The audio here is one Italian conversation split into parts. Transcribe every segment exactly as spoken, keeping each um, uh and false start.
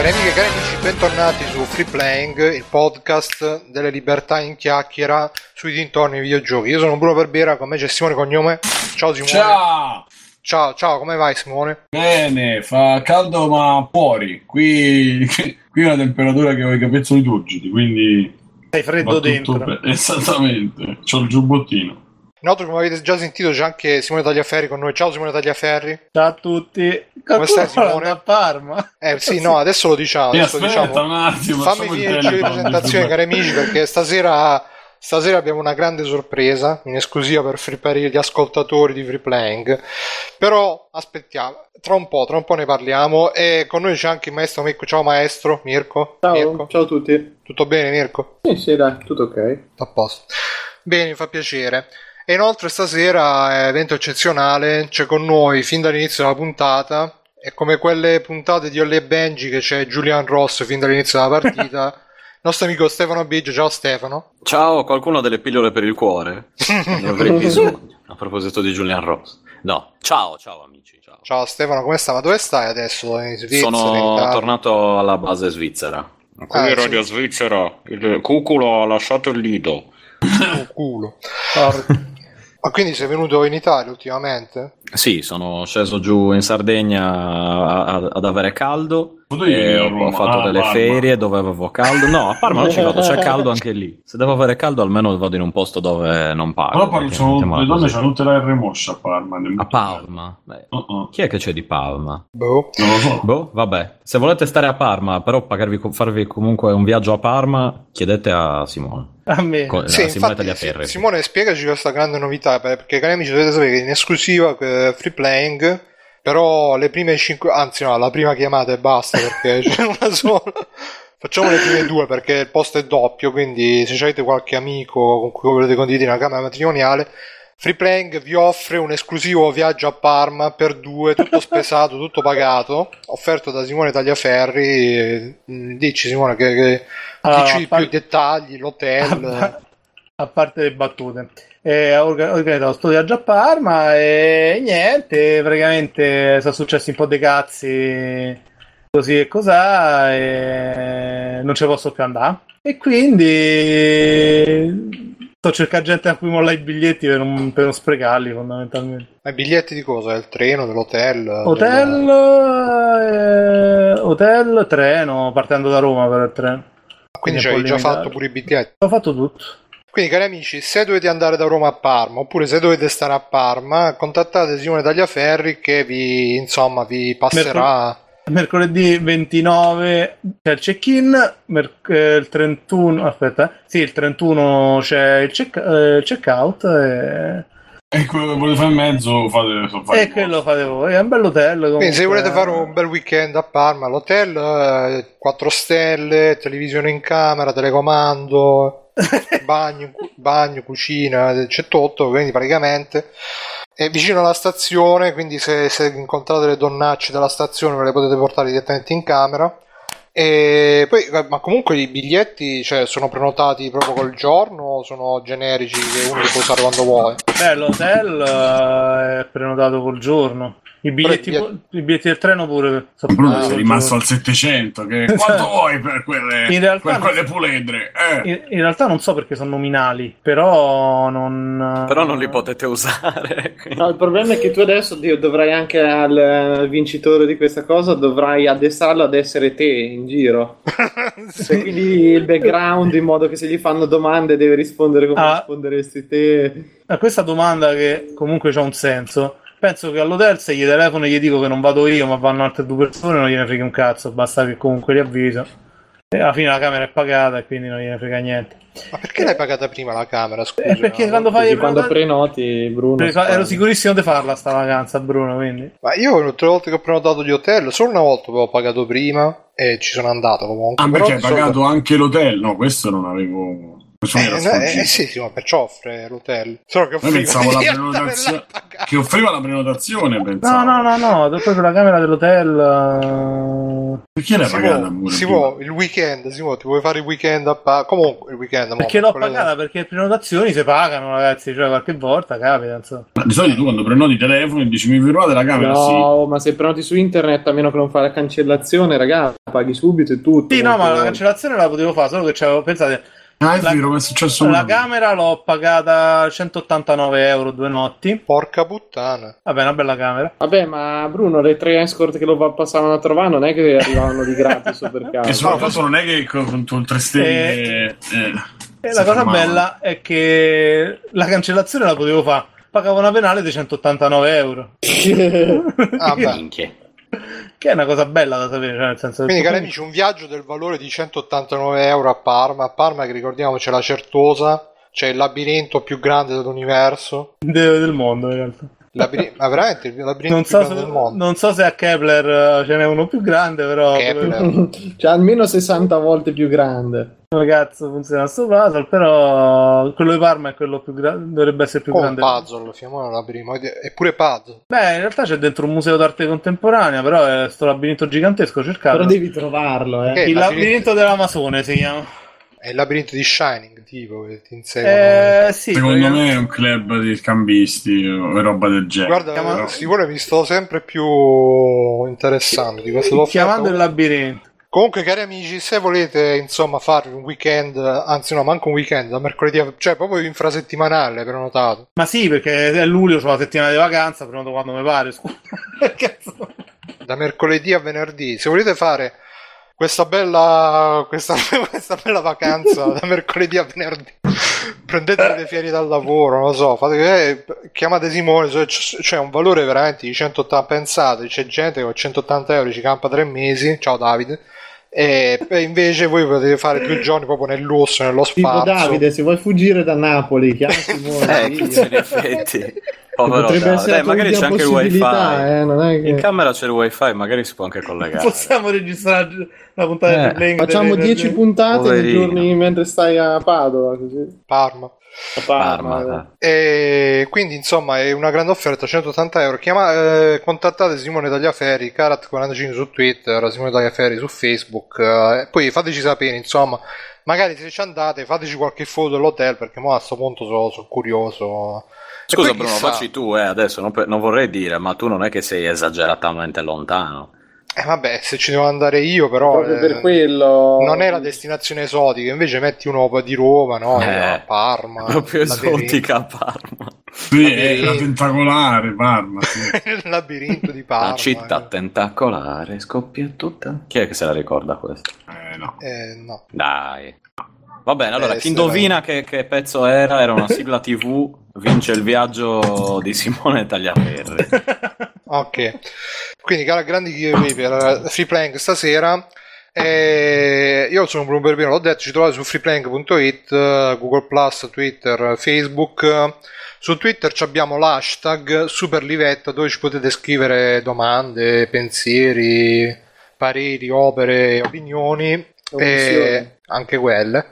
Cari amiche e cari amici, bentornati su Free Playing, il podcast delle libertà in chiacchiera sui dintorni dei videogiochi. Io sono Bruno Verbera, con me c'è Simone Cognome. Ciao Simone. Ciao! Ciao, ciao, come vai Simone? Bene, fa caldo ma fuori. Qui, qui è una temperatura che ho i capezzoli turgidi, quindi... Sei freddo dentro. Per... Esattamente, c'ho il giubbottino. Inoltre, come avete già sentito, c'è anche Simone Tagliaferri con noi. Ciao Simone Tagliaferri. Ciao a tutti. Come stai Simone? A Parma. Eh sì, no, adesso lo diciamo. Adesso aspetta diciamo. un attimo. Fammi finire il giro di presentazione, cari amici, perché stasera... Stasera abbiamo una grande sorpresa in esclusiva per, free, per gli ascoltatori di Free Playing, però aspettiamo, tra un po', tra un po' ne parliamo. E con noi c'è anche il maestro Mirko. Ciao maestro Mirko. Ciao, Mirko. Ciao a tutti. Tutto bene Mirko? Sì, sì, dai, tutto ok. A posto. Bene, mi fa piacere. E inoltre stasera è evento eccezionale, c'è con noi fin dall'inizio della puntata, e come quelle puntate di Ollie e Benji che c'è Julian Ross fin dall'inizio della partita. Il nostro amico Stefano Biggio. Ciao Stefano. Ciao, qualcuno ha delle pillole per il cuore? Ne avrei bisogno. A proposito di Julian Ross. No, ciao, ciao amici. Ciao, ciao Stefano, come stai? Ma dove stai adesso? In Svizzera? Sono in tornato alla base svizzera. Qui ah, in Radio sì. Svizzera, il cuculo ha lasciato il nido. Oh, culo. Ma quindi sei venuto in Italia ultimamente? Sì, sono sceso giù in Sardegna a, a, ad avere caldo. E ho, ho fatto ah, delle Parma. ferie dove avevo caldo. No, a Parma non ci vado, c'è caldo anche lì. Se devo avere caldo almeno vado in un posto dove non pago. Però parlo, sono, le donne c'hanno tutte la R moscia a Parma. A Parma? Beh, uh-uh. Chi è che c'è di Parma? Boh. Non lo so. Boh, vabbè. Se volete stare a Parma, però pagarvi, farvi comunque un viaggio a Parma, chiedete a Simone. A me. Co- sì, a Simone infatti, Tagliaferri. Simone, spiegaci questa grande novità, perché cari amici dovete sapere che in esclusiva eh, Free Playing, però le prime cinque, anzi no, la prima chiamata e basta perché c'è una sola. Facciamo le prime due perché il posto è doppio, quindi se avete qualche amico con cui volete condividere una camera matrimoniale, Free Playing vi offre un esclusivo viaggio a Parma per due, tutto spesato, tutto pagato, offerto da Simone Tagliaferri. Dici Simone che, che allora, dici par- più i dettagli, l'hotel. A, a parte le battute, eh, ho organizzato sto viaggio a Parma e niente, praticamente sono successi un po' dei cazzi così e cos'ha e non ci posso più andare e quindi sto cercando gente a cui molla i biglietti per non, per non sprecarli fondamentalmente. Ma i biglietti di cosa? Del treno, dell'hotel? Hotel, del... eh, hotel, treno, partendo da Roma per il treno. Quindi ci hai già fatto pure i biglietti? Ho fatto tutto. Quindi cari amici, se dovete andare da Roma a Parma oppure se dovete stare a Parma, contattate Simone Tagliaferri che vi, insomma, vi passerà... Mercoledì ventinove c'è il check-in, mer- eh, il trentuno, aspetta, sì, il trentuno c'è il, check- eh, il check-out e... E quello che volete fare in mezzo fate, fate e quello fate voi, è un bel hotel comunque. Quindi se volete fare un bel weekend a Parma, l'hotel eh, quattro stelle, televisione in camera, telecomando, bagno, bagno, cucina, c'è tutto, quindi praticamente è vicino alla stazione, quindi se, se incontrate le donnacce della stazione ve le potete portare direttamente in camera. E poi, ma comunque i biglietti, cioè, sono prenotati proprio col giorno o sono generici che uno li può usare quando vuole? Beh, l'hotel uh, è prenotato col giorno. I biglietti, i biglietti... i biglietti del treno pure. Bruno sei rimasto al settecento. Che quanto vuoi per quelle, in realtà, per quelle puledre? Eh. In, in realtà non so perché sono nominali, però non. Però non li potete usare. No, il problema è che tu adesso Dio, dovrai anche al, al vincitore di questa cosa dovrai addestrarlo ad essere te in giro. Sì. Quindi il background in modo che se gli fanno domande deve rispondere come ah, risponderesti te. A questa domanda che comunque c'ha un senso. Penso che all'hotel se gli telefono e gli dico che non vado io ma vanno altre due persone non gliene frega un cazzo, basta che comunque li avviso e alla fine la camera è pagata e quindi non gliene frega niente. Ma perché l'hai pagata prima la camera? Scusa, eh, perché no? quando fai perché quando prenoti Bruno perché ero sicurissimo di farla sta vacanza Bruno, quindi ma io tutte le volte che ho prenotato gli hotel solo una volta avevo pagato prima e ci sono andato comunque. Ah, perché hai pagato solito... anche l'hotel? No, questo non avevo. Eh, no, eh sì, sì, ma perciò offre l'hotel. Solo che offriva, pensavo la Perché l'hai Si pagata può, pure? si prima? può, il weekend, si può, ti vuoi fare il weekend a pa- comunque il weekend Perché mo, l'ho mercoledì- pagata, perché le prenotazioni si pagano, ragazzi, cioè qualche volta capita, insomma. Ma di solito tu quando prenoti telefono e dici mi provate la camera? Sì. No, ma se prenoti su internet, a meno che non fai la cancellazione, ragazzi, paghi subito e tutto. Sì, no, ma la Molto- cancellazione la potevo fare, solo che c'avevo, pensate, Ah, è la- vero, ma è successo la una- camera l'ho pagata centottantanove euro due notti. Porca puttana. Vabbè, una bella camera. Vabbè, ma Bruno, le tre escort che lo passavano a trovare non è che arrivavano di gratis o per Che caso. soprattutto non è che con, con tre stelle... eh, E si la cosa fermavano. bella è che la cancellazione la potevo fare. Pagavo una penale di centottantanove euro. Ah, beh. Minchia. Che è una cosa bella da sapere, cioè nel senso Quindi che cari amici, un viaggio del valore di centottantanove euro a Parma. A Parma, che ricordiamo, c'è la Certosa, c'è il labirinto più grande dell'universo. de- del mondo in realtà. Labiri- ma veramente il labirinto Non più so, grande se, del mondo. non so se a Kepler eh, ce n'è uno più grande, però Kepler. Cioè, almeno sessanta volte più grande. come cazzo funziona sto puzzle, però quello di Parma è quello più grande, dovrebbe essere più Come un grande. puzzle, chiamiamolo labirinto. Eppure puzzle. Beh, in realtà c'è dentro un museo d'arte contemporanea, però è sto labirinto gigantesco, cercatelo. Però devi trovarlo, eh. Che- Il labirinto- labirinto dell'Amazone si chiama. È il labirinto di Shining, tipo, che ti inseguono. Eh, sì, Secondo perché- me è un club di scambisti o roba del genere. Guarda, chiama- Simone mi sto sempre più interessando di questo chiamando il labirinto. Comunque, cari amici, se volete insomma fare un weekend, anzi no, manco un weekend, da mercoledì a... cioè proprio infrasettimanale, prenotato. Ma sì, perché è luglio, c'ho la settimana di vacanza, prenoto quando mi pare, scusa. Cazzo. Da mercoledì a venerdì. Se volete fare questa bella questa, questa bella vacanza da mercoledì a venerdì, prendete le ferie dal lavoro, non lo so, fate, eh, chiamate Simone, c'è, c'è un valore veramente di centottanta, pensate, c'è gente che con centottanta euro ci campa tre mesi, ciao Davide, e, e invece voi potete fare due giorni proprio nel lusso, nello Tipo spazio. Davide, se vuoi fuggire da Napoli, chiama Simone. Eh, via. in effetti. Povero Potrebbe Davide. essere Dai, la tua magari c'è unica anche il wifi. possibilità, eh, non è che... In camera c'è il wifi, magari si può anche collegare. Possiamo registrare la puntata Eh, di Playing Facciamo delle- dieci delle- puntate nei Poverino. giorni mentre stai a Padova, così. Parma. A Parma, Parma, eh. dai. E quindi insomma è una grande offerta, centottanta euro. Chiama, eh, contattate Simone Tagliaferri, Karat quarantacinque su Twitter, Simone Tagliaferri su Facebook, eh, poi fateci sapere, insomma, magari se ci andate fateci qualche foto dell'hotel, perché mo a sto punto sono, sono curioso. E Scusa poi Bruno, chissà- facci tu, eh, adesso non, per- non vorrei dire, ma tu non è che sei esageratamente lontano. Eh vabbè, se ci devo andare io però Proprio eh, per quello... non è la destinazione esotica, invece metti uno di Roma, no? Eh, a Parma, Proprio labirinto- esotica a Parma. Sì, è la tentacolare, Parma. Sì. il labirinto di Parma. La città tentacolare scoppia tutta. Chi è che se la ricorda questa? Eh, no. Eh, no. Dai. Va bene, allora Eh, chi sì, indovina che, che pezzo era, era una sigla tivù, vince il viaggio di Simone Tagliaferri. Ok, quindi cara, grandi giveaway per Free Playing stasera. Eh, io sono Bruno Berbino, l'ho detto, ci trovate su freeplaying punto it, Google Plus, Twitter, Facebook. Su Twitter ci abbiamo l'hashtag Superlivetta, dove ci potete scrivere domande, pensieri, pareri, opere, opinioni, e anche quelle.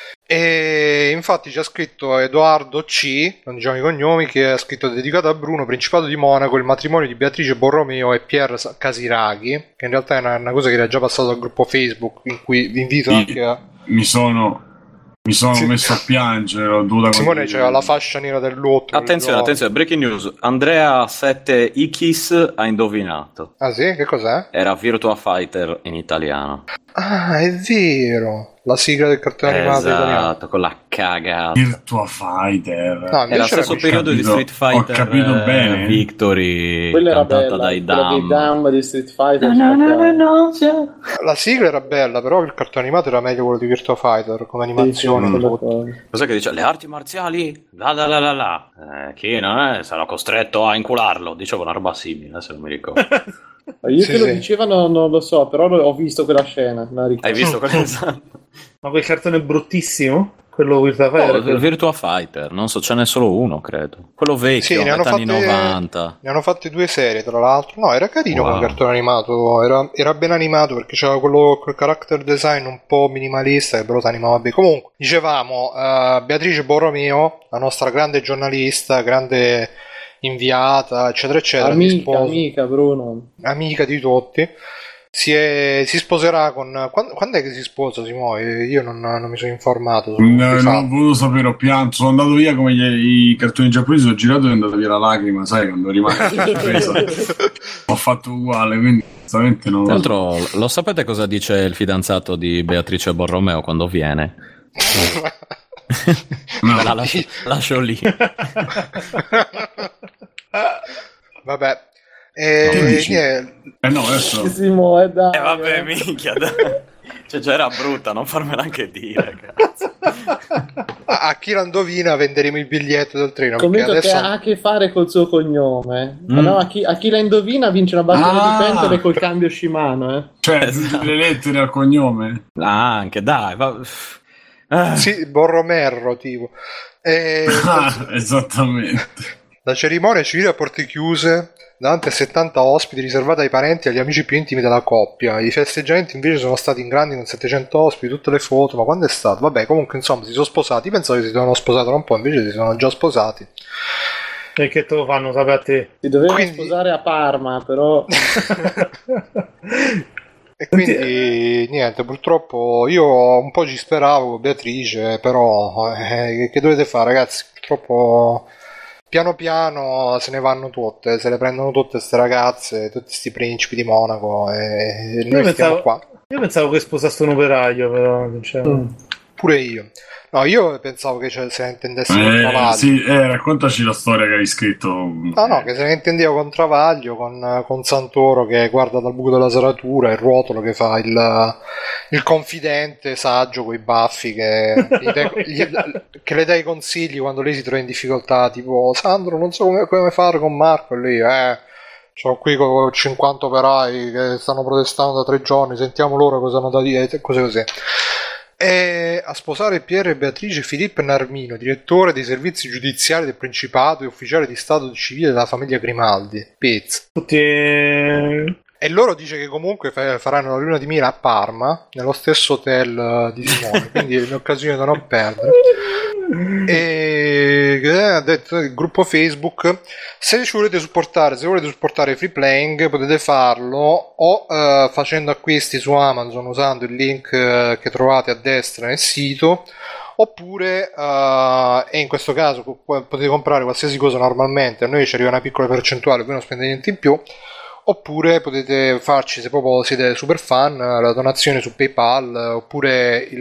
E infatti ci ha scritto Edoardo C, non diciamo i cognomi, che ha scritto dedicato a Bruno, Principato di Monaco, il matrimonio di Beatrice Borromeo e Pier Casiraghi, che in realtà è una, una cosa che era già passata al gruppo Facebook, in cui vi invito Sì. anche a... Mi sono, mi sono Sì. messo a piangere, ho dovuto Simone c'era la fascia nera del lotto. Attenzione, attenzione, breaking news. Andrea sette Ikis ha indovinato. Ah sì? Che cos'è? Era Virtua Fighter in italiano. Ah, è vero! La sigla del cartone animato italiano. Esatto, con la cagata. Virtua Fighter. No, Era lo invece stesso era... periodo di capito- Street Fighter ho capito eh, bene. Victory, Quella era cantata bella, dai quella dei Dam. Dam di Street Fighter. No, no, no, no, cioè. La sigla era bella, però il cartone animato era meglio quello di Virtua Fighter, come Sì, sì, animazione. sono tutto. d'accordo. Cos'è che dice? Le arti marziali? La la la la la. Eh, chi non è? Sarà costretto a incularlo. Dicevo una roba simile, se non mi ricordo. Io Sì, che lo sì. dicevano non lo so, però ho visto quella scena. la ricordo. Hai visto cosa? Ma quel cartone è bruttissimo? Quello Virtua Oh, Fighter? il Virtua Fighter, non so, ce n'è solo uno, credo. Quello vecchio, Sì, ne hanno metà anni fatte- novanta. Ne hanno fatte due serie, tra l'altro. No, era carino Wow. come cartone animato. Era, era ben animato perché c'era quello, quel character design un po' minimalista che però ti animava bene. Comunque, dicevamo, eh, Beatrice Borromeo, la nostra grande giornalista, grande inviata, eccetera, eccetera. Amica, di sposo- amica, Bruno. amica di tutti, si, è, si sposerà con... Quando, quando è che si sposa, Simo? Io non, non mi sono informato. No, non ho voluto sapere, ho pianto, sono andato via come gli, i cartoni giapponesi, ho girato e è andata via la lacrima, sai, quando rimane sorpresa. Ho fatto uguale, quindi onestamente non Tra l'altro, lo sapete cosa dice il fidanzato di Beatrice Borromeo quando viene? No. Me la lascio, lascio lì. Vabbè. E eh, eh no, adesso Simo, dai, eh vabbè, minchia, dai. Cioè già era brutta, non farmela anche dire, cazzo. a, a chi la indovina venderemo il biglietto del treno. Commento adesso... che ha a che fare col suo cognome. Mm. Ma no, a chi, a chi la indovina vince una batteria ah. di pentole col cambio Shimano, eh. Cioè, esatto. Le lettere al cognome. Ah, anche, dai, va... ah. Sì, Borromerro, tipo. E... ah, esattamente. La cerimonia civile a porte chiuse davanti a settanta ospiti, riservata ai parenti e agli amici più intimi della coppia. I festeggiamenti invece sono stati in grandi con settecento ospiti, tutte le foto. Ma quando è stato? Vabbè, comunque insomma si sono sposati. Pensavo che si dovevano sposare da un po', invece si sono già sposati. E che te lo fanno sapere a te? Si doveva Quindi... sposare a Parma, però. E quindi niente, purtroppo io un po' ci speravo con Beatrice, però eh, che dovete fare, ragazzi? Purtroppo piano piano se ne vanno tutte, se le prendono tutte queste ragazze, tutti questi principi di Monaco e noi io stiamo pensavo, qua. Io pensavo che sposasse un operaio, però cioè... mm. Pure io. No, io pensavo che cioè, se ne intendesse con Eh, Travaglio. sì, eh, raccontaci la storia che hai scritto. No, no, che se ne intendeva con Travaglio, con, con Santoro che guarda dal buco della serratura, il Ruotolo che fa il, il confidente saggio coi baffi che, gli dai, gli, che le dà i consigli quando lei si trova in difficoltà, tipo Sandro non so come, come fare con Marco, e lui eh sono qui con cinquanta operai che stanno protestando da tre giorni, sentiamo loro cosa hanno da dire, cose così. E a sposare Piero e Beatrice Filippo Narmino, direttore dei servizi giudiziari del Principato e ufficiale di stato civile della famiglia Grimaldi. Pezzo. Tutti... E loro dice che comunque faranno la luna di miele a Parma, nello stesso hotel di Simone, quindi è un'occasione da non perdere. E ha detto il gruppo Facebook: se ci volete supportare, se volete supportare Free Playing potete farlo o uh, facendo acquisti su Amazon usando il link uh, che trovate a destra nel sito, oppure uh, e in questo caso potete comprare qualsiasi cosa normalmente, a noi ci arriva una piccola percentuale, voi non spendete niente in più. Oppure potete farci, se proprio siete super fan, la donazione su PayPal oppure il,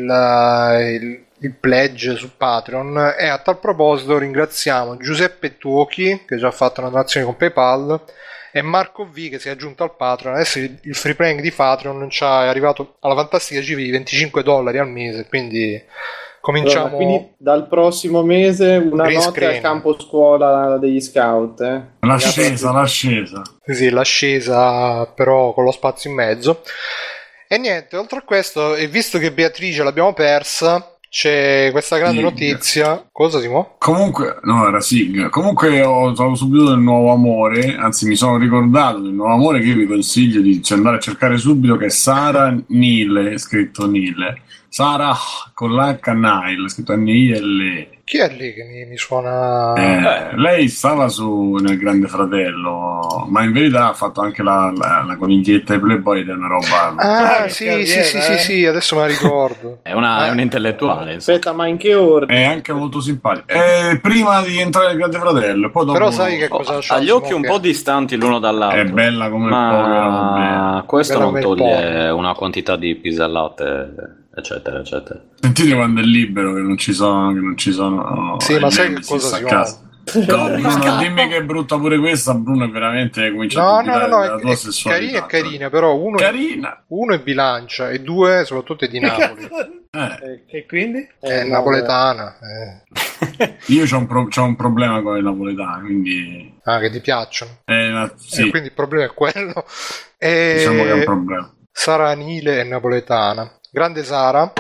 il, il pledge su Patreon. E a tal proposito ringraziamo Giuseppe Tuochi che già ha fatto una donazione con PayPal e Marco V che si è aggiunto al Patreon. Adesso il, il free playing di Patreon ci è arrivato alla fantastica cifra di venticinque dollari al mese, quindi cominciamo. Allora, quindi dal prossimo mese una Green notte screen. al campo scuola degli scout, eh? L'ascesa, l'ascesa. Sì, l'ascesa però con lo spazio in mezzo. E niente, oltre a questo, e visto che Beatrice l'abbiamo persa, c'è questa grande Sig. notizia. Cosa, Simo? Comunque, no, era Sig. Comunque ho trovato subito del nuovo amore, anzi mi sono ricordato del nuovo amore che io vi consiglio di andare a cercare subito, che è Sara Nile, scritto Nile. Sara con l'H Nile, scritto N I L E. Chi è lì che mi, mi suona? Eh, lei stava su nel Grande Fratello, ma in verità ha fatto anche la, la, la coniglietta ai Playboy ed è una roba. Ah, Ah, sì, che sì, sì, carriera, sì, eh. sì, adesso me la ricordo. È, una, è un intellettuale, insomma. Aspetta, ma in che ordine? È anche molto simpatico. Eh, prima di entrare nel Grande Fratello, poi dopo. Però sai che Oh, cosa c'ha? ha gli occhi Simo, un che- po' distanti l'uno dall'altro. È bella come il povero, ma questo Bella non come il toglie povero. una quantità di pisellate, eccetera, eccetera. Sentite quando è libero, che non ci sono. Che non ci sono Sì, i ma sai che Nemesis cosa a si casa. No, Bruno, dimmi che è brutta pure questa. Bruno è veramente comincia No, a no, no, dubitare no, della è, tua è sessualità. carina, è carina, però uno, Carina. uno è bilancia e due soprattutto è di Napoli. Eh, E quindi? È Eh, no, napoletana. eh. io c'ho un, pro- c'ho un problema con i napoletani, quindi. Ah, che ti piacciono. Eh, ma- sì, E quindi il problema è quello. E... diciamo che è un problema. Sara Nile è napoletana. Grande Sara.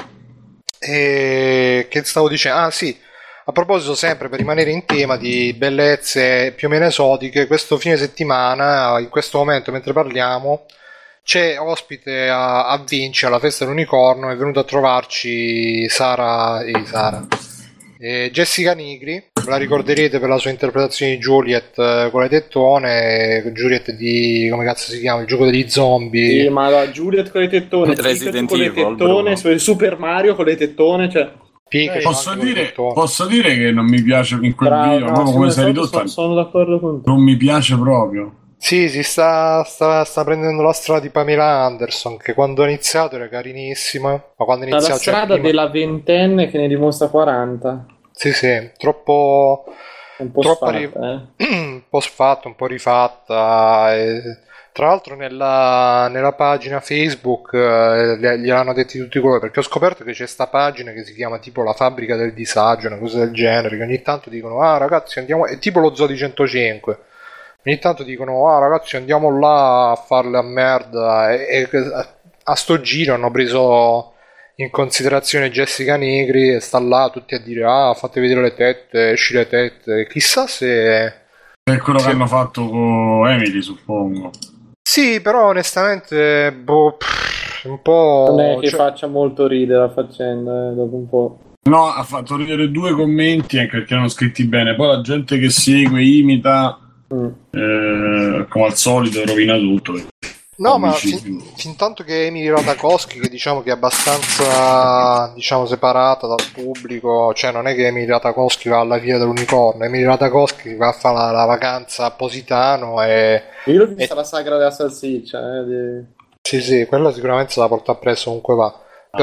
E... Che stavo dicendo? Ah, sì. A proposito, sempre per rimanere in tema di bellezze più o meno esotiche, questo fine settimana, in questo momento mentre parliamo, c'è ospite a, a Vinci alla festa dell'unicorno. È venuta a trovarci Sara e Sara e Jessica Nigri, la ricorderete per la sua interpretazione di Juliet con le tettone, Juliet di, come cazzo si chiama, il gioco degli zombie. Sì, ma la Juliet con le tettone, Resident con le Evil, tettone, Super Mario con le tettone, cioè... Pika, Posso dire, posso dire che non mi piace in quel Bravo, video, no, proprio come sono, sei ridotta. sono, sono d'accordo con te. Non mi piace proprio. Sì, si sta, sta, sta prendendo la strada di Pamela Anderson, che quando ha iniziato era carinissima, ma quando ha La iniziato... strada cioè, prima... della ventenne che ne dimostra quaranta. Sì, sì, troppo... Un po' troppo sfatta, ri... eh. un po' sfatta, un po' rifatta. E... Tra l'altro nella, nella pagina Facebook eh, gliel'hanno detti tutti i colori, perché ho scoperto che c'è sta pagina che si chiama tipo la fabbrica del disagio, una cosa del genere, che ogni tanto dicono ah ragazzi andiamo, è tipo lo zoo di centocinque, ogni tanto dicono ah ragazzi andiamo là a farle a merda, e, e a sto giro hanno preso in considerazione Jessica Negri e sta là tutti a dire ah fate vedere le tette, esci le tette, chissà se è quello se... che hanno fatto con Emily, suppongo. Sì, però onestamente boh, pff, un po'... Non è che cioè... faccia molto ridere la faccenda, eh, dopo un po'. No, ha fatto ridere due commenti anche perché erano scritti bene. Poi la gente che segue, imita, mm. eh, come al solito, rovina tutto. No, ma fin, fin tanto che Emily Ratajkowski, che diciamo che è abbastanza, diciamo, separata dal pubblico, cioè non è che Emily Ratajkowski va alla Fiera dell'Unicorno, Emily Ratajkowski va a fare la, la vacanza a Positano e... Io l'ho vista e... la sagra della salsiccia, eh, di... Sì, sì, quella sicuramente se la porta appresso ovunque va.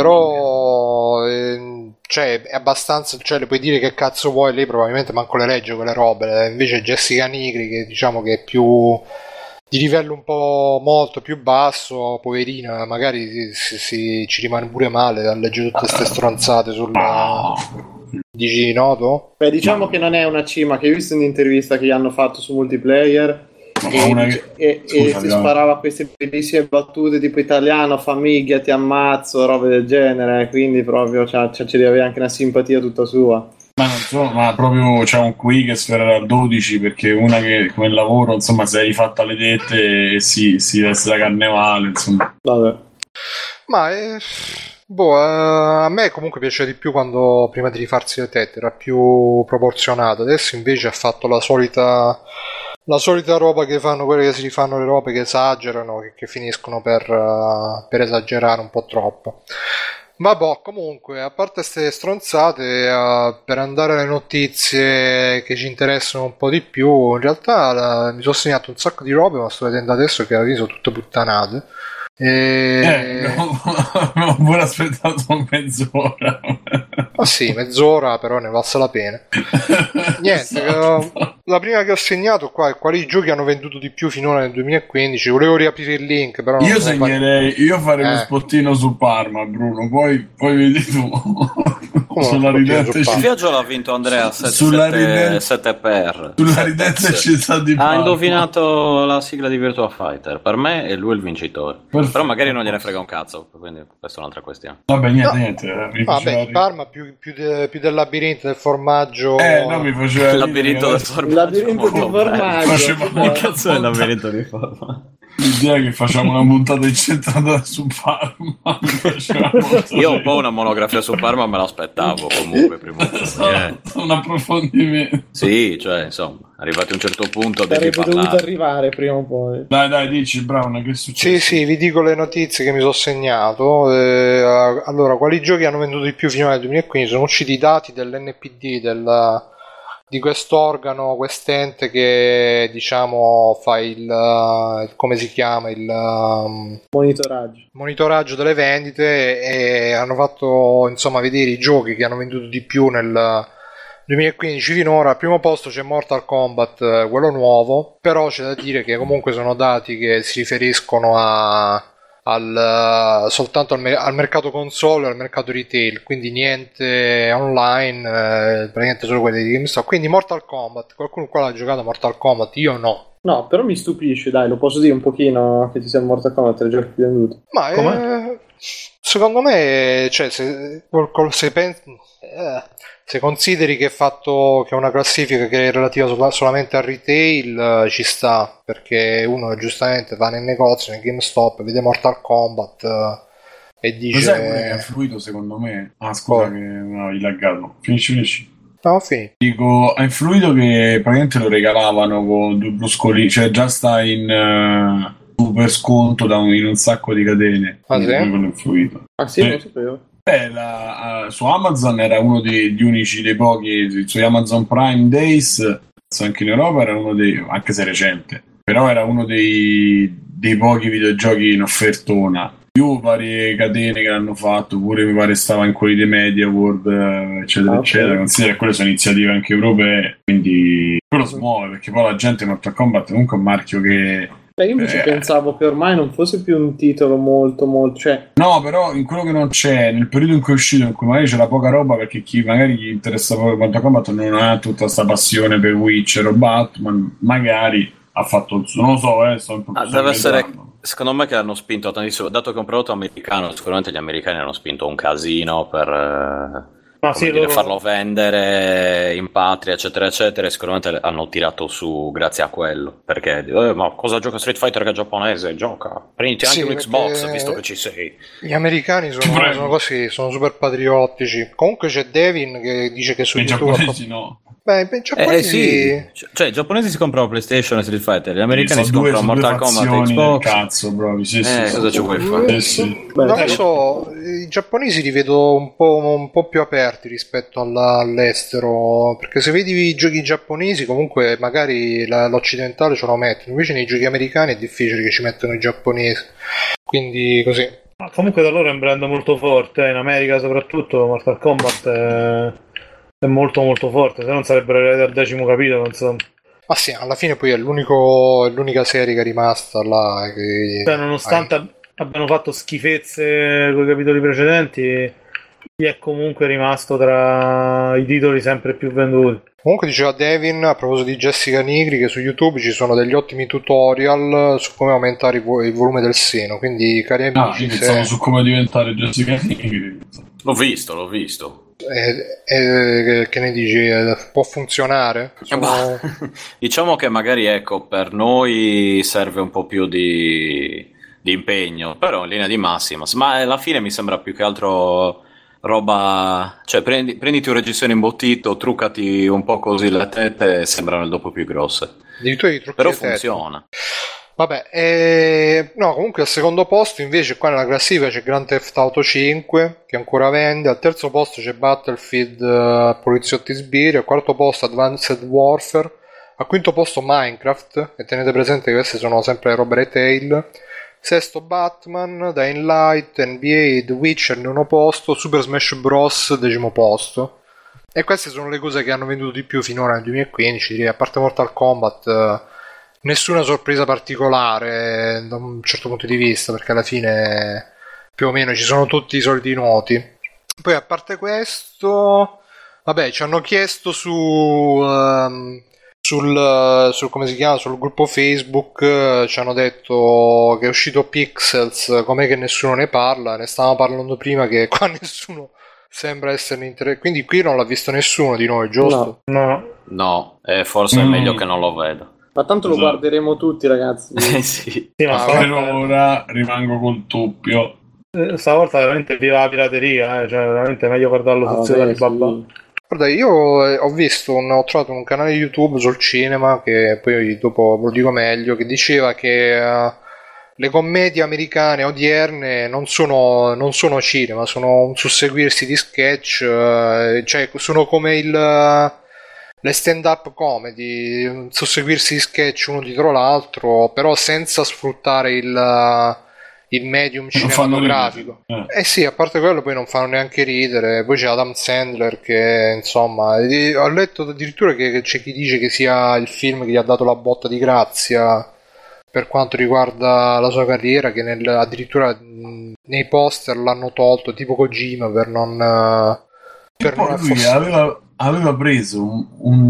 Però eh, cioè è abbastanza, cioè le puoi dire che cazzo vuoi, lei probabilmente manco le legge quelle robe, invece Jessica Nigri che diciamo che è più di livello un po' molto più basso, poverina, magari si, si, ci rimane pure male a leggere tutte queste stronzate sulla... Dici noto? Beh, diciamo che non è una cima, che ho visto un'intervista che gli hanno fatto su Multiplayer e, che... e, e si sparava queste bellissime battute tipo italiano, famiglia, ti ammazzo, robe del genere, quindi proprio c'ha, c'ha, ci deve avere anche una simpatia tutta sua. Ma non so, ma proprio c'è un qui che sferrerà dodici perché una che come lavoro, insomma, si è rifatta le tette e si, si veste da carnevale, insomma. Vabbè. Ma è... boh, eh, a me comunque piaceva di più quando prima di rifarsi le tette era più proporzionato, adesso invece ha fatto la solita la solita roba che fanno quelle che si rifanno le robe che esagerano, che, che finiscono per, uh, per esagerare un po' troppo. Vabbè, comunque, a parte queste stronzate, uh, per andare alle notizie che ci interessano un po' di più, in realtà la, mi sono segnato un sacco di robe, ma sto vedendo adesso che alla fine sono tutte puttanate. E... Eh, ho pure aspettato mezz'ora. Ah sì, mezz'ora, però ne valsa la pena. Niente, esatto. uh, la prima che ho segnato qua è quali giochi hanno venduto di più finora nel duemilaquindici. Volevo riaprire il link, però non io segnerei, fa... io farei eh. uno spottino su Parma, Bruno, poi, poi vedi tu. Sulla ridente il viaggio l'ha vinto Andrea sette per sulla ridente città di Parma. Ha indovinato la sigla di Virtua Fighter, per me è lui il vincitore. Perfetto. Però magari non gliene frega un cazzo, quindi questa è un'altra questione. Vabbè, niente, no. niente. Mi Vabbè, di Parma più, più, de, più del labirinto del formaggio. Eh, no, mi faceva il labirinto del formaggio. Il labirinto di formaggio. Che cazzo è il labirinto di formaggio? L'idea che facciamo una puntata incentrata su Parma. Io un po' una monografia su Parma me l'aspettavo comunque prima o poi, eh. Un approfondimento. Sì, cioè insomma, arrivati a un certo punto sarebbe devi parlare. dovuto arrivare prima o poi. Dai, dai, dici Brown, che è successo? Sì, sì, vi dico le notizie che mi sono segnato. Eh, allora, quali giochi hanno venduto di più finora nel duemilaquindici? Sono usciti i dati dell'N P D, del, di quest'organo, quest'ente che diciamo fa il, il come si chiama, il um, monitoraggio. monitoraggio delle vendite, e hanno fatto insomma vedere i giochi che hanno venduto di più nel duemilaquindici finora. Al primo posto c'è Mortal Kombat, quello nuovo, però c'è da dire che comunque sono dati che si riferiscono a Al, soltanto al, al mercato console e al mercato retail, quindi niente online, eh, praticamente solo quelli di GameStop. Quindi Mortal Kombat, qualcuno qua l'ha giocato Mortal Kombat? Io no. No, però mi stupisce, dai, lo posso dire un pochino che ci sia Mortal Kombat tra i giochi più venduti. Ma eh, secondo me, cioè, se, se, pensi, eh, se consideri che è fatto che è una classifica che è relativa solamente al retail, ci sta, perché uno giustamente va nel negozio, nel GameStop, vede Mortal Kombat eh, e dice... Cos'è quello che ha fluito secondo me? Ah, scusa, oh. che no, hai laggato. Finisci, finisci. No, finito. Dico, ha influito che praticamente lo regalavano con due bruscolini, cioè già sta in uh, super sconto da un, in un sacco di catene. Ah, sì? Influito. Ah sì, eh. non sapevo. Beh, la, uh, su Amazon era uno degli unici dei pochi, su Amazon Prime Days, anche in Europa era uno dei, anche se recente, però era uno dei, dei pochi videogiochi in offertona. Più varie catene che l'hanno fatto, pure mi pare stava in quelli dei Media World, eccetera, ah, eccetera. Okay. Considera che quelle sono iniziative anche europee, quindi quello si muove, perché poi la gente Mortal Kombat è comunque un marchio che... Beh, io invece eh, pensavo che ormai non fosse più un titolo molto, molto... Cioè... No, però in quello che non c'è, nel periodo in cui è uscito, in cui magari c'era poca roba, perché chi magari gli interessa poco Mortal Kombat non ha tutta questa passione per Witcher o Batman, magari ha fatto il suo, non lo so, eh, sto ah, deve essere... Secondo me che hanno spinto tantissimo, dato che è un prodotto americano, sicuramente gli americani hanno spinto un casino per eh, sì, dire, loro... farlo vendere in patria, eccetera, eccetera, e sicuramente hanno tirato su grazie a quello, perché eh, ma cosa gioca Street Fighter che è giapponese? Gioca, prenditi anche sì, un Xbox, visto che ci sei. Gli americani sono, sono così, sono super patriottici. Comunque c'è Devin che dice che su I YouTube... giapponesi no. Beh, i giapponesi... Eh, sì. Cioè, i giapponesi si comprano PlayStation e Street Fighter, gli americani si comprano Mortal Kombat e Xbox. Cazzo, bravi, sì, sì, eh, sì, cosa sì, ci vuoi fare? Eh, sì. Non lo so, i giapponesi li vedo un po', un po' più aperti rispetto alla, all'estero, perché se vedi i giochi giapponesi comunque magari la, l'occidentale ce lo mettono, invece nei giochi americani è difficile che ci mettano i giapponesi, quindi così. Ma comunque da loro è un brand molto forte, eh, in America soprattutto Mortal Kombat è... è molto molto forte, se non sarebbero arrivati al decimo capitolo, insomma. Ma sì, alla fine poi è l'unico, è l'unica serie che è rimasta là. Che... Cioè, nonostante hai... abbiano fatto schifezze con i capitoli precedenti, gli è comunque rimasto tra i titoli sempre più venduti. Comunque diceva Devin, a proposito di Jessica Nigri, che su YouTube ci sono degli ottimi tutorial su come aumentare il, vo- il volume del seno, quindi cari amici... Ah, se... su come diventare Jessica Nigri. L'ho visto, l'ho visto. Eh, eh, che ne dici? Eh, può funzionare? Sono... Diciamo che magari ecco per noi serve un po' più di, di impegno, però in linea di massima, ma alla fine mi sembra più che altro roba, cioè prendi, prenditi un reggiseno imbottito, truccati un po' così le tette e sembrano il dopo più grosse, però funziona. Vabbè, eh, no, comunque al secondo posto invece qua nella classifica c'è Grand Theft Auto cinque che ancora vende, al terzo posto c'è Battlefield uh, Poliziotti Sbirri, al quarto posto Advanced Warfare, al quinto posto Minecraft, e tenete presente che queste sono sempre robe retail, sesto Batman, Dying Light, N B A, The Witcher nono posto, Super Smash Bros decimo posto, e queste sono le cose che hanno venduto di più finora nel duemilaquindici, direi, a parte Mortal Kombat... Uh, nessuna sorpresa particolare da un certo punto di vista, perché alla fine più o meno ci sono tutti i soliti noti. Poi a parte questo, vabbè, ci hanno chiesto su um, sul, sul come si chiama, sul gruppo Facebook, uh, ci hanno detto che è uscito Pixels, com'è che nessuno ne parla, ne stavamo parlando prima che qua nessuno sembra esserne interessato, quindi qui non l'ha visto nessuno di noi, giusto? No, no, no, eh, forse mm. è meglio che non lo veda. Ma tanto lo esatto. guarderemo tutti, ragazzi. Eh sì. Sì, ma ah, per ora rimango col doppio. Eh, stavolta veramente viva la pirateria, eh? Cioè veramente è meglio guardarlo ah, su Alibaba. Sì. Guarda, io ho visto, un, ho trovato un canale YouTube sul cinema, che poi dopo ve lo dico meglio, che diceva che uh, le commedie americane odierne non sono, non sono cinema, sono un susseguirsi di sketch, uh, cioè sono come il... Uh, le stand-up comedy, susseguirsi di sketch uno dietro l'altro, però senza sfruttare il, il medium cinematografico. Eh. eh sì, a parte quello poi non fanno neanche ridere. Poi c'è Adam Sandler che, insomma, ho letto addirittura che c'è chi dice che sia il film che gli ha dato la botta di grazia per quanto riguarda la sua carriera, che nel, addirittura mh, nei poster l'hanno tolto, tipo Kojima, per non... Uh, per non affossare. Aveva... aveva preso un, un,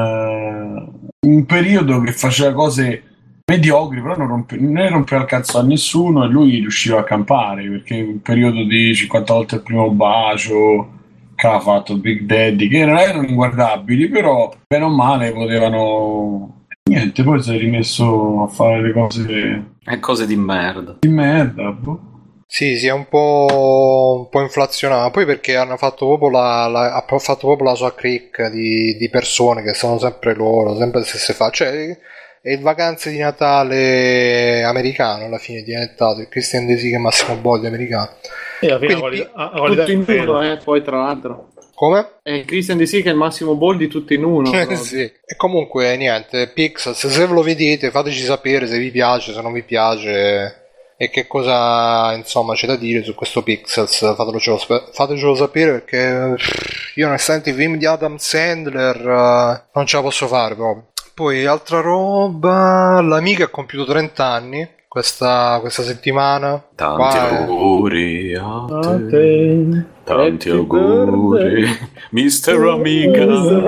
uh, un periodo che faceva cose mediocri, però non, rompe, non ne rompeva il cazzo a nessuno e lui riusciva a campare, perché un periodo di cinquanta volte il primo bacio che ha fatto Big Daddy, che non erano inguardabili, però bene o male potevano... niente, poi si è rimesso a fare le cose... E cose di merda. Di merda, boh. Sì, sì, è un po', un po' inflazionato. Poi perché hanno fatto proprio la, la, ha fatto proprio la sua cricca di, di persone che sono sempre loro, sempre le stesse facce. Cioè, è il vacanze di Natale americano, alla fine è diventato il Christian De Sica e Massimo Boldi americano. E alla fine Quindi, qualità, a, qualità tutti in uno, eh, poi tra l'altro. Come? È il Christian De Sica e il Massimo Boldi tutti in uno. Sì. E comunque niente, Pixels, se ve lo vedete fateci sapere se vi piace, se non vi piace e che cosa insomma c'è da dire su questo Pixels, fatecelo, fatecelo sapere, perché io onestamente i film di Adam Sandler uh, non ce la posso fare proprio. Poi altra roba, l'Amiga ha compiuto trenta anni questa, questa settimana. Tanti Qua auguri a A te. te. Tanti Happy auguri, mister Amiga.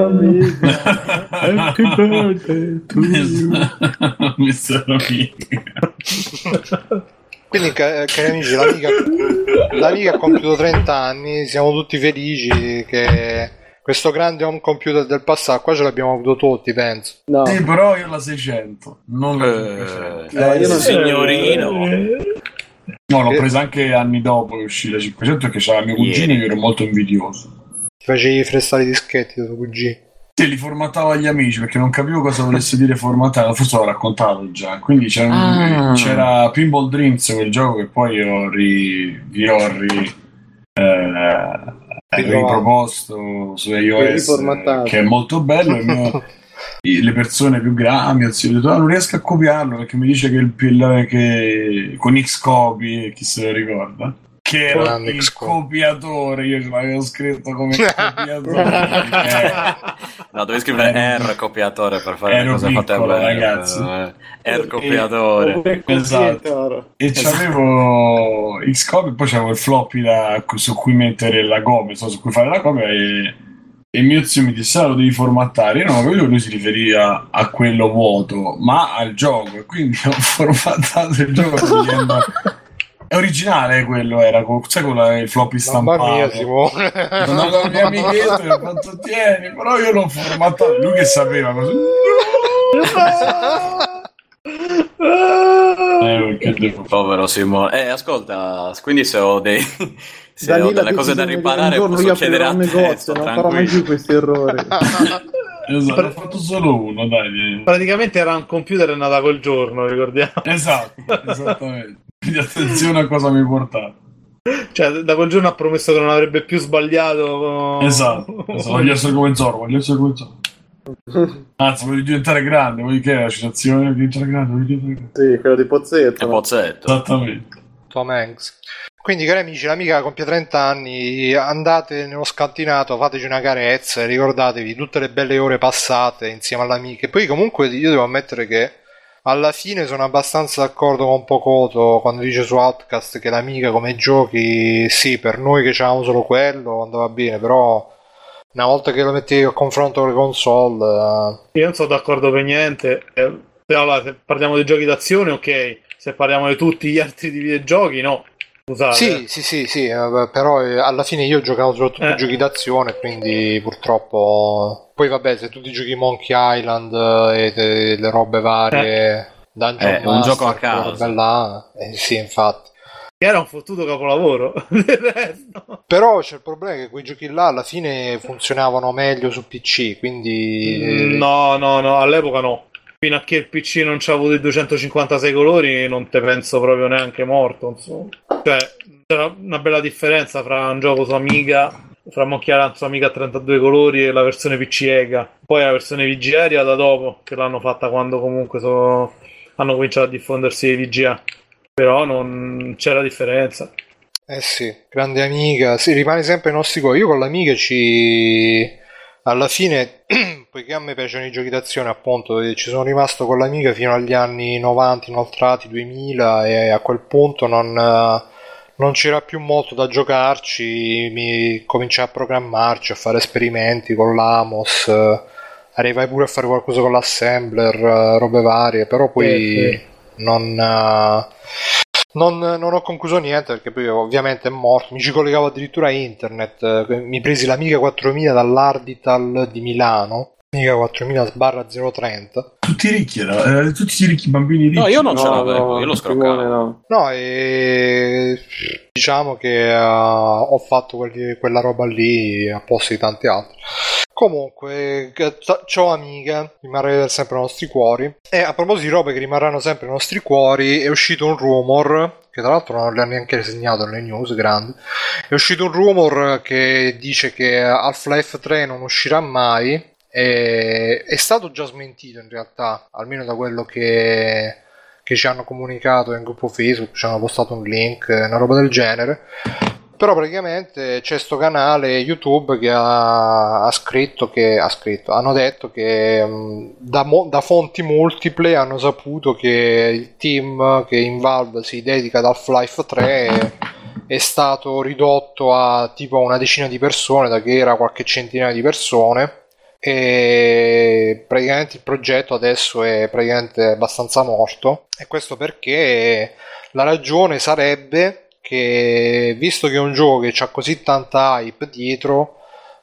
Happy birthday to you. mister Amiga. Quindi cari amici, l'Amiga, l'Amiga ha compiuto trenta anni, siamo tutti felici che questo grande home computer del passato, qua ce l'abbiamo avuto tutti, penso. No. Sì, però io la seicento, non la cinquecento. Eh, No, io non- signorino. No, l'ho presa anche anni dopo che uscì la cinquecento, perché c'era mio cugino e io ero molto invidioso. Ti facevi frestare i dischetti da tuo cugino. Sì, li formattava agli amici perché non capivo cosa volesse dire formattare, forse l'ho raccontato già. Quindi c'era, Ah. c'era Pinball Dreams, quel gioco che poi ho ri, vi ho ri, eh, riproposto su iOS, riformattato. che è molto bello. Il mio, i- le persone più grandi, anzi, ho detto, ah, non riesco a copiarlo perché mi dice che il P- che con Xcopy, chi se lo ricorda, che era Grande il Xcopy. copiatore, io ce l'avevo scritto come copiatore. eh, No, devi scrivere R copiatore per fare le Ero cose fatte piccolo, bene. ragazzi. eh, R copiatore. Esatto. E c'avevo Xcopy e poi c'avevo il floppy da, su cui mettere la copia, so, su cui fare la copia, e, e mio zio mi disse, ah, lo devi formattare. Io non avevo capito che lui si riferiva a quello vuoto, ma al gioco, e quindi ho formattato il gioco dicendo... È originale quello, era con, sai, con la, il floppy stampato. Mamma mia, Simone. Sono andato al mio amichetto e ho fatto, tieni, però io l'ho formattato. Lui che sapeva cosa... Eh, che devo fare? Povero Simone. Eh, ascolta, quindi se ho, dei, se ho Danilo delle ti cose da dice che riparare un giorno può io succedere aprirò a un te, negozio, sto non farò mai tranquillo. più questi errori. Esatto, ho fatto solo uno, dai. Praticamente era un computer è nata quel giorno, ricordiamo. Esatto, esattamente. Quindi attenzione a cosa mi portate. Cioè, da quel giorno ha promesso che non avrebbe più sbagliato. Esatto, esatto. Voglio essere come Zorro, voglio essere come Zorro. Anzi, voglio diventare grande, vuoi che è la citazione? Voglio diventare grande, voglio diventare grande. Sì, quello di Pozzetto. È no? Pozzetto. Esattamente. Tom Hanks. Quindi cari amici, l'Amiga compie trenta anni, andate nello scantinato, fateci una carezza e ricordatevi tutte le belle ore passate insieme all'Amiga. E poi comunque io devo ammettere che alla fine sono abbastanza d'accordo con Pocoto quando dice su Outcast che l'Amiga come giochi, sì, per noi che c'avevamo solo quello andava bene, però una volta che lo metti a confronto con le console... Io non sono d'accordo per niente. Eh, allora, se parliamo di giochi d'azione, ok. Se parliamo di tutti gli altri di videogiochi, no. Scusate. Sì, sì, sì, sì, eh, però eh, alla fine io giocavo soprattutto Eh. giochi d'azione, quindi purtroppo... Poi vabbè, se tu ti giochi Monkey Island eh, e te- le robe varie, Dungeon Eh, è un Master, gioco a quelle caso. robe là, eh, sì, infatti. Che era un fottuto capolavoro. Del resto. Però c'è il problema che quei giochi là alla fine funzionavano meglio su P C, quindi... eh, No, no, no, all'epoca no. Fino a che il P C non c'ha avuto i duecentocinquantasei colori, non te penso proprio neanche morto, insomma. Cioè, c'era una bella differenza fra un gioco su Amiga, fra Monkey Island su Amiga a trentadue colori e la versione P C E G A. Poi la versione V G A è arrivata dopo, che l'hanno fatta quando comunque so- hanno cominciato a diffondersi i V G A. Però non c'era differenza. Eh sì, grande Amiga, sì, rimane sempre ai nostri cuori. Io con l'Amiga ci... Alla fine, poiché a me piacciono i giochi d'azione, appunto, eh, ci sono rimasto con l'Amiga fino agli anni novanta, inoltrati, duemila, e a quel punto non, eh, non c'era più molto da giocarci, mi cominciai a programmarci, a fare esperimenti con l'Amos, eh, arrivai pure a fare qualcosa con l'assembler, eh, robe varie, però poi Eh, sì. non... eh, Non, non ho concluso niente perché poi ovviamente è morto. Mi ci collegavo addirittura a internet. eh, Mi presi l'Amiga quattromila dall'Ardital di Milano mica quattromila sbarra zero trenta. Tutti ricchi, era, eh, tutti i ricchi bambini ricchi. No, io non No, ce l'avevo, no, io lo scroccavo. no. No, e diciamo che uh, ho fatto quelli, quella roba lì a posto di tanti altri. Comunque, ciao amiche, rimarrete sempre nei nostri cuori. E a proposito di robe che rimarranno sempre nei nostri cuori, è uscito un rumor, che tra l'altro non l'ha neanche segnato nelle news grandi, è uscito un rumor che dice che Half-Life tre non uscirà mai. E è stato già smentito in realtà, almeno da quello che, che ci hanno comunicato nel gruppo Facebook, ci hanno postato un link, una roba del genere. Però praticamente c'è sto canale YouTube che ha, ha scritto che ha scritto, hanno detto che mh, da, mo, da fonti multiple hanno saputo che il team che in Valve si dedica ad Half-Life tre è, è stato ridotto a tipo una decina di persone, da che era qualche centinaia di persone. E praticamente il progetto adesso è praticamente abbastanza morto, e questo perché la ragione sarebbe che, visto che è un gioco che ha così tanta hype dietro,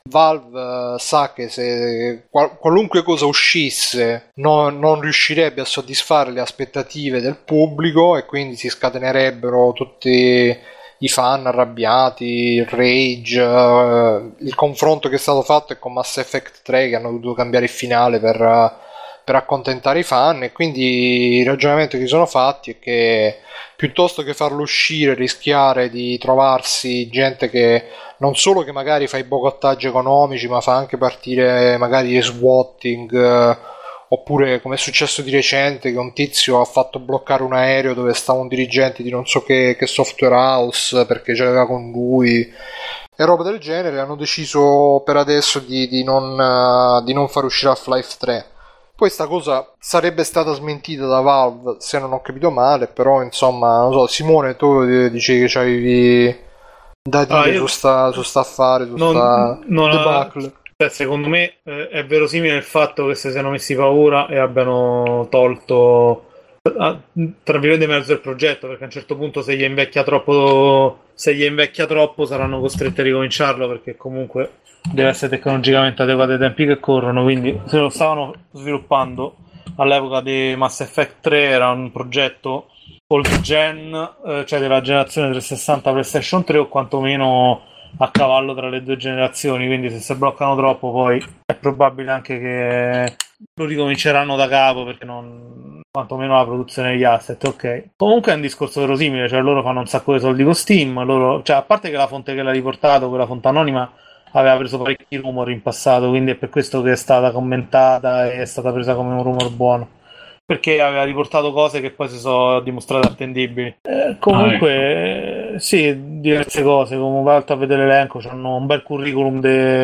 Valve sa che se qual- qualunque cosa uscisse no- non riuscirebbe a soddisfare le aspettative del pubblico, e quindi si scatenerebbero tutti i fan arrabbiati, il rage. Uh, il confronto che è stato fatto è con Mass Effect tre, che hanno dovuto cambiare il finale per, uh, per accontentare i fan, e quindi il ragionamento che si sono fatti è che piuttosto che farlo uscire, rischiare di trovarsi gente che non solo che magari fa i boicottaggi economici, ma fa anche partire magari gli swatting, uh, oppure come è successo di recente che un tizio ha fatto bloccare un aereo dove stava un dirigente di non so che, che software house perché ce l'aveva con lui e roba del genere, hanno deciso per adesso di, di, non, uh, di non far uscire Half-Life tre. Poi sta cosa sarebbe stata smentita da Valve, se non ho capito male, però insomma non so. Simone, tu dicevi che c'avevi da dire ah, io... su, sta, su sta affare, su non, sta non debacle. Ha... Secondo me eh, è verosimile il fatto che si siano messi paura e abbiano tolto ah, tra virgolette mezzo il progetto, perché a un certo punto se gli invecchia troppo se gli invecchia troppo saranno costretti a ricominciarlo, perché comunque deve essere tecnologicamente adeguato ai tempi che corrono. Quindi se lo stavano sviluppando all'epoca di Mass Effect tre, era un progetto old gen, eh, cioè della generazione trecentosessanta PlayStation tre, o quantomeno a cavallo tra le due generazioni, quindi se si bloccano troppo poi è probabile anche che lo ricominceranno da capo, perché non, quantomeno la produzione degli asset. Ok, comunque è un discorso verosimile, cioè loro fanno un sacco di soldi con Steam, loro, cioè a parte che la fonte che l'ha riportato, quella fonte anonima, aveva preso parecchi rumor in passato, quindi è per questo che è stata commentata e è stata presa come un rumor buono, perché aveva riportato cose che poi si sono dimostrate attendibili. Eh, comunque, ah, ecco. Sì, diverse cose. Come vado a vedere l'elenco, hanno un bel curriculum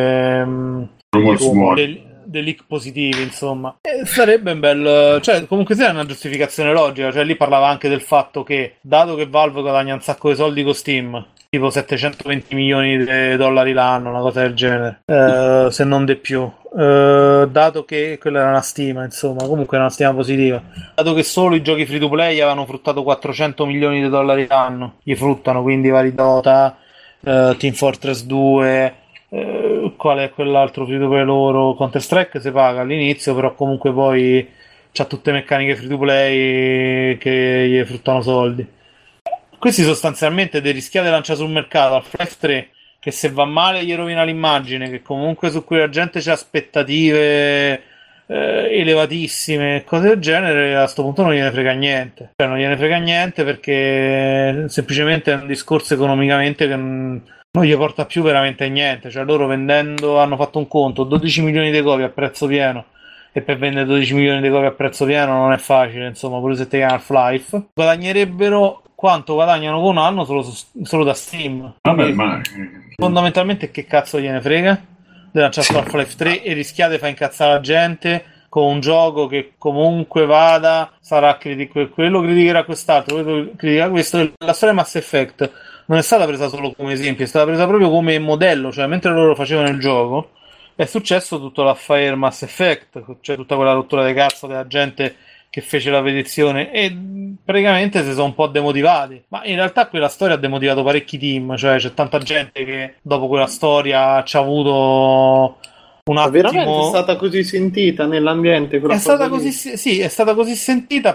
dei de leak positivi, insomma. E sarebbe un bel... Cioè, comunque sia una giustificazione logica. Cioè, lì parlava anche del fatto che, dato che Valve guadagna un sacco di soldi con Steam, tipo settecentoventi milioni di dollari l'anno, una cosa del genere, eh, se non di più, eh, dato che quella era una stima, insomma, comunque era una stima positiva, dato che solo i giochi free to play avevano fruttato quattrocento milioni di dollari l'anno, gli fruttano, quindi vari Dota, eh, Team Fortress due, eh, qual è quell'altro free to play loro, Counter Strike si paga all'inizio, però comunque poi c'ha tutte meccaniche free to play che gli fruttano soldi. Questi sostanzialmente dei rischiate lanciare sul mercato Half-Life tre, che se va male gli rovina l'immagine, che comunque su cui la gente c'ha aspettative eh, elevatissime, cose del genere, a sto punto non gliene frega niente. Cioè non gliene frega niente perché semplicemente è un discorso economicamente che non, non gli porta più veramente niente. Cioè loro vendendo, hanno fatto un conto, dodici milioni di copie a prezzo pieno, e per vendere dodici milioni di copie a prezzo pieno non è facile, insomma, pure se te chiama Half-Life, guadagnerebbero quanto guadagnano con un anno solo, solo da Steam. Vabbè, ma fondamentalmente che cazzo gliene frega di lanciare su Half-Life tre e rischiate di far incazzare la gente con un gioco che comunque vada sarà critico, quello criticherà quest'altro, quello criticherà questo. La storia Mass Effect non è stata presa solo come esempio, è stata presa proprio come modello, cioè mentre loro facevano il gioco è successo tutto l'affair Mass Effect, cioè tutta quella rottura di cazzo della gente che fece la petizione, e praticamente si sono un po' demotivati, ma in realtà quella storia ha demotivato parecchi team, cioè c'è tanta gente che dopo quella storia ci ha avuto un attimo... Ma veramente è stata così sentita nell'ambiente quella è stata cosa così, lì? sì, è stata così sentita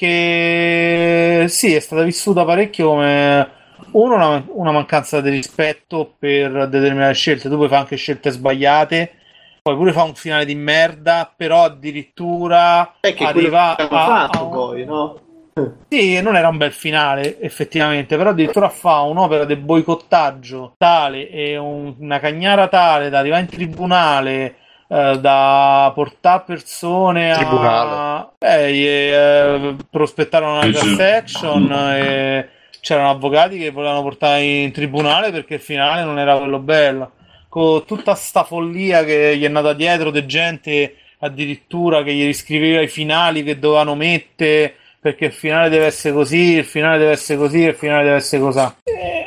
perché sì, è stata vissuta parecchio come uno una, una mancanza di rispetto per determinate scelte. Tu puoi fare anche scelte sbagliate, puoi pure fare un finale di merda, però addirittura È che arriva quello che hanno a, fatto a un... poi, no? Sì, non era un bel finale effettivamente, però addirittura fa un'opera di boicottaggio tale e un- una cagnara tale da arrivare in tribunale, eh, da portare persone Tribunale. a eh, eh, prospettare una Sì, class sì. action, e c'erano avvocati che volevano portare in tribunale perché il finale non era quello bello, con tutta sta follia che gli è nata dietro di gente addirittura che gli riscriveva i finali che dovevano mettere perché il finale deve essere così, il finale deve essere così, il finale deve essere così. E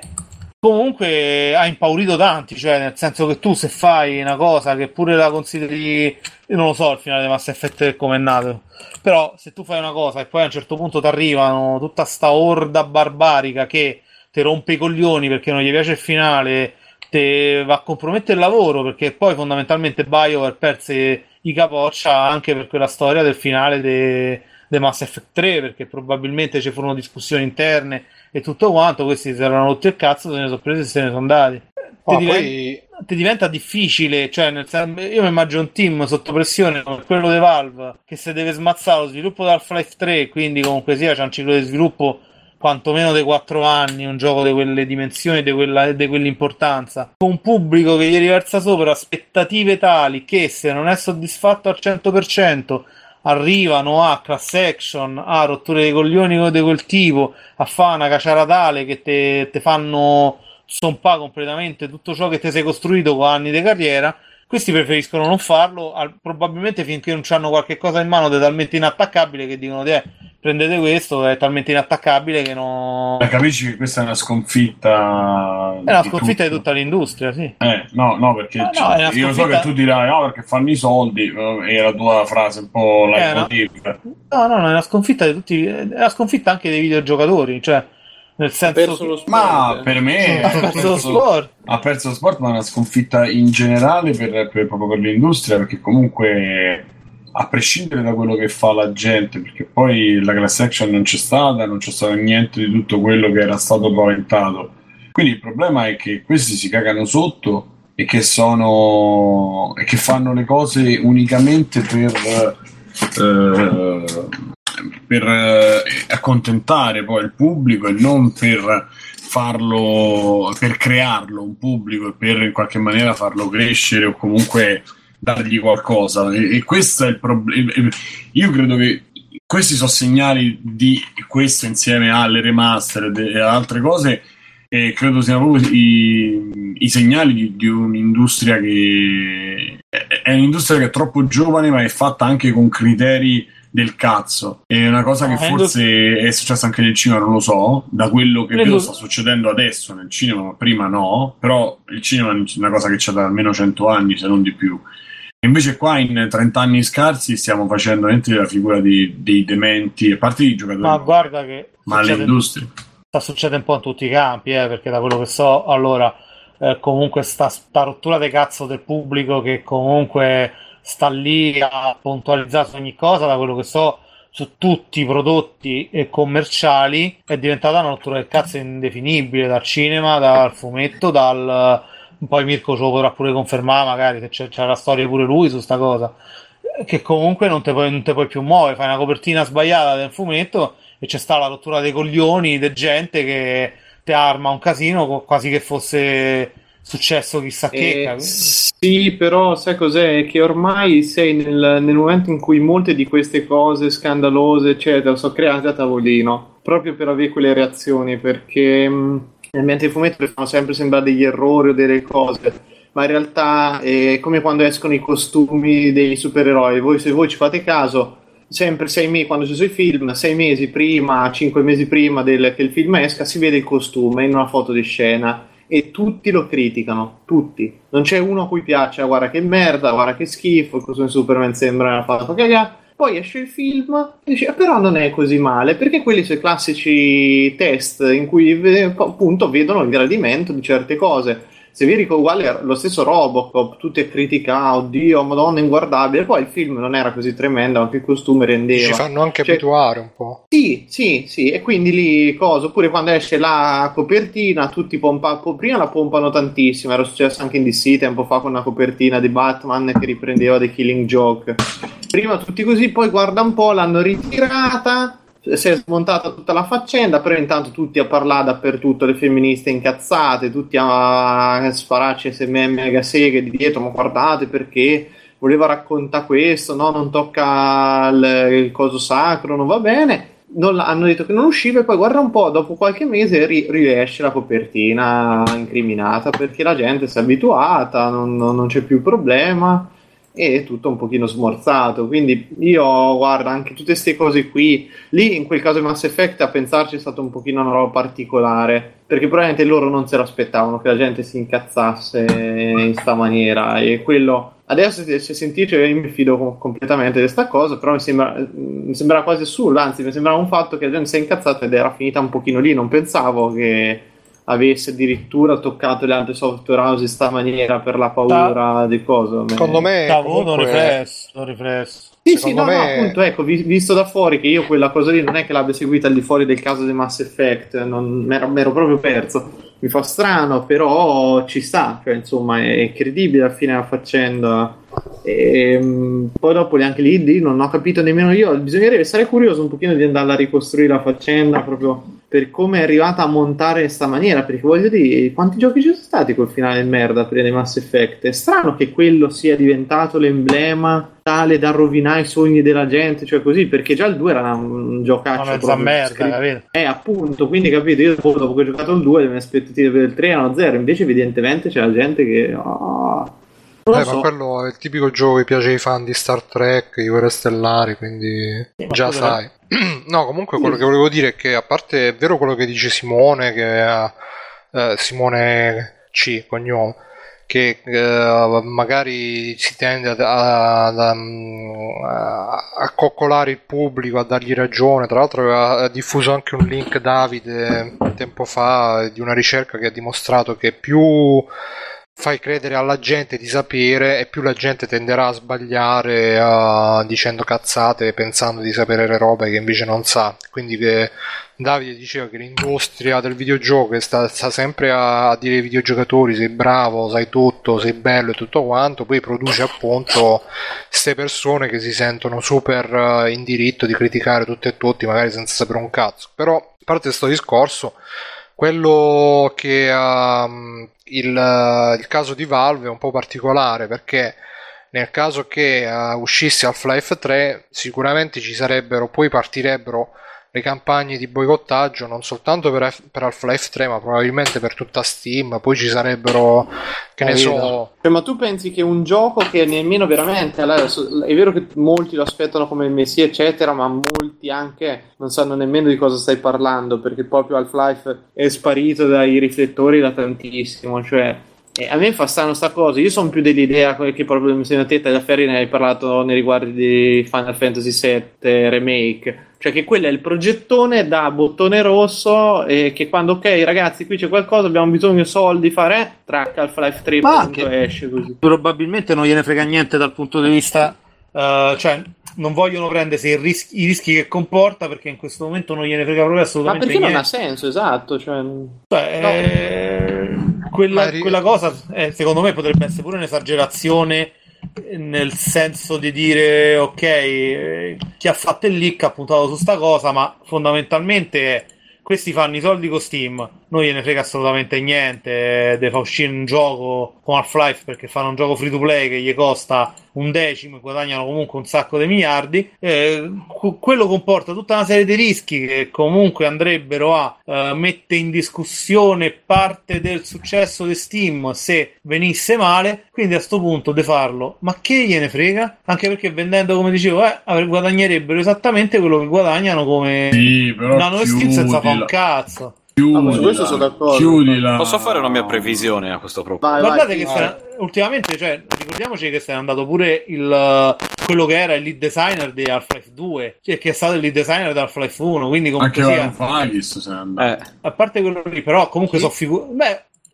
comunque ha impaurito tanti, cioè nel senso che tu se fai una cosa che pure la consideri, io non lo so il finale di Mass Effect come è nato, però se tu fai una cosa e poi a un certo punto ti arrivano tutta sta orda barbarica che ti rompe i coglioni perché non gli piace il finale, te va a compromettere il lavoro perché poi fondamentalmente BioWare perse i capoccia anche per quella storia del finale de The Mass Effect tre perché probabilmente ci furono discussioni interne e tutto quanto, questi si erano rotti il cazzo, se ne sono presi e se ne sono andati. Ah, Ti, diven- poi ti diventa difficile, cioè nel sen- io mi immagino un team sotto pressione come quello di Valve che se deve smazzare lo sviluppo di Half-Life tre, quindi comunque sia c'è un ciclo di sviluppo quantomeno dei quattro anni, un gioco di quelle dimensioni, di quella, di quell'importanza, con un pubblico che gli riversa sopra aspettative tali che se non è soddisfatto al cento per cento arrivano a class action, a rotture dei coglioni di quel tipo, a fare una caciara tale che te, te fanno stompare completamente tutto ciò che ti sei costruito con anni di carriera. Questi preferiscono non farlo, al, probabilmente finché non hanno qualche cosa in mano di talmente inattaccabile che dicono eh, prendete questo, è talmente inattaccabile che non... Ma capisci che questa è una sconfitta È una di sconfitta di tutto? tutta l'industria, sì. Eh, no, no, perché No, no, cioè, è una io so sconfitta- che tu dirai no perché fanno i soldi, eh, e la tua frase un po' È una... leitmotiv. No, no, no, è una sconfitta di tutti, è una sconfitta anche dei videogiocatori, cioè nel Ha senso perso che... lo sport. Ma eh. per me Ha ha perso lo perso, sport. ha perso lo sport, ma è una sconfitta in generale per, per- proprio per l'industria, perché comunque a prescindere da quello che fa la gente, perché poi la class action non c'è stata, non c'è stato niente di tutto quello che era stato paventato. Quindi il problema è che questi si cagano sotto e che sono e che fanno le cose unicamente per eh, per eh, accontentare poi il pubblico e non per farlo, per crearlo un pubblico e per in qualche maniera farlo crescere o comunque dargli qualcosa. E, e questo è il problema. Io credo che questi sono segnali di questo insieme alle remastered e altre cose. E credo siano proprio i, i segnali di, di un'industria che è, è un'industria che è troppo giovane, ma è fatta anche con criteri del cazzo. È una cosa che forse è successa anche nel cinema, non lo so, da quello che vedo sta succedendo adesso nel cinema, ma prima no. Però il cinema è una cosa che c'è da almeno cento anni, se non di più. E invece qua in trenta anni scarsi stiamo facendo veramente la figura di, dei dementi, a parte i giocatori, ma guarda che ma l'industria. Sta succedendo un po' in tutti i campi, eh, perché da quello che so, allora, eh, comunque sta, sta rottura di cazzo del pubblico che comunque sta lì a puntualizzare su ogni cosa, da quello che so, su tutti i prodotti commerciali è diventata una rottura del cazzo indefinibile, dal cinema, dal fumetto, dal... poi Mirko ce lo potrà pure confermare magari, che c'è, c'è la storia pure lui su sta cosa, che comunque non te puoi, non te puoi più muovere, fai una copertina sbagliata del fumetto e c'è sta la rottura dei coglioni di gente che ti arma un casino quasi che fosse successo chissà che. Eh, sì, però sai cos'è? Che ormai sei nel, nel momento in cui molte di queste cose scandalose eccetera sono create a tavolino proprio per avere quelle reazioni, perché mh, mentre i fumetti fanno sempre sembrare degli errori o delle cose, ma in realtà è come quando escono i costumi dei supereroi. Voi, se voi ci fate caso, sempre sei mesi, quando ci sono i film, sei mesi prima, cinque mesi prima del, che il film esca, si vede il costume in una foto di scena e tutti lo criticano, tutti. Non c'è uno a cui piace, guarda che merda, guarda che schifo, il costume di Superman sembra una fatto cagare. Poi esce il film e dice, però non è così male, perché quelli sono i classici test in cui appunto vedono il gradimento di certe cose. se vi ricordo, uguale lo stesso Robocop, tutti a criticare, oddio, madonna, inguardabile, poi il film non era così tremendo, anche il costume rendeva. Ci fanno anche cioè, abituare un po'. Sì, sì, sì, e quindi lì cosa, oppure quando esce la copertina, tutti pompa, prima la pompano tantissimo, era successo anche in D C tempo fa con una copertina di Batman che riprendeva The Killing Joke. Prima tutti così, poi guarda un po', l'hanno ritirata, si è smontata tutta la faccenda, però intanto tutti a parlare dappertutto, le femministe incazzate, tutti a spararci S M M mega seghe di dietro, ma guardate perché voleva raccontare questo, no, non tocca il, il coso sacro, non va bene, non, hanno detto che non usciva e poi guarda un po', dopo qualche mese ri, riesce la copertina incriminata perché la gente si è abituata, non, non, non c'è più problema. E tutto un pochino smorzato, quindi io guarda anche tutte queste cose qui lì, in quel caso di Mass Effect a pensarci è stato un pochino una roba particolare, perché probabilmente loro non se lo aspettavano che la gente si incazzasse in sta maniera, e quello adesso se sentite io mi fido completamente di questa cosa, però mi sembra mi sembra quasi assurdo, anzi mi sembrava un fatto che la gente si è incazzata ed era finita un pochino lì, non pensavo che avesse addirittura toccato le altre software house in sta maniera per la paura ah. di cosa. Secondo me comunque... non riflesso, non riflesso. Sì, sì, no, me... no, appunto, ecco, visto da fuori che io quella cosa lì non è che l'abbia seguita al di fuori del caso di Mass Effect, non mi ero proprio perso. Mi fa strano, però ci sta, cioè insomma è credibile alla fine la faccenda. E poi dopo anche lì, lì non ho capito nemmeno io, bisognerebbe stare curioso un pochino di andare a ricostruire la faccenda proprio per come è arrivata a montare in questa maniera, perché voglio dire, quanti giochi ci sono stati col finale di merda per dei Mass Effect? È strano che quello sia diventato l'emblema tale da rovinare i sogni della gente, cioè così, perché già il due era un giocaccio una mezza merda, capito? Eh, appunto, quindi capito, io dopo, dopo che ho giocato il due le mie aspettative per il tre erano zero, invece evidentemente c'è la gente che oh, non eh, so. Ma quello è il tipico gioco che piace ai fan di Star Trek, i Guerre Stellari, quindi sì, già sai. No, comunque quello che volevo dire è che, a parte è vero quello che dice Simone, che eh, Simone C, cognome, che eh, magari si tende a, a, a, a coccolare il pubblico, a dargli ragione. Tra l'altro aveva diffuso anche un link Davide tempo fa di una ricerca che ha dimostrato che più fai credere alla gente di sapere e più la gente tenderà a sbagliare uh, dicendo cazzate, pensando di sapere le robe che invece non sa. Quindi che Davide diceva che l'industria del videogioco sta, sta sempre a, a dire ai videogiocatori sei bravo, sai tutto, sei bello e tutto quanto, poi produce appunto queste persone che si sentono super uh, in diritto di criticare tutto e tutti, magari senza sapere un cazzo. Però, a parte questo discorso, quello che um, il, uh, il caso di Valve è un po' particolare, perché nel caso che uh, uscisse Half-Life tre sicuramente ci sarebbero, poi partirebbero le campagne di boicottaggio non soltanto per, per Half-Life tre ma probabilmente per tutta Steam, poi ci sarebbero, che ne so, cioè, ma tu pensi che un gioco che nemmeno veramente, allora, è vero che molti lo aspettano come il messia eccetera, ma molti anche non sanno nemmeno di cosa stai parlando, perché proprio Half-Life è sparito dai riflettori da tantissimo, cioè eh, a me fa strano sta cosa. Io sono più dell'idea che proprio mi sembra te da Ferri ne hai parlato nei riguardi di Final Fantasy sette Remake, cioè che quello è il progettone da bottone rosso e che quando ok ragazzi qui c'è qualcosa, abbiamo bisogno di soldi, fare eh, track Half-Life tre punto esce così. Probabilmente non gliene frega niente dal punto di vista uh, cioè non vogliono prendersi i rischi, i rischi che comporta, perché in questo momento non gliene frega proprio assolutamente niente. Ma perché niente. Non ha senso, esatto, cioè, cioè no. eh, quella, ri- quella cosa eh, secondo me potrebbe essere pure un'esagerazione, nel senso di dire ok, eh, chi ha fatto il leak ha puntato su sta cosa, ma fondamentalmente questi fanno i soldi con Steam, non gliene frega assolutamente niente de fa uscire un gioco con Half-Life, perché fanno un gioco free to play che gli costa un decimo e guadagnano comunque un sacco di miliardi. Eh, quello comporta tutta una serie di rischi che comunque andrebbero a uh, mettere in discussione parte del successo di Steam se venisse male, quindi a sto punto di farlo, ma che gliene frega? Anche perché vendendo, come dicevo, eh, guadagnerebbero esattamente quello che guadagnano come sì, Nano Steel senza fare un cazzo. Chiudila, su questo sono d'accordo. Chiudila. Posso fare una mia previsione a questo proposito? Vai, Guardate vai, che vai. Sarà, ultimamente, cioè, ricordiamoci che se n'è andato pure il quello che era il lead designer di Half-Life due, cioè che è stato il lead designer di Half-Life uno, quindi comunque anche sia Fagis se n'è andato. Eh. A parte quello lì, però comunque sì. sono figure. Beh,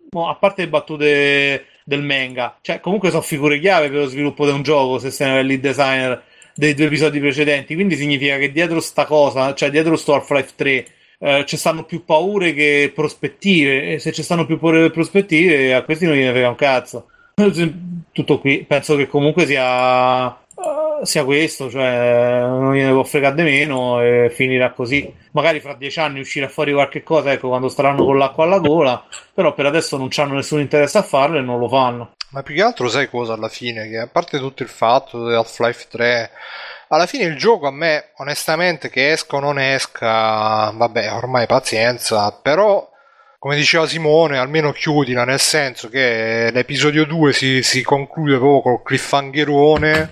a parte le battute del manga, cioè comunque sono figure chiave per lo sviluppo di un gioco se sei il lead designer dei due episodi precedenti, quindi significa che dietro sta cosa, cioè dietro sto Half-Life tre eh, ci stanno più paure che prospettive, e se ci stanno più paure che prospettive a questi non gliene frega un cazzo. Tutto qui, penso che comunque sia uh, sia questo, cioè non gliene può fregare di meno e finirà così. Magari fra dieci anni uscirà fuori qualche cosa, ecco, quando staranno con l'acqua alla gola, però per adesso non c'hanno nessun interesse a farlo e non lo fanno. Ma più che altro sai cosa alla fine? Che a parte tutto il fatto di Half-Life tre, alla fine il gioco a me, onestamente, che esca o non esca, vabbè, ormai pazienza, però come diceva Simone, almeno chiudila, nel senso che l'episodio due si, si conclude proprio col cliffhangerone,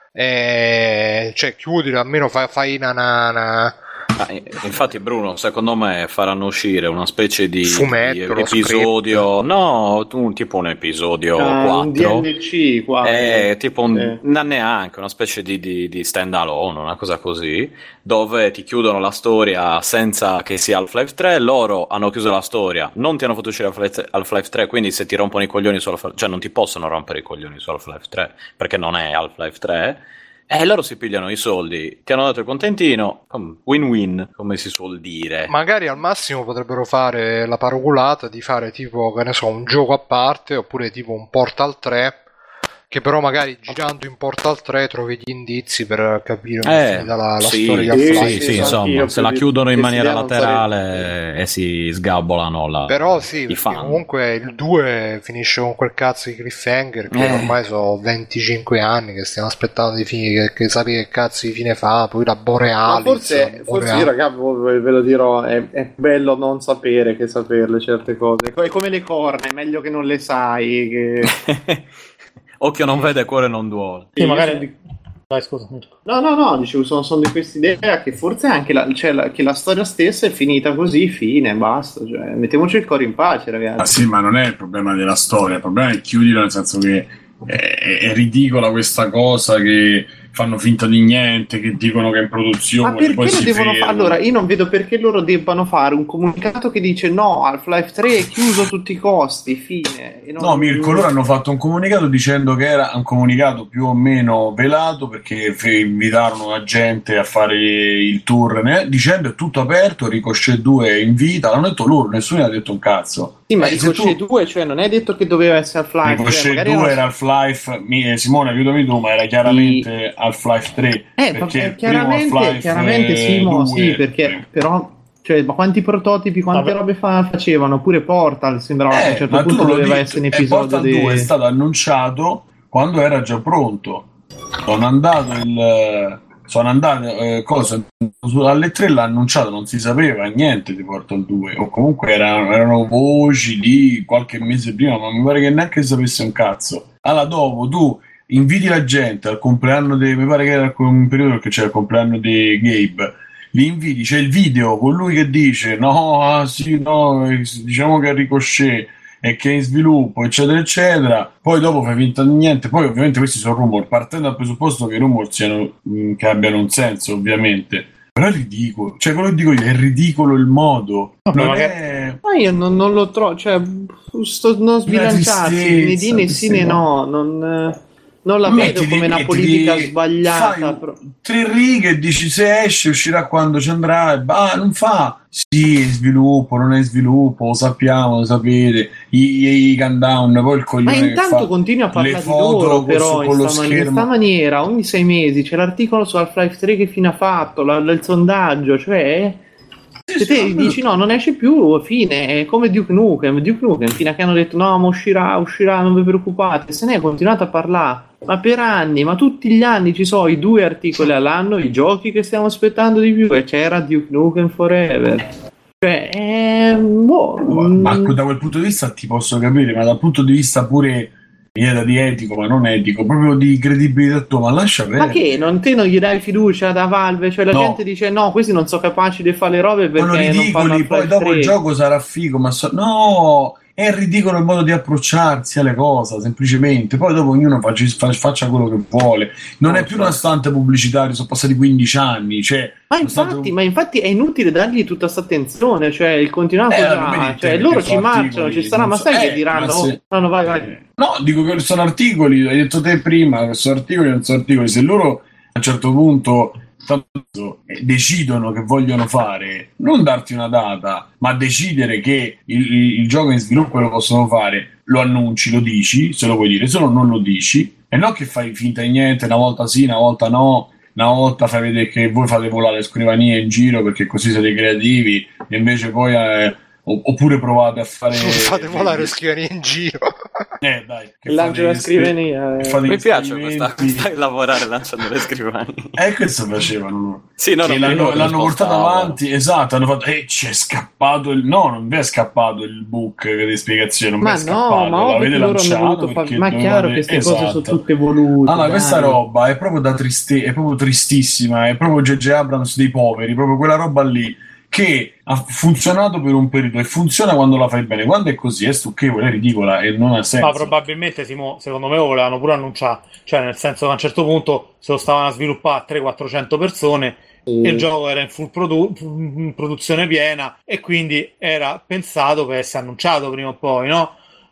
e cioè chiudila, almeno fai, fai una nana. Ah, infatti Bruno, secondo me faranno uscire una specie di, fumetto, di episodio, no, un, tipo un episodio ah, quattro, un D L C quasi. Eh, tipo un, eh. non neanche una specie di, di, di stand alone, una cosa così, dove ti chiudono la storia senza che sia Half-Life tre. Loro hanno chiuso la storia, non ti hanno fatto uscire Half-Life tre, quindi se ti rompono i coglioni su Half-Life, cioè non ti possono rompere i coglioni su Half-Life tre perché non è Half-Life tre. E eh, loro si pigliano i soldi, ti hanno dato il contentino, win-win, come si suol dire. Magari al massimo potrebbero fare la paraculata di fare tipo, che ne so, un gioco a parte, oppure tipo un Portal tre, che però magari girando in Portal tre trovi gli indizi per capire eh, la, la sì, storia di sì, Half-Life. sì, sì, insomma, se la chiudono in maniera laterale e si sgabolano la, però sì, i fan. Comunque il due finisce con quel cazzo di cliffhanger che eh. ormai sono venticinque anni che stiamo aspettando di finire, che, che sapere che cazzo di fine fa, poi la Borealis. Ma forse, forse io, raga, ve lo dirò, è, è bello non sapere che saperle certe cose, è come le corna, è meglio che non le sai, che... Occhio non vede, cuore non duole. Sì, magari... Vai, scusa. No, no, no, dicevo, sono, sono di questa idea che forse anche la, cioè, la, che la storia stessa è finita così, fine, basta, cioè, mettiamoci il cuore in pace, ragazzi. Ah sì, ma non è il problema della storia, il problema è chiudilo, nel senso che è, è ridicola questa cosa che fanno finta di niente, che dicono che è in produzione. Ma perché poi lo si devono fare? fermano. Allora, io non vedo perché loro debbano fare un comunicato che dice no, Half-Life tre è chiuso a tutti i costi, fine. E non... No, Mirko, loro hanno fatto un comunicato dicendo che era un comunicato più o meno velato, perché invitarono la gente a fare il tour, né? Dicendo è tutto aperto, Ricochet due invita, l'hanno detto loro, nessuno ha detto un cazzo. Sì, ma eh, Ricochet tu... due, cioè non è detto che doveva essere Half-Life. Ricochet cioè, due non... era Half-Life, mi, Simone aiutami tu, ma era chiaramente sì. Half-Life tre. Eh, perché chiaramente, chiaramente sì, mo, sì, perché sì. però... Cioè, ma quanti prototipi, quante Vabbè. robe fa, facevano? Pure Portal sembrava Eh, che a un certo ma punto tu non lo doveva dici, essere un eh, episodio Portal di... due è stato annunciato quando era già pronto. Sono andato il sono andato eh, cosa alle tre l'ha annunciato, non si sapeva niente di Portal due, o comunque erano, erano voci di qualche mese prima, ma mi pare che neanche sapesse un cazzo. Allora dopo tu inviti la gente al compleanno di, mi pare che era un periodo che c'era il compleanno di Gabe, li inviti, c'è il video con lui che dice no, ah, sì, no, diciamo che è Ricochet e che è in sviluppo, eccetera eccetera, poi dopo fai finta di niente. Poi ovviamente questi sono rumor, partendo dal presupposto che i rumor siano, mh, che abbiano un senso ovviamente, però è ridicolo, cioè quello che dico io, è ridicolo il modo. No, non magari... è... Ma io non, non lo trovo, cioè sto non sbilanciarsi né di né sì né no, non... Non la vedo come una politica di, sbagliata. Fai tre righe e dici se esce uscirà quando ci andrà. Ah, non fa. Sì, è sviluppo, non è sviluppo, lo sappiamo, lo sapete. I, i countdown, poi il coglione. Ma intanto fa continui a parlare le di loro, però con in sta, man- in sta maniera, ogni sei mesi c'è l'articolo su Half-Life tre che fine ha fatto, la, la, il sondaggio, cioè... Se te sì, dici no, non esce più, fine, è come Duke Nukem, Duke Nukem, fino a che hanno detto no, ma uscirà, uscirà, non vi preoccupate, se ne è continuato a parlare, ma per anni, ma tutti gli anni ci sono i due articoli all'anno, i giochi che stiamo aspettando di più, e c'era Duke Nukem Forever. Cioè, eh, boh, ma, ma da quel punto di vista ti posso capire, ma dal punto di vista pure... di etico, ma non etico, proprio di credibilità tua, ma lascia perdere. Ma che, non te non gli dai fiducia da Valve? Cioè la no. gente dice no, questi non sono capaci di fare le robe perché sono ridicoli, non fanno poi dopo tre. Il gioco sarà figo, ma so... no, è ridicolo il modo di approcciarsi alle cose, semplicemente. Poi dopo ognuno faccia, faccia quello che vuole. Non no, è più so. Una stante pubblicitaria, sono passati quindici anni. Cioè, ma, infatti, stante... ma infatti è inutile dargli tutta questa attenzione, cioè il continuare eh, a cioè, loro ci marciano, ci saranno, ma sai so. che eh, diranno? Se... Oh, no, vai, vai. No, dico che sono articoli, hai detto te prima, sono articoli, non sono articoli. Se loro a un certo punto decidono che vogliono fare, non darti una data, ma decidere che il, il, il gioco in sviluppo lo possono fare, lo annunci, lo dici, se lo vuoi dire, se no non lo dici, e non che fai finta di niente, una volta sì, una volta no, una volta fai vedere che voi fate volare scrivanie in giro perché così siete creativi, e invece poi eh, oppure provate a fare fate volare scrivanie in giro eh dai che lancio la scrivania eh. mi piace questa, questa lavorare lanciando le scrivanie eh questo facevano sì, no, sì, l'hanno, l'hanno portato avanti, esatto, hanno fatto eh ci è scappato il no non vi è scappato il book di spiegazione, non ma vi è no scappato, ma l'avete lanciato fa... ma è chiaro che queste esatto. cose sono tutte volute. Allora dai. Questa roba è proprio da triste, è proprio tristissima, è proprio J J Abrams dei poveri, proprio quella roba lì che ha funzionato per un periodo e funziona quando la fai bene. Quando è così è stucchevole, è ridicola e non ha senso. Ma probabilmente Simo, secondo me lo volevano pure annunciare, cioè nel senso che a un certo punto se lo stavano a sviluppare trecento quattrocento persone mm. e il gioco era in full produ- in produzione piena e quindi era pensato per essere annunciato prima o poi, no?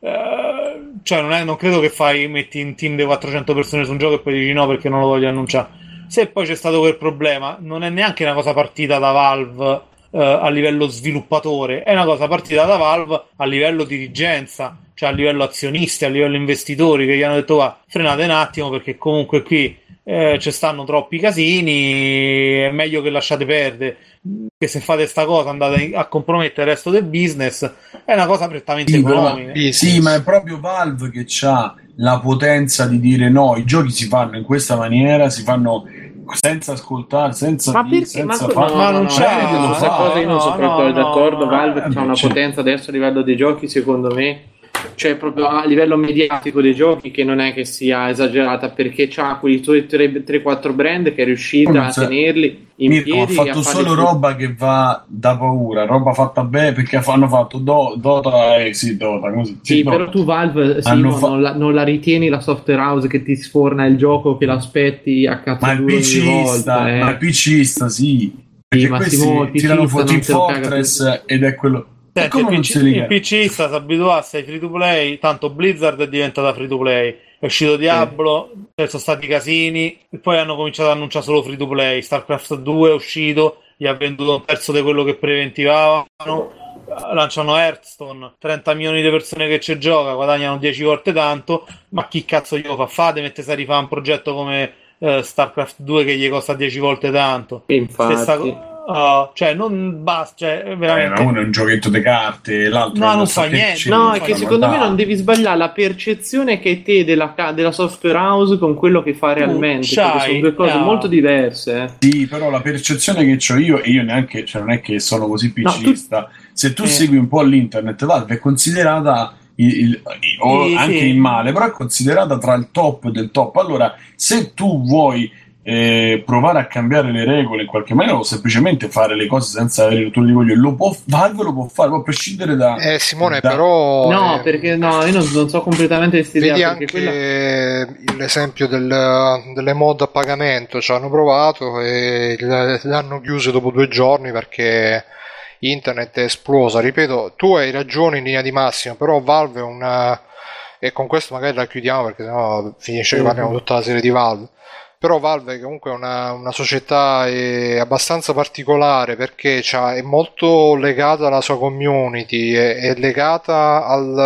Eh, cioè non, è, non credo che fai metti in team di quattrocento persone su un gioco e poi dici no perché non lo voglio annunciare. Se poi c'è stato quel problema, non è neanche una cosa partita da Valve Uh, a livello sviluppatore, è una cosa partita da Valve a livello dirigenza, cioè a livello azionisti, a livello investitori che gli hanno detto va, frenate un attimo perché comunque qui eh, ci stanno troppi casini, è meglio che lasciate perdere, che se fate sta cosa andate a compromettere il resto del business. È una cosa prettamente sì, economica. Però, sì, ma è proprio Valve che ha la potenza di dire no, i giochi si fanno in questa maniera, si fanno senza ascoltare, senza ma dire, perché? senza Ma, fare, no, ma non no, c'è no, questa no, cosa, io non sono proprio no, d'accordo. no, Valve eh, ha una c'è. potenza adesso a livello dei giochi, secondo me, cioè proprio a livello mediatico dei giochi, che non è che sia esagerata, perché c'ha quei suoi tre quattro brand che è riuscita a tenerli in Mirko, piedi. ha fatto solo più... roba che va da paura, roba fatta bene, perché hanno fatto do, Dota e eh, sì, Dota così. Sì, sì però Dota. Tu Valve Simo, fa... non, la, non la ritieni la software house che ti sforna il gioco, che l'aspetti a cazzo duro ogni volta, eh. Ma il PCista, sì, perché sì, ma questi Simo, tirano fuori Team Fortress ed è quello. Senti, il, P C, il P C sta abituato ai free to play, tanto Blizzard è diventata free to play, è uscito Diablo, sì. Sono stati casini e poi hanno cominciato ad annunciare solo free to play. StarCraft due è uscito, gli ha venduto un terzo di quello che preventivano, lanciano Hearthstone, trenta milioni di persone che ci gioca, guadagnano dieci volte tanto, ma chi cazzo glielo fa fare? Mettesi a rifare un progetto come eh, StarCraft due che gli costa dieci volte tanto. Infatti. Stessa co- Uh, cioè non basta, cioè veramente eh, uno è un giochetto di carte, l'altro no, è non fa niente. No, è che secondo me non devi sbagliare la percezione che te della, della software house con quello che fa realmente, perché sono due cose uh, molto diverse. Eh. Sì, però la percezione che ho io, e io neanche, cioè non è che sono così piccista, no, tu... se tu eh. segui un po' l'internet, Valve è considerata il, il, il, o sì, anche sì. in male, però è considerata tra il top del top. Allora, se tu vuoi Eh, provare a cambiare le regole in qualche maniera o semplicemente fare le cose senza avere il tuo rigoglio, lo può Valve lo può fare, può prescindere da eh Simone da... però no eh, perché no io non, non so completamente questa idea, vedi anche quella... l'esempio del, delle mod a pagamento, ci hanno provato e le, le hanno chiuse dopo due giorni perché internet è esplosa. Ripeto, tu hai ragione in linea di massima, però Valve è una, e con questo magari la chiudiamo perché sennò finisce che parliamo tutta la serie di Valve. Però Valve comunque è una, una società è abbastanza particolare perché c'ha, è molto legata alla sua community, è, è legata al,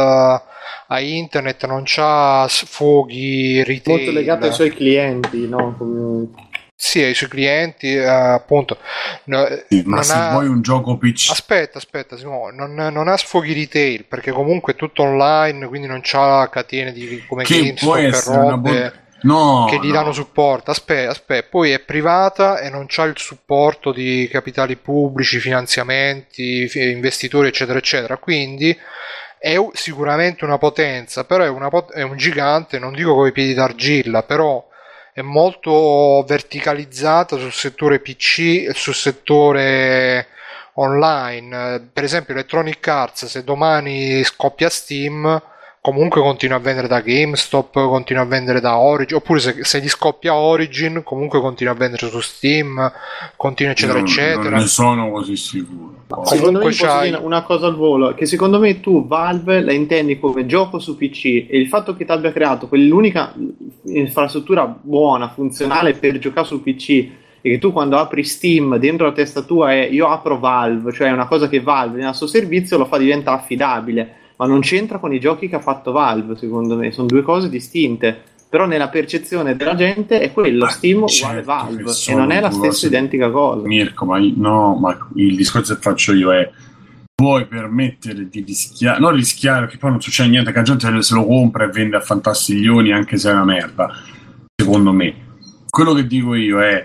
a internet, non c'ha sfoghi retail. Molto legata ai suoi clienti, no? Come... Sì, ai suoi clienti, eh, appunto. Sì, ma se ha... vuoi un gioco P C... Aspetta, aspetta, Simone, non, non ha sfoghi retail perché comunque è tutto online, quindi non c'ha catene di come GameStop e robe... No, che gli no. danno supporto. Aspetta, aspetta, poi è privata e non c'ha il supporto di capitali pubblici, finanziamenti, investitori, eccetera, eccetera. Quindi è sicuramente una potenza, però è, una pot- è un gigante, non dico con i piedi d'argilla, però è molto verticalizzata sul settore P C e sul settore online. Per esempio Electronic Arts, se domani scoppia Steam, comunque continua a vendere da GameStop, continua a vendere da Origin, oppure se, se gli scoppia Origin comunque continua a vendere su Steam, continua eccetera non, eccetera. Non ne sono così sicuro. Secondo me posso c'hai... dire una cosa al volo, che secondo me tu Valve la intendi come gioco su P C, e il fatto che ti abbia creato quell'unica infrastruttura buona, funzionale per giocare su P C, e che tu quando apri Steam dentro la testa tua è io apro Valve, cioè una cosa che Valve nel suo servizio lo fa diventare affidabile, ma non c'entra con i giochi che ha fatto Valve. Secondo me sono due cose distinte, però nella percezione della gente è quello, ma Steam uguale certo Valve, e non è la stessa cose... identica cosa. Mirko, ma io, no, ma il discorso che faccio io è: puoi permettere di rischiare, non rischiare, perché poi non succede niente, che la gente se lo compra e vende a fantastiglioni anche se è una merda, secondo me. Quello che dico io è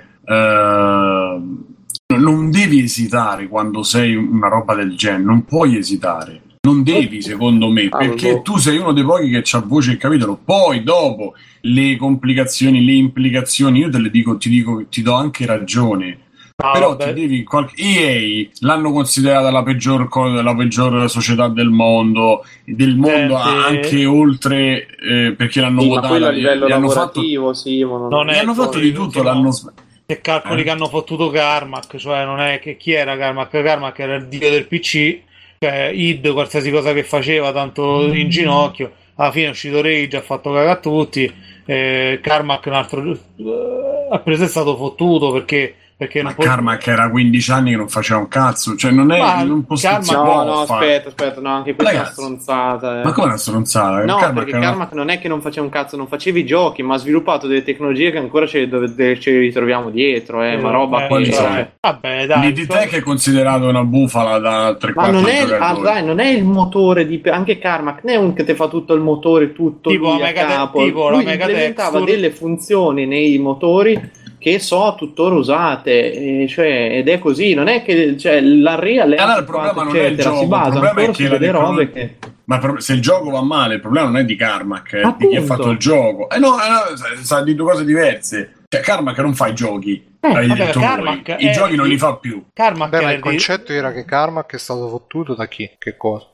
uh, non devi esitare quando sei una roba del genere, non puoi esitare. Non devi, secondo me, perché tu sei uno dei pochi che c'ha voce e capitolo. Poi dopo le complicazioni, le implicazioni, io te le dico, ti dico, ti do anche ragione. Ah, però vabbè. Ti devi qualche... E A l'hanno considerata la peggior cosa, la peggior società del mondo, del mondo eh, anche eh. oltre eh, perché l'hanno sì, votata. Ma a livello lavorativo, fatto... sì, ma non, non è hanno fatto di tutto, l'hanno se calcoli eh. che hanno fottuto Carmack, cioè non è che chi era Carmack? Carmack era il dio del P C. Cioè, id, qualsiasi cosa che faceva, tanto in ginocchio, alla fine è uscito Rage, ha fatto cagare a tutti. eh, Carmack un altro eh, ha preso è stato fottuto perché perché ma non Carmack pot- era quindici anni che non faceva un cazzo, cioè non è ma non Carmack no no aspetta aspetta no anche questa è una stronzata eh. Ma come una stronzata? No, Carmack perché Carmack non è che non faceva un cazzo, non faceva i giochi, ma ha sviluppato delle tecnologie che ancora ce le, ce le ritroviamo dietro, eh, eh ma roba eh, che cioè, vabbè dai, l'Iditech è considerato una bufala da tre ma non è, ah, dai, non è il motore di anche Carmack non è un che ti fa tutto il motore tutto tipo lui a capo, tipo lui implementava delle funzioni nei motori che so tuttora usate, eh, cioè, ed è così, non è che cioè, l'Unreal allora, il problema non è il gioco, si basa il problema ancora è che su delle tecnologia... robe che... ma se il gioco va male il problema non è di Carmack, è di chi ha fatto il gioco. Eh no, eh no sa di due cose diverse. Cioè Carmack non fa i giochi, eh, vabbè, Carmack i giochi non li fa più. Carmack Beh, ma il concetto era che Carmack è stato fottuto da chi? Che cosa?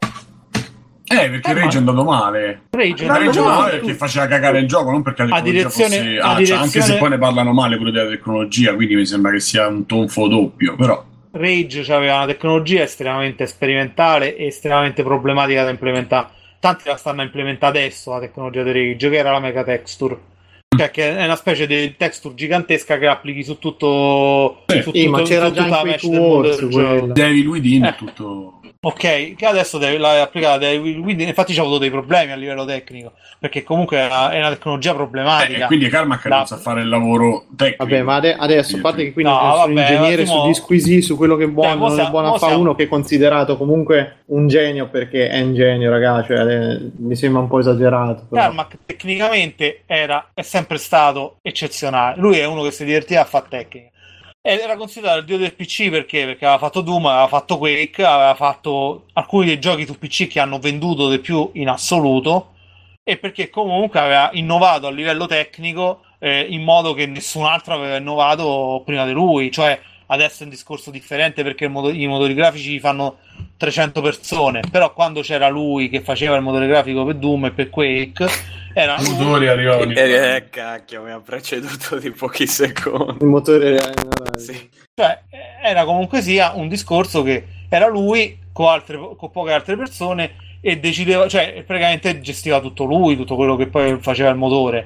Eh, perché Rage è andato male. Rage è andato male perché faceva cagare il gioco, non perché la tecnologia fosse... Ah, direzione... anche se poi ne parlano male pure della tecnologia, quindi mi sembra che sia un tonfo doppio, però... Rage aveva una tecnologia estremamente sperimentale e estremamente problematica da implementare. Tanti la stanno a implementare adesso, la tecnologia di Rage, che era la Mega Texture. Cioè che è una specie di texture gigantesca che applichi su tutto... Sì, su sì tutto, ma c'era su già tutta in Quick Wars, Devil Within eh. tutto... Ok, che adesso deve, l'hai applicata, quindi infatti c'ha avuto dei problemi a livello tecnico, perché comunque è una, è una tecnologia problematica. Eh, quindi Carmack la... non sa fare il lavoro tecnico. Vabbè, ma ade- adesso, a parte che quindi no, sono vabbè, ingegnere siamo... su disquisì, su quello che è buono, Dai, non è buono a fare uno che è considerato comunque un genio, perché è un genio, ragazzi, cioè, eh, mi sembra un po' esagerato. Però. Carmack tecnicamente era, è sempre stato eccezionale, lui è uno che si divertiva a fare tecnica. Ed era considerato il dio del P C perché? Perché aveva fatto Doom, aveva fatto Quake, aveva fatto alcuni dei giochi su P C che hanno venduto di più in assoluto, e perché comunque aveva innovato a livello tecnico eh, in modo che nessun altro aveva innovato prima di lui. Cioè adesso è un discorso differente perché il modo, i motori grafici fanno trecento persone, però quando c'era lui che faceva il motore grafico per Doom e per Quake era motori Arioni. Eh, eh, cacchio, mi ha preceduto di pochi secondi. Il motore sì. Cioè era comunque sia un discorso che era lui con, altre, con poche altre persone e decideva, cioè praticamente gestiva tutto lui, tutto quello che poi faceva il motore.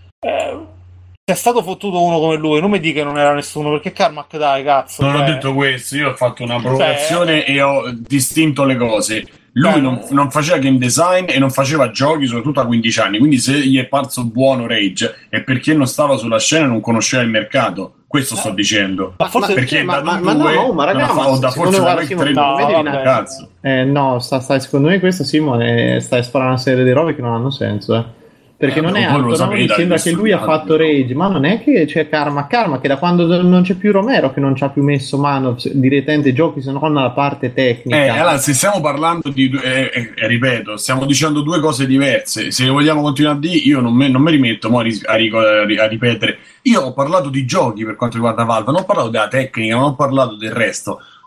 Eh, è stato fottuto uno come lui, non mi dica che non era nessuno, perché Carmack dai cazzo. Non cioè... ho detto questo, io ho fatto una provocazione cioè... e ho distinto le cose. Lui Beh, non, non faceva game design e non faceva giochi soprattutto a quindici anni, quindi se gli è parso buono Rage è perché non stava sulla scena e non conosceva il mercato. Questo sto dicendo. Ma forse perché ma, da ma, due, ma no, ma ragazzi, ma da forse da tre no, no, cazzo. Eh, no, sta, sta, secondo me questo Simone stai sparando una serie di robe che non hanno senso, eh. Perché eh, non è altro, no? Mi sembra che lui ha fatto Rage, ma non è che c'è Karma Karma che da quando non c'è più Romero che non ci ha più messo mano direttamente ai giochi se non alla parte tecnica. Eh, allora se stiamo parlando di eh, eh, ripeto, stiamo dicendo due cose diverse. Se vogliamo continuare a dire, io non me, non mi rimetto mo a, ris- a, ri- a ripetere. Io ho parlato di giochi per quanto riguarda Valve, non ho parlato della tecnica, non ho parlato del resto.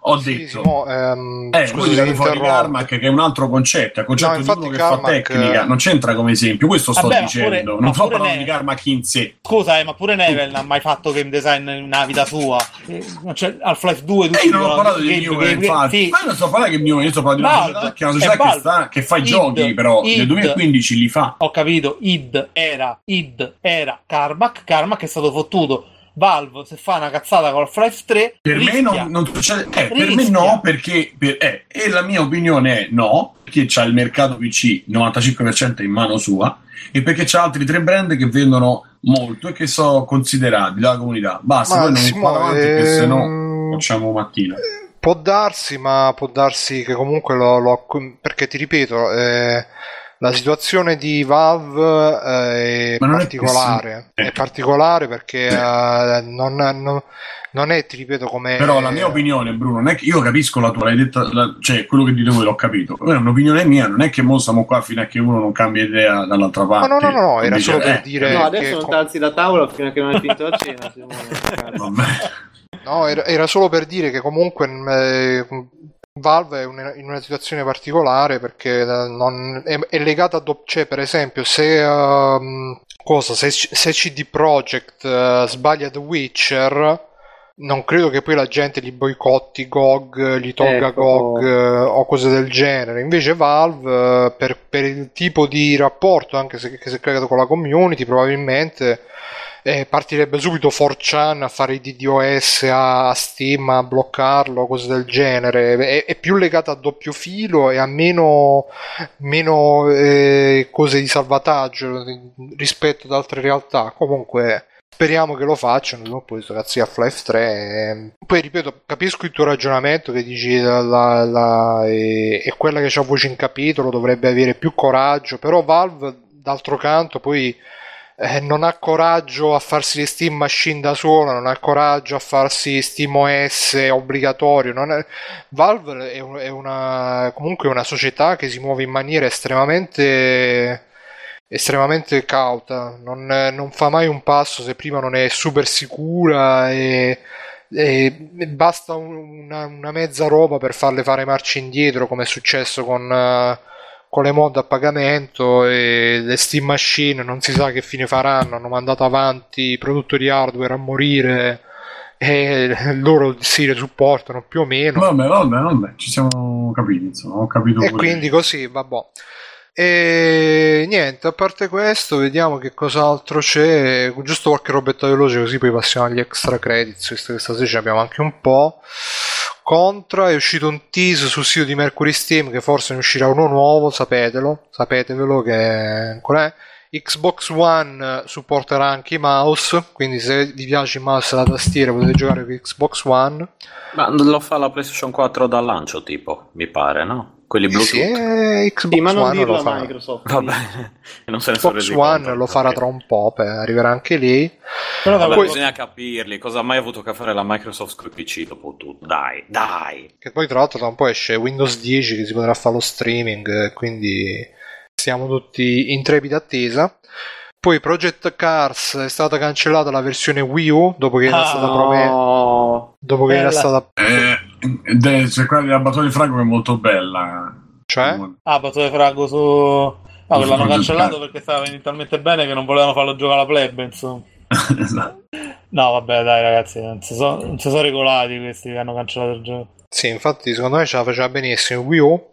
ho Sì, detto sì, mo, ehm, eh, scusa voi se tirate fuori interrompo. Carmack, che è un altro concetto, è il concetto No, di infatti uno che Carmack, fa tecnica, non c'entra come esempio, questo sto Vabbè, ma dicendo, pure- non ma sto pure parlando ne- di Carmack in sé. Scusa, eh, ma pure Nevel non ha mai fatto game design nella vita sua. Eh, non c'è- Half-Life due E tutti io non ho dicono parlato di game- Newell, game- infatti, sì. ma io non sto parlando che Newell, io sto parlando di una Valve, società che è una è società che, Valve. sta, che fa i Id, giochi, però nel Id. duemilaquindici li fa. Ho capito, id era, id era Carmack, Carmack è stato fottuto. Valve, se fa una cazzata con Half-Life tre, Per rischia. me, non, non succede, eh, per me Rischia. no, perché per- eh, e la mia opinione è no, perché c'ha il mercato P C novantacinque per cento in mano sua e perché c'ha altri tre brand che vendono molto e che sono considerati dalla comunità. Basta, Ma poi non Simone, vado avanti perché se no ehm, facciamo mattina. Può darsi, ma può darsi che comunque lo, lo- perché ti ripeto, eh, la situazione di Valve eh, è Ma non è particolare, che è, sì. particolare perché eh, non, non- non è, ti ripeto, come... Però la mia opinione, Bruno, non è che io capisco la tua, l'hai detta, la- cioè quello che dite voi l'ho capito. È un'opinione mia, non è che mo stiamo qua fino a che uno non cambia idea dall'altra Ma parte. no, no, no, no, era Dice, solo per eh, dire... No, adesso che non com- ti alzi da tavola fino a che non hai finito la cena. Simone. Vabbè. No, era, era solo per dire che comunque eh, Valve è un- in una situazione particolare perché eh, non, è, è legata a doppio, cioè per esempio se, ehm, cosa, se, se C D Projekt eh, sbaglia The Witcher, non credo che poi la gente gli boicotti G O G, gli tolga Ecco. G O G eh, o cose del genere. Invece Valve, eh, per, per il tipo di rapporto anche se, che si è creato con la community, probabilmente eh, partirebbe subito four chan a fare i D DoS a, a Steam, a bloccarlo, cose del genere. È, è più legata a doppio filo e a meno, meno eh, cose di salvataggio rispetto ad altre realtà. Comunque speriamo che lo facciano. Prima o poi sto cazzo di Half-Life tre. Poi ripeto, capisco il tuo ragionamento che dici la, la, la, è, è quella che c'ha voce in capitolo, dovrebbe avere più coraggio, però Valve d'altro canto poi eh, non ha coraggio a farsi le Steam Machine da sola, non ha coraggio a farsi Steam O S obbligatorio. Non è... Valve è, un, è una, comunque una società che si muove in maniera estremamente estremamente cauta, non, non fa mai un passo se prima non è super sicura e, e basta un- una, una mezza roba per farle fare marcia indietro, come è successo con, eh, con le mod a pagamento e le Steam Machine. Non si sa che fine faranno, hanno mandato avanti i produttori hardware a morire e loro si le supportano più o meno. Vabbè, vabbè, vabbè, ci siamo capiti, insomma, ho capito E pure. quindi così, vabbè. E niente, a parte questo, vediamo che cos'altro c'è. Giusto qualche robetta veloce, così poi passiamo agli extra credits, visto che stasera ce ne abbiamo anche un po'. Contra, è uscito un tease sul sito di Mercury Steam che forse ne uscirà uno nuovo, sapetelo, sapetevelo che ancora è. Xbox One supporterà anche i mouse, quindi se vi piace il mouse e la tastiera potete giocare con Xbox One. Ma lo fa la PlayStation quattro dal lancio, tipo, mi pare, no? Quelli Bluetooth. Sì, eh, Xbox Sì, ma non One dirlo lo a fa. Microsoft. Vabbè, non se ne sono Xbox resi One conto. lo farà Ok. tra un po', per- arriverà anche lì. Però da Vabbè, quello- bisogna capirli. Cosa ha mai avuto a che fare la Microsoft con i P C dopo tutto? Dai, dai. Che poi tra l'altro tra un po' esce Windows dieci che si potrà fare lo streaming, eh, quindi siamo tutti in trepida attesa. Poi Project Cars è stata cancellata la versione Wii U dopo che era Ah, stata promessa. No. Dopo che era Bella. stata. Eh, ed è- c'è quella della Battle di Franco che è molto bella. Cioè? Ah, Battle Frago su... No, che l'hanno Su- cancellato perché stava venendo talmente bene che non volevano farlo giocare alla plebe, insomma. Esatto. No, vabbè, dai, ragazzi, non si sono, non si sono regolati questi che hanno cancellato il gioco. Sì, infatti secondo me ce la faceva benissimo Wii U.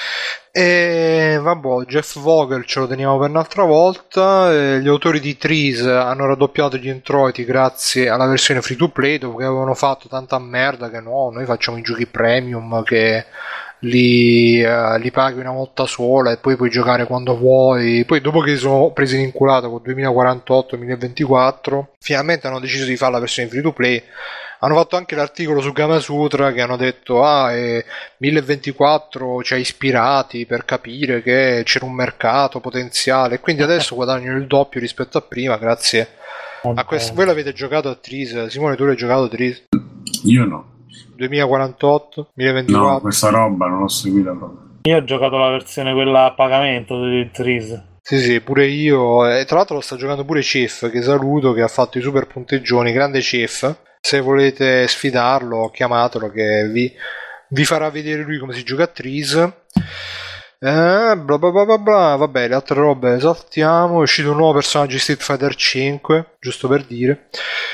E vabbè, Jeff Vogel ce lo teniamo per un'altra volta. E gli autori di Trees hanno raddoppiato gli introiti grazie alla versione free to play, dopo che avevano fatto tanta merda che no, noi facciamo i giochi premium che li, eh, li paghi una volta sola e poi puoi giocare quando vuoi. Poi dopo che si sono presi in inculata con duemilaquarantotto duemilaventiquattro finalmente hanno deciso di fare la versione free to play. Hanno fatto anche l'articolo su Gamasutra che hanno detto ah eh, mille ventiquattro ci ha ispirati per capire che c'era un mercato potenziale e quindi adesso guadagnano il doppio rispetto a prima grazie a questo. Voi l'avete giocato a Trees? Simone, tu l'hai giocato a Trees? Io no. duemilaquarantotto duemilaventiquattro? No, questa roba non l'ho seguita proprio. Io ho giocato la versione quella a pagamento di Trees. Sì, sì, pure io. E tra l'altro lo sta giocando pure Chief, che saluto, che ha fatto i super punteggioni. Grande Chief. se volete sfidarlo, chiamatelo che vi, vi farà vedere lui come si gioca a Trees. Eh, bla bla bla bla bla. Vabbè, le altre robe saltiamo. È uscito un nuovo personaggio di Street Fighter cinque, giusto per dire.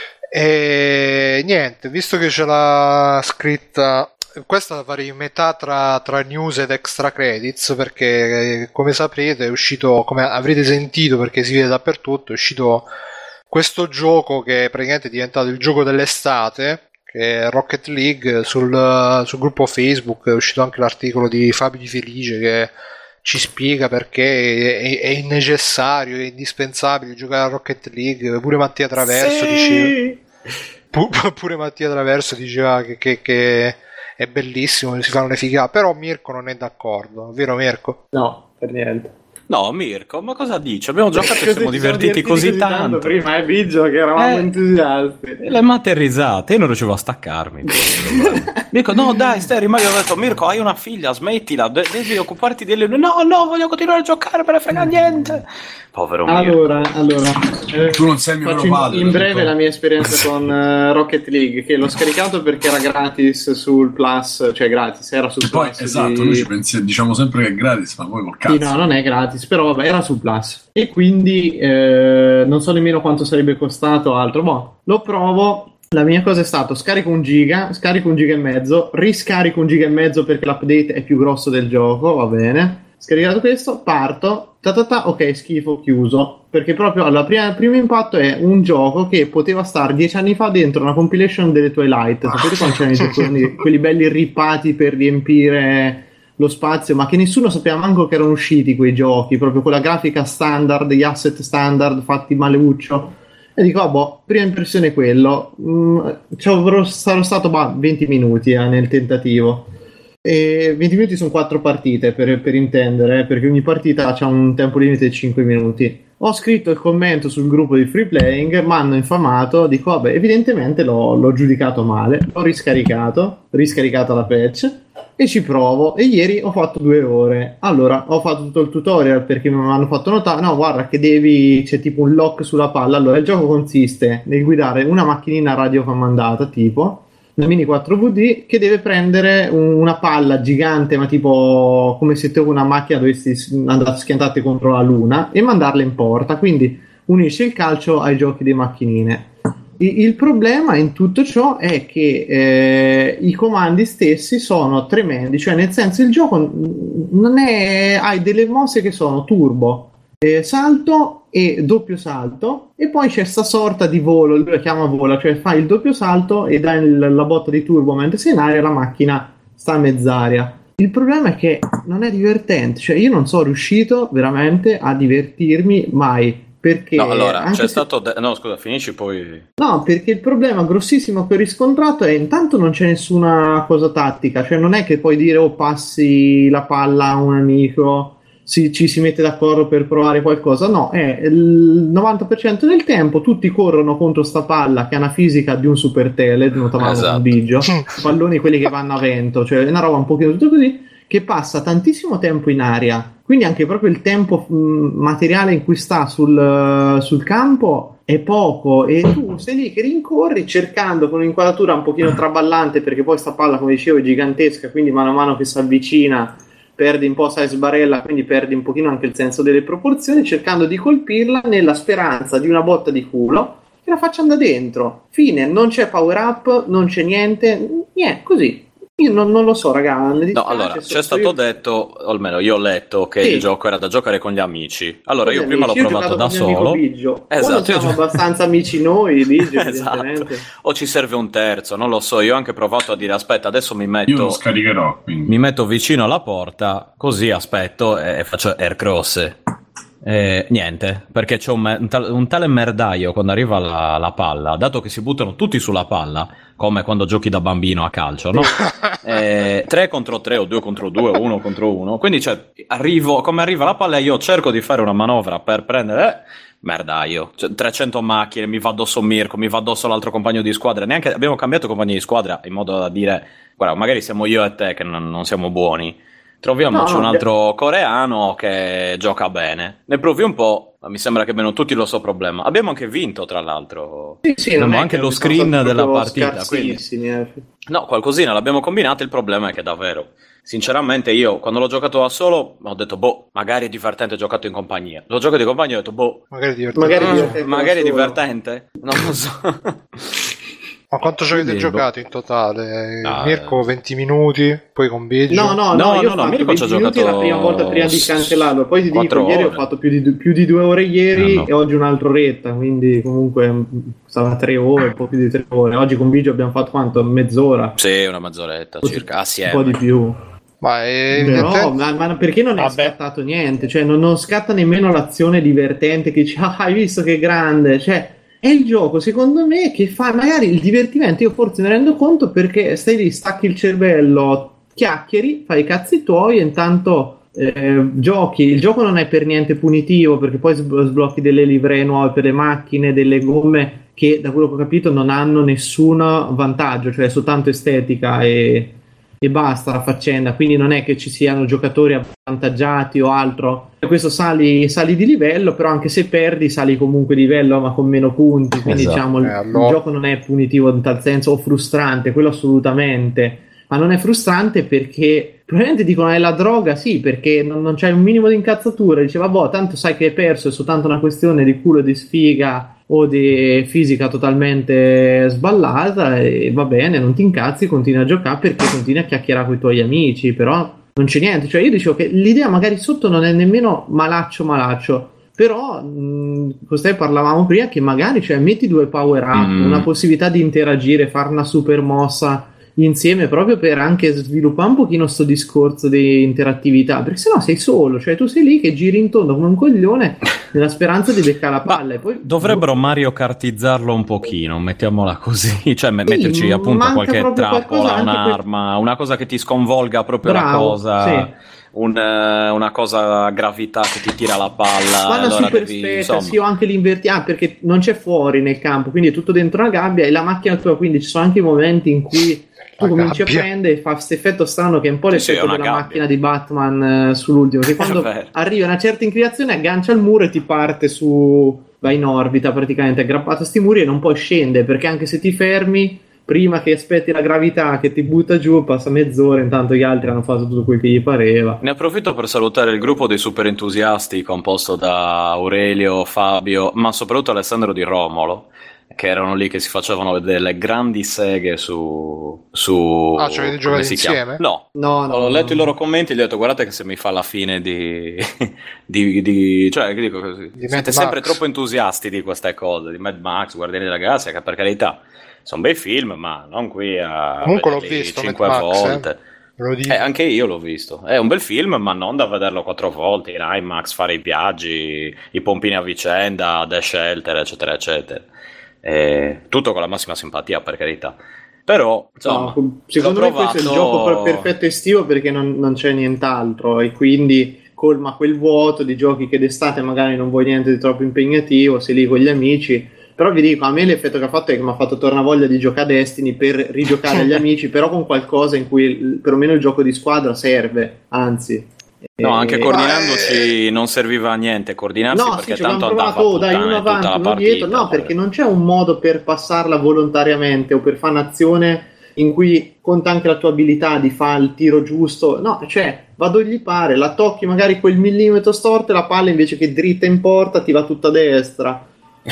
E niente, visto che c'è la scritta, questa la farei metà tra, tra news ed extra credits, perché come saprete è uscito, come avrete sentito perché si vede dappertutto, è uscito questo gioco che praticamente è diventato il gioco dell'estate, che è Rocket League. Sul, sul gruppo Facebook è uscito anche l'articolo di Fabio Di Felice che ci spiega perché è, è necessario, è indispensabile giocare a Rocket League. Pure Mattia Traverso sì! diceva pu- pure Mattia Traverso diceva che, che, che è bellissimo, si fanno le figate, però Mirko non è d'accordo, vero Mirko? No, per niente. No, Mirko, ma cosa dici? Abbiamo giocato e ci siamo divertiti così, così tanto. tanto. Prima è Biggio che eravamo eh, entusiasti. Le matte risate, io non riuscivo a staccarmi. Mirko, no dai, stai rimani. Ho detto, Mirko, hai una figlia, smettila, de- devi occuparti delle... No, no, voglio continuare a giocare, me ne frega niente. Povero Mirko. Allora, allora eh, tu non sei mio faccio padre, in, in breve la mia esperienza con uh, Rocket League, che l'ho scaricato perché era gratis sul Plus, cioè gratis, era sul e Plus. Poi, esatto, di... noi ci pensiamo, diciamo sempre che è gratis, ma poi col cazzo. Sì, no, non è gratis, però vabbè, era sul Plus. E quindi eh, non so nemmeno quanto sarebbe costato altro. Boh, lo provo. La mia cosa è stato scarico un giga, scarico un giga e mezzo, riscarico un giga e mezzo perché l'update è più grosso del gioco, va bene. Scaricato questo, parto, ta ta ta, ok, schifo, chiuso. Perché proprio allora, prima, il primo impatto è un gioco che poteva stare dieci anni fa dentro una compilation delle Twilight. Sapete quando c'erano i gioconi, quelli belli rippati per riempire lo spazio, ma che nessuno sapeva manco che erano usciti quei giochi, proprio con la grafica standard, gli asset standard fatti maleuccio. E dico, ah, boh, prima impressione è quello. Mm, cioè, sarò stato bah, venti minuti eh, nel tentativo. E venti minuti sono quattro partite per, per intendere, eh, perché ogni partita ha un tempo limite di cinque minuti. Ho scritto il commento sul gruppo di Free Playing, mi hanno infamato, dico vabbè, evidentemente l'ho, l'ho giudicato male, l'ho riscaricato, riscaricato la patch e ci provo. E ieri ho fatto due ore. Allora, ho fatto tutto il tutorial perché mi hanno fatto notare, no guarda che devi, c'è tipo un lock sulla palla. Allora, il gioco consiste nel guidare una macchinina radiocomandata tipo una Mini quattro V D che deve prendere una palla gigante, ma tipo come se tu con una macchina dovessi andare schiantate contro la luna e mandarla in porta. Quindi unisce il calcio ai giochi di macchinine. Il problema in tutto ciò è che eh, i comandi stessi sono tremendi, cioè nel senso il gioco non è, hai delle mosse che sono turbo, eh, salto e doppio salto, e poi c'è sta sorta di volo, lui la chiama volo, cioè fai il doppio salto e dai il, la botta di turbo mentre sei in aria, la macchina sta a mezz'aria. Il problema è che non è divertente, cioè io non sono riuscito veramente a divertirmi mai. Perché no, allora c'è se... stato de- no scusa finisci poi no perché il problema grossissimo che ho riscontrato è intanto non c'è nessuna cosa tattica, cioè non è che puoi dire oh passi la palla a un amico, si, ci si mette d'accordo per provare qualcosa, no, è il novanta per cento del tempo tutti corrono contro sta palla che ha una fisica di un super tele, notavamo esatto. Un bigio, palloni quelli che vanno a vento, cioè una roba un pochino tutto così, che passa tantissimo tempo in aria, quindi anche proprio il tempo mh, materiale in cui sta sul, uh, sul campo è poco, e tu sei lì che rincorri cercando con un'inquadratura un pochino traballante, perché poi sta palla, come dicevo, è gigantesca, quindi mano a mano che si avvicina perdi un po', sai, sbarella, quindi perdi un pochino anche il senso delle proporzioni, cercando di colpirla nella speranza di una botta di culo che la faccia andare dentro. Fine, non c'è power up, non c'è niente, niente, così. Io non, non lo so, raga. No, allora, c'è stato io... detto, o almeno io ho letto che sì. Il gioco era da giocare con gli amici. Allora, io prima amici. l'ho provato da solo. Esatto, siamo gio... abbastanza amici noi, Biggio, esatto. O ci serve un terzo, non lo so. Io ho anche provato a dire, aspetta, adesso mi metto... Io lo scaricherò, quindi. Mi metto vicino alla porta, così aspetto e faccio aircross. Eh, niente, perché c'è un, un, tal- un tale merdaio quando arriva la, la palla, dato che si buttano tutti sulla palla come quando giochi da bambino a calcio, no? eh, tre contro tre o due contro due o uno contro uno, quindi cioè, arrivo, come arriva la palla io cerco di fare una manovra per prendere eh, merdaio, cioè, trecento macchine, mi va addosso Mirko, mi va addosso l'altro compagno di squadra, neanche abbiamo cambiato compagni di squadra in modo da dire guarda magari siamo io e te che non, non siamo buoni. Troviamoci no, un altro coreano che gioca bene. Ne provi un po', ma mi sembra che meno tutti lo so problema. Abbiamo anche vinto, tra l'altro. Sì, sì, abbiamo anche lo screen della partita. Quindi... Eh. No, qualcosina l'abbiamo combinato. Il problema è che davvero, sinceramente, io quando l'ho giocato da solo ho detto, boh, magari è divertente giocato in compagnia. L'ho giocato in compagnia e ho detto, boh, magari è divertente. Magari, ah, divertente, magari è divertente. Non lo so. Ma quanto ci avete giocato in totale? Ah, Mirko venti minuti, poi con Biggio? No, no, no, no, io no, ho fatto venti minuti giocato... la prima volta prima di cancellarlo, poi ti dico, ore. Ieri ho fatto più di, più di due ore ieri no, no. e oggi un'altra oretta, quindi comunque stava tre ore, un po' più di tre ore. Oggi con Biggio abbiamo fatto quanto? Mezz'ora? Sì, una mezz'oretta circa, assieme. Un po' di più. Ma, è... Però, ma, ma perché non è Vabbè. scattato niente? Cioè non, non scatta nemmeno l'azione divertente che dici, ah, hai visto che grande? Cioè... È il gioco, secondo me, che fa magari il divertimento. Io forse ne rendo conto perché stai lì, stacchi il cervello, chiacchieri, fai i cazzi tuoi e intanto eh, giochi. Il gioco non è per niente punitivo perché poi sblocchi delle livree nuove per le macchine, delle gomme che da quello che ho capito non hanno nessun vantaggio, cioè soltanto estetica e, e basta la faccenda. Quindi non è che ci siano giocatori avvantaggiati o altro. Questo sali, sali di livello, però anche se perdi sali comunque di livello ma con meno punti, quindi esatto. diciamo eh, allora... il gioco non è punitivo in tal senso o frustrante, quello assolutamente, ma non è frustrante perché probabilmente dicono è la droga, sì, perché non, non c'è un minimo di incazzatura, diceva boh, tanto sai che hai perso, è soltanto una questione di culo, di sfiga o di fisica totalmente sballata e va bene, non ti incazzi, continui a giocare perché continui a chiacchierare con i tuoi amici, però non c'è niente. Cioè io dicevo che l'idea magari sotto non è nemmeno malaccio malaccio, però mh, con te parlavamo prima che magari cioè metti due power up, mm. una possibilità di interagire, fare una super mossa insieme proprio per anche sviluppare un pochino sto discorso di interattività, perché sennò sei solo, cioè tu sei lì che giri in tondo come un coglione nella speranza di beccare la palla. E poi dovrebbero Mario Kartizzarlo un pochino, mettiamola così, cioè sì, metterci appunto qualche trappola, un'arma, per... una cosa che ti sconvolga proprio Bravo, la cosa. Sì. Un, una cosa a gravità che ti tira la palla. Ma allora super devi, spesa, insomma... sì, ho anche l'inverti ah, perché non c'è fuori nel campo, quindi è tutto dentro la gabbia e la macchina tua, quindi ci sono anche i momenti in cui tu cominci a prendere e fa questo effetto strano che è un po' l'effetto sì, della gabbia. Macchina di Batman uh, sull'ultimo, che quando arriva una certa inclinazione aggancia il muro e ti parte su, va in orbita praticamente aggrappato a sti muri e non puoi scendere perché anche se ti fermi prima che aspetti la gravità che ti butta giù passa mezz'ora, intanto gli altri hanno fatto tutto quel che gli pareva. Ne approfitto per salutare il gruppo dei super entusiasti composto da Aurelio, Fabio, ma soprattutto Alessandro Di Romolo, che erano lì che si facevano delle grandi seghe su... su ah, ci avete giocato insieme? No, no, no ho no, letto no. i loro commenti e gli ho detto guardate che se mi fa la fine di... di, di cioè, che dico così, di siete sempre troppo entusiasti di queste cose, di Mad Max, Guardiani della Galassia, che per carità sono bei film, ma non qui a comunque l'ho visto cinque Mad volte. Max, eh. Eh, anche io l'ho visto. È un bel film, ma non da vederlo quattro volte in IMAX, fare i viaggi, i pompini a vicenda, The Shelter, eccetera, eccetera. Eh, tutto con la massima simpatia, per carità. Però, insomma, no, secondo me questo è il gioco perfetto estivo perché non, non c'è nient'altro e quindi colma quel vuoto di giochi che d'estate magari non vuoi niente di troppo impegnativo, sei lì con gli amici. Però vi dico, a me l'effetto che ha fatto è che mi ha fatto tornare voglia di giocare a Destiny per rigiocare agli amici, però con qualcosa in cui perlomeno il gioco di squadra serve, anzi. No, anche coordinandoci eh... non serviva a niente, coordinarsi no, perché sì, tanto andava provato, oh, dai, uno avanti, uno partita, dietro, no, vabbè. Perché non c'è un modo per passarla volontariamente o per fare un'azione in cui conta anche la tua abilità di fare il tiro giusto, no, cioè vado gli pare, la tocchi magari quel millimetro storto e la palla invece che dritta in porta ti va tutta a destra.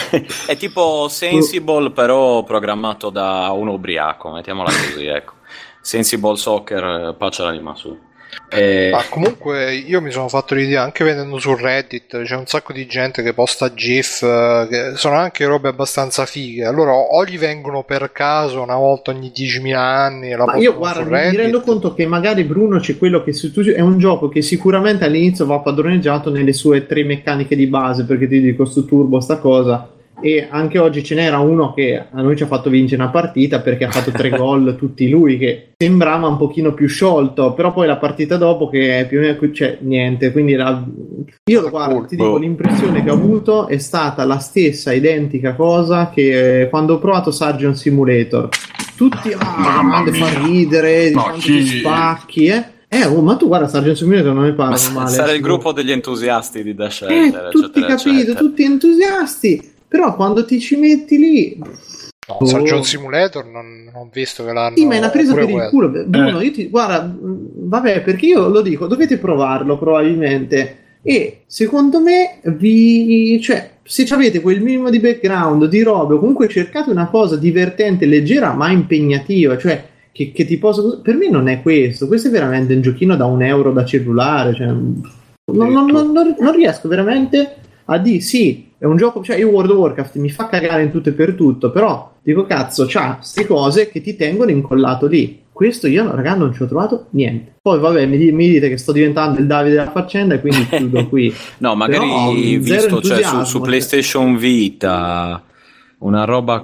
È tipo Sensible però programmato da uno ubriaco, mettiamola così, ecco. Sensible Soccer, pace all'anima su. E... Ma comunque io mi sono fatto l'idea, anche vedendo su Reddit c'è un sacco di gente che posta GIF che sono anche robe abbastanza fighe, allora o gli vengono per caso una volta ogni diecimila anni e la ma io guarda mi rendo conto che magari Bruno c'è quello che su, è un gioco che sicuramente all'inizio va padroneggiato nelle sue tre meccaniche di base, perché ti dico sto turbo sta cosa, e anche oggi ce n'era uno che a noi ci ha fatto vincere una partita perché ha fatto tre gol tutti lui, che sembrava un pochino più sciolto, però poi la partita dopo che più o meno c'è niente, quindi era... io guarda, ti dico, l'impressione che ho avuto è stata la stessa identica cosa che quando ho provato Surgeon Simulator, tutti ah, grande fa ridere, di no, quanto chi... ti spacchi eh? Eh, oh, ma tu guarda, Sargent Simulator non ne parla male. Sarà il gruppo degli entusiasti di Dash Eh, Hunter, tutti eccetera, capito, eccetera. tutti entusiasti. Però quando ti ci metti lì... No, Sargent Simulator non, non ho visto che l'hanno... Sì, ma è una presa pure per il quello. culo. Bruno, Eh. io ti... Guarda, mh, vabbè, perché io lo dico, dovete provarlo probabilmente. E secondo me vi... Cioè, se avete quel minimo di background, di robe, o comunque cercate una cosa divertente, leggera, ma impegnativa, cioè... Che, che ti posso... Per me non è questo. Questo è veramente un giochino da un euro da cellulare. Cioè, non, non, non, non, non riesco veramente a dire sì, è un gioco, cioè io World of Warcraft mi fa cagare in tutto e per tutto, però dico cazzo, c'ha queste cose che ti tengono incollato lì. Questo io, raga, non ci ho trovato niente. Poi vabbè, mi, mi dite che sto diventando il Davide della faccenda e quindi chiudo qui. No, magari Però, visto, cioè, su, su cioè. PlayStation Vita una roba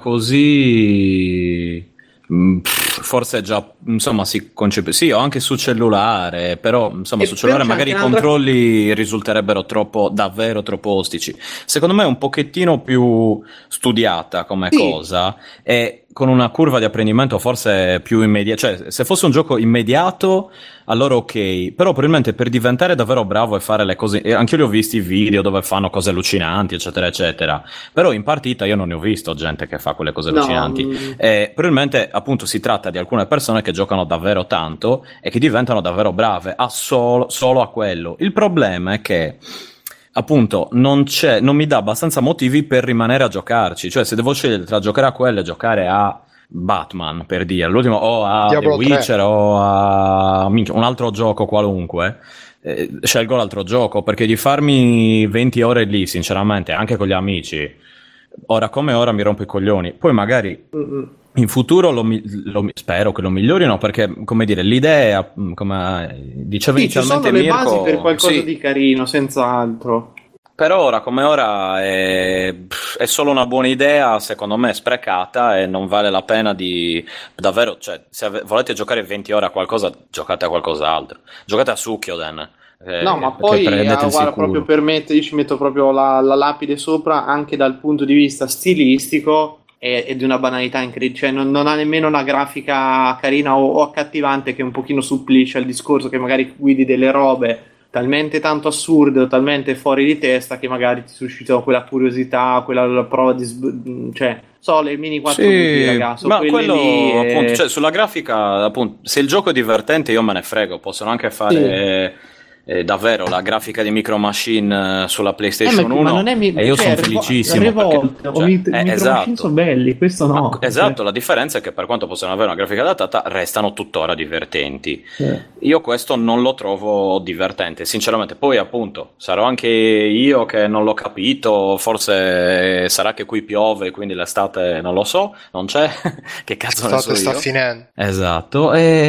così... forse già insomma si concepisce, sì, o anche su cellulare, però insomma E su cellulare però magari i un'altra... controlli risulterebbero troppo, davvero troppo ostici. Secondo me è un pochettino più studiata come sì. cosa e con una curva di apprendimento forse più immediata, cioè se fosse un gioco immediato allora ok, però probabilmente per diventare davvero bravo e fare le cose, e anche io li ho visti video dove fanno cose allucinanti eccetera eccetera, però in partita io non ne ho visto gente che fa quelle cose No. allucinanti e probabilmente appunto si tratta di alcune persone che giocano davvero tanto e che diventano davvero brave a solo, solo a quello. Il problema è che appunto non c'è, non mi dà abbastanza motivi per rimanere a giocarci, cioè se devo scegliere tra giocare a quello e giocare a Batman, per dire l'ultimo, o a Diablo The Witcher tre. O a minchia, un altro gioco qualunque, eh, scelgo l'altro gioco, perché di farmi venti ore lì sinceramente anche con gli amici ora come ora mi rompo i coglioni. Poi magari Mm-mm. in futuro lo, lo, spero che lo migliorino, perché come dire l'idea, come diceva Sì, ci inizialmente sono le Mirko, basi per qualcosa sì, di carino, senz'altro. per ora come ora è, è solo una buona idea, secondo me sprecata, e non vale la pena di davvero, cioè se ave- volete giocare venti ore a qualcosa, giocate a qualcos'altro, giocate a Sukkyoden. Eh, No, ma che poi prendete ah, il guarda, sicuro. proprio per me, io ci metto proprio la, la lapide sopra anche dal punto di vista stilistico e, e di una banalità incredibile, cioè non, non ha nemmeno una grafica carina o, o accattivante che un pochino supplisce il discorso, che magari guidi delle robe talmente tanto assurde o talmente fuori di testa che magari ti suscitano quella curiosità, quella la prova di sb- cioè so le mini quattro buchi, ragazzi, ma quello lì e... appunto, cioè sulla grafica appunto, se il gioco è divertente io me ne frego, possono anche fare eh, davvero la grafica di Micro Machine sulla PlayStation Eh, ma, uno ma non è mi- e io cioè, sono felicissimo Revolt, perché, o cioè, mit- eh, Micro esatto. Machine sono belli, questo no. Ma, esatto, la differenza è che per quanto possano avere una grafica adattata restano tuttora divertenti. Eh. Io questo non lo trovo divertente, sinceramente. Poi appunto sarò anche io che non l'ho capito, forse sarà che qui piove, quindi l'estate non lo so, non c'è. Che cazzo ne so L'estate sta io. finendo. Esatto,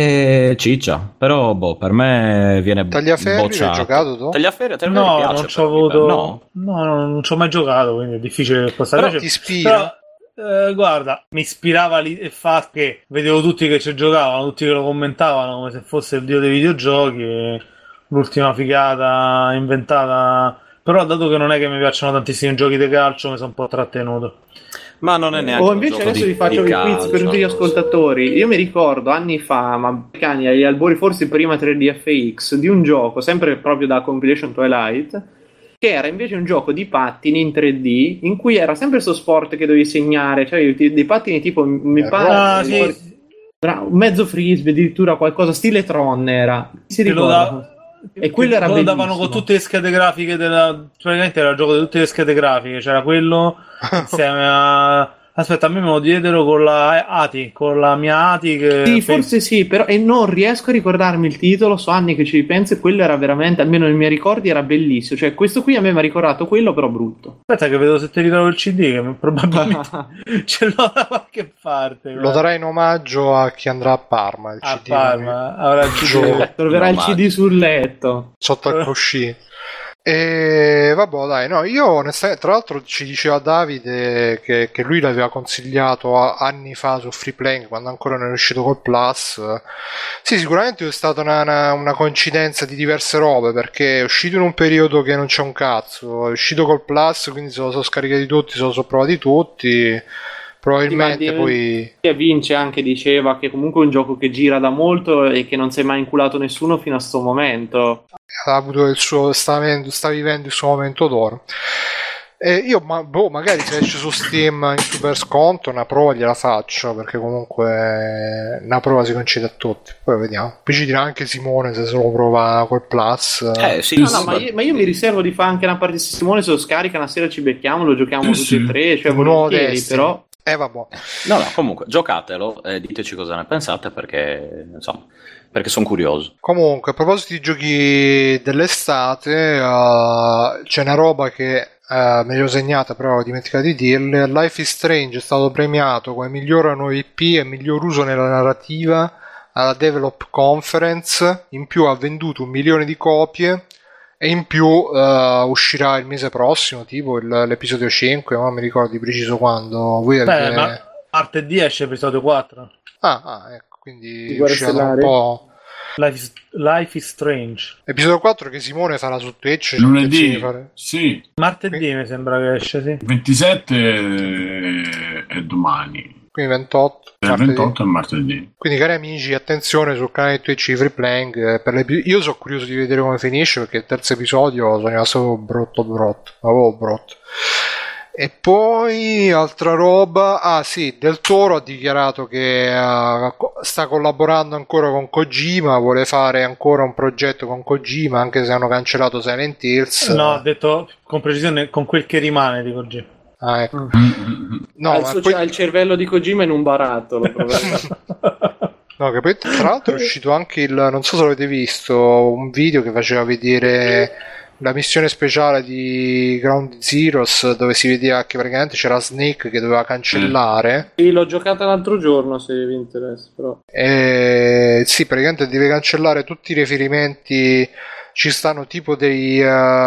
e ciccia, però boh, per me viene Tagliaferri, l'hai bocciato. giocato tu? Tagliaferri, te No, piace, non ci ho però, avuto. no? No, no, non ci ho mai giocato, quindi è difficile passare. Però ti ispira. Però, eh, guarda, mi ispirava lì il fatto che vedevo tutti che ci giocavano, tutti che lo commentavano come se fosse il dio dei videogiochi, e l'ultima figata inventata. Però dato che non è che mi piacciono tantissimi giochi di calcio, mi sono un po' trattenuto. Ma non è neanche O un invece gioco adesso di, vi faccio di il quiz calcio, per tutti gli ascoltatori. Io mi ricordo anni fa, ma cani agli albori forse prima tre D F X, di un gioco sempre proprio da Compilation Twilight, che era invece un gioco di pattini in tre D, in cui era sempre questo sport che dovevi segnare, cioè dei pattini tipo mi Eh, pare Ah, mi sì, ricordo- sì. Bra- mezzo frisbee, addirittura qualcosa stile Tron era. Si Te lo ricorda? da- E quello che era lo davano bellissimo. con tutte le schede grafiche della... praticamente era il gioco di tutte le schede grafiche, c'era quello insieme a... Aspetta, a me me lo diedero con la A T I, con la mia A T I che... Sì, forse sì, però e non riesco a ricordarmi il titolo, so anni che ci ripenso e quello era veramente, almeno nei miei ricordi, era bellissimo. Cioè, questo qui a me mi ha ricordato quello, però brutto. Aspetta che vedo se ti ritrovo il C D, che probabilmente ce l'ho da qualche parte. Lo guarda. darai in omaggio a chi andrà a Parma. Il A C D Parma, avrà il C D. Gio- Troverai No, il ma- C D sul letto. sotto al cuscino. E vabbè, dai, no, io onestamente, tra l'altro ci diceva Davide che, che lui l'aveva consigliato a- anni fa su Freeplaying, quando ancora non è uscito col Plus. Sì, sicuramente è stata una, una, una coincidenza di diverse robe, perché è uscito in un periodo che non c'è un cazzo, è uscito col Plus, quindi se lo sono scaricati tutti, se lo sono provati tutti. probabilmente sì, poi Vince anche diceva che comunque è un gioco che gira da molto e che non si è mai inculato nessuno fino a sto momento. Ha avuto il suo sta, sta vivendo il suo momento d'oro. E io ma, boh, magari se esce su Steam in super sconto una prova gliela faccio, perché comunque una prova si concede a tutti, poi vediamo. Poi ci dirà anche Simone se se lo prova col Plus. Eh sì, no, sì, no, ma, io, ma io mi riservo di fare anche una partita. Simone se lo scarica una sera ci becchiamo, lo giochiamo tutti sì. e tre, cioè No, volentieri, Destiny. però Eh vabbè. No, no, comunque giocatelo e diteci cosa ne pensate, perché insomma, perché sono curioso. Comunque, a proposito di giochi dell'estate, uh, c'è una roba che uh, me l'ho segnata, però ho dimenticato di dirle. Life is Strange è stato premiato come miglior nuovo I P e miglior uso nella narrativa alla Develop Conference. In più ha venduto un milione di copie e in più uh, uscirà il mese prossimo, tipo il, l'episodio cinque, non mi ricordo di preciso quando. Voi avete... Beh, ma martedì esce episodio quattro. Ah, ah, ecco, quindi Guerra uscirà Stellare. un po'. Life is, Life is Strange. Episodio quattro che Simone farà su Twitch. Lunedì, fare. sì. Martedì mi sembra che esce, sì. ventisette è domani. Quindi ventotto. Il ventotto è martedì. Quindi cari amici, attenzione sul canale Twitch di Free Playing. eh, Per le... Io sono curioso di vedere come finisce, perché il terzo episodio sono rimasto brutto brutto. Avevo brutto. E poi altra roba, ah sì, Del Toro ha dichiarato che uh, sta collaborando ancora con Kojima, vuole fare ancora un progetto con Kojima, anche se hanno cancellato Silent Hills. No, ha detto con precisione con quel che rimane di Kojima. Ah, ecco. Mm-hmm. No, ha il, ma suo- poi... ha il cervello di Kojima in un barattolo, probabilmente. No, che poi tra l'altro è uscito anche il, non so se l'avete visto, un video che faceva vedere la missione speciale di Ground Zeroes, dove si vedeva che praticamente c'era Snake che doveva cancellare. Sì, l'ho giocata l'altro giorno, se vi interessa, però. E sì, praticamente deve cancellare tutti i riferimenti. Ci stanno tipo dei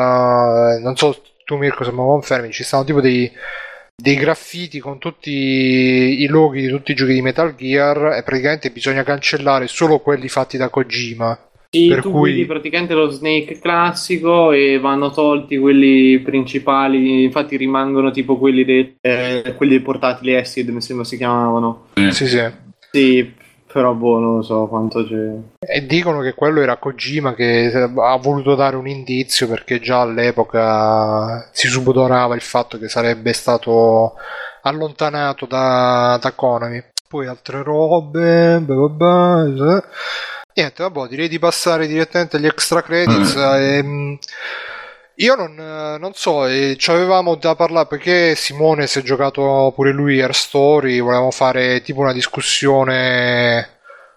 uh, non so tu Mirko se mi confermi, ci stanno tipo dei dei graffiti con tutti i loghi di tutti i giochi di Metal Gear e praticamente bisogna cancellare solo quelli fatti da Kojima. Sì, Per tu cui- guidi praticamente lo Snake classico e vanno tolti quelli principali, infatti rimangono tipo quelli dei, eh, quelli dei portatili Acid, mi sembra si chiamavano. Sì, sì. Sì, però boh, non lo so quanto c'è. E dicono che quello era Kojima che ha voluto dare un indizio, perché già all'epoca si subodorava il fatto che sarebbe stato allontanato da, da Konami. Poi altre robe, blah blah blah. Niente, vabbè, direi di passare direttamente agli extra credits. Mm. Ehm, io non, non so, eh, ci avevamo da parlare perché Simone si è giocato pure lui Air Story, volevamo fare tipo una discussione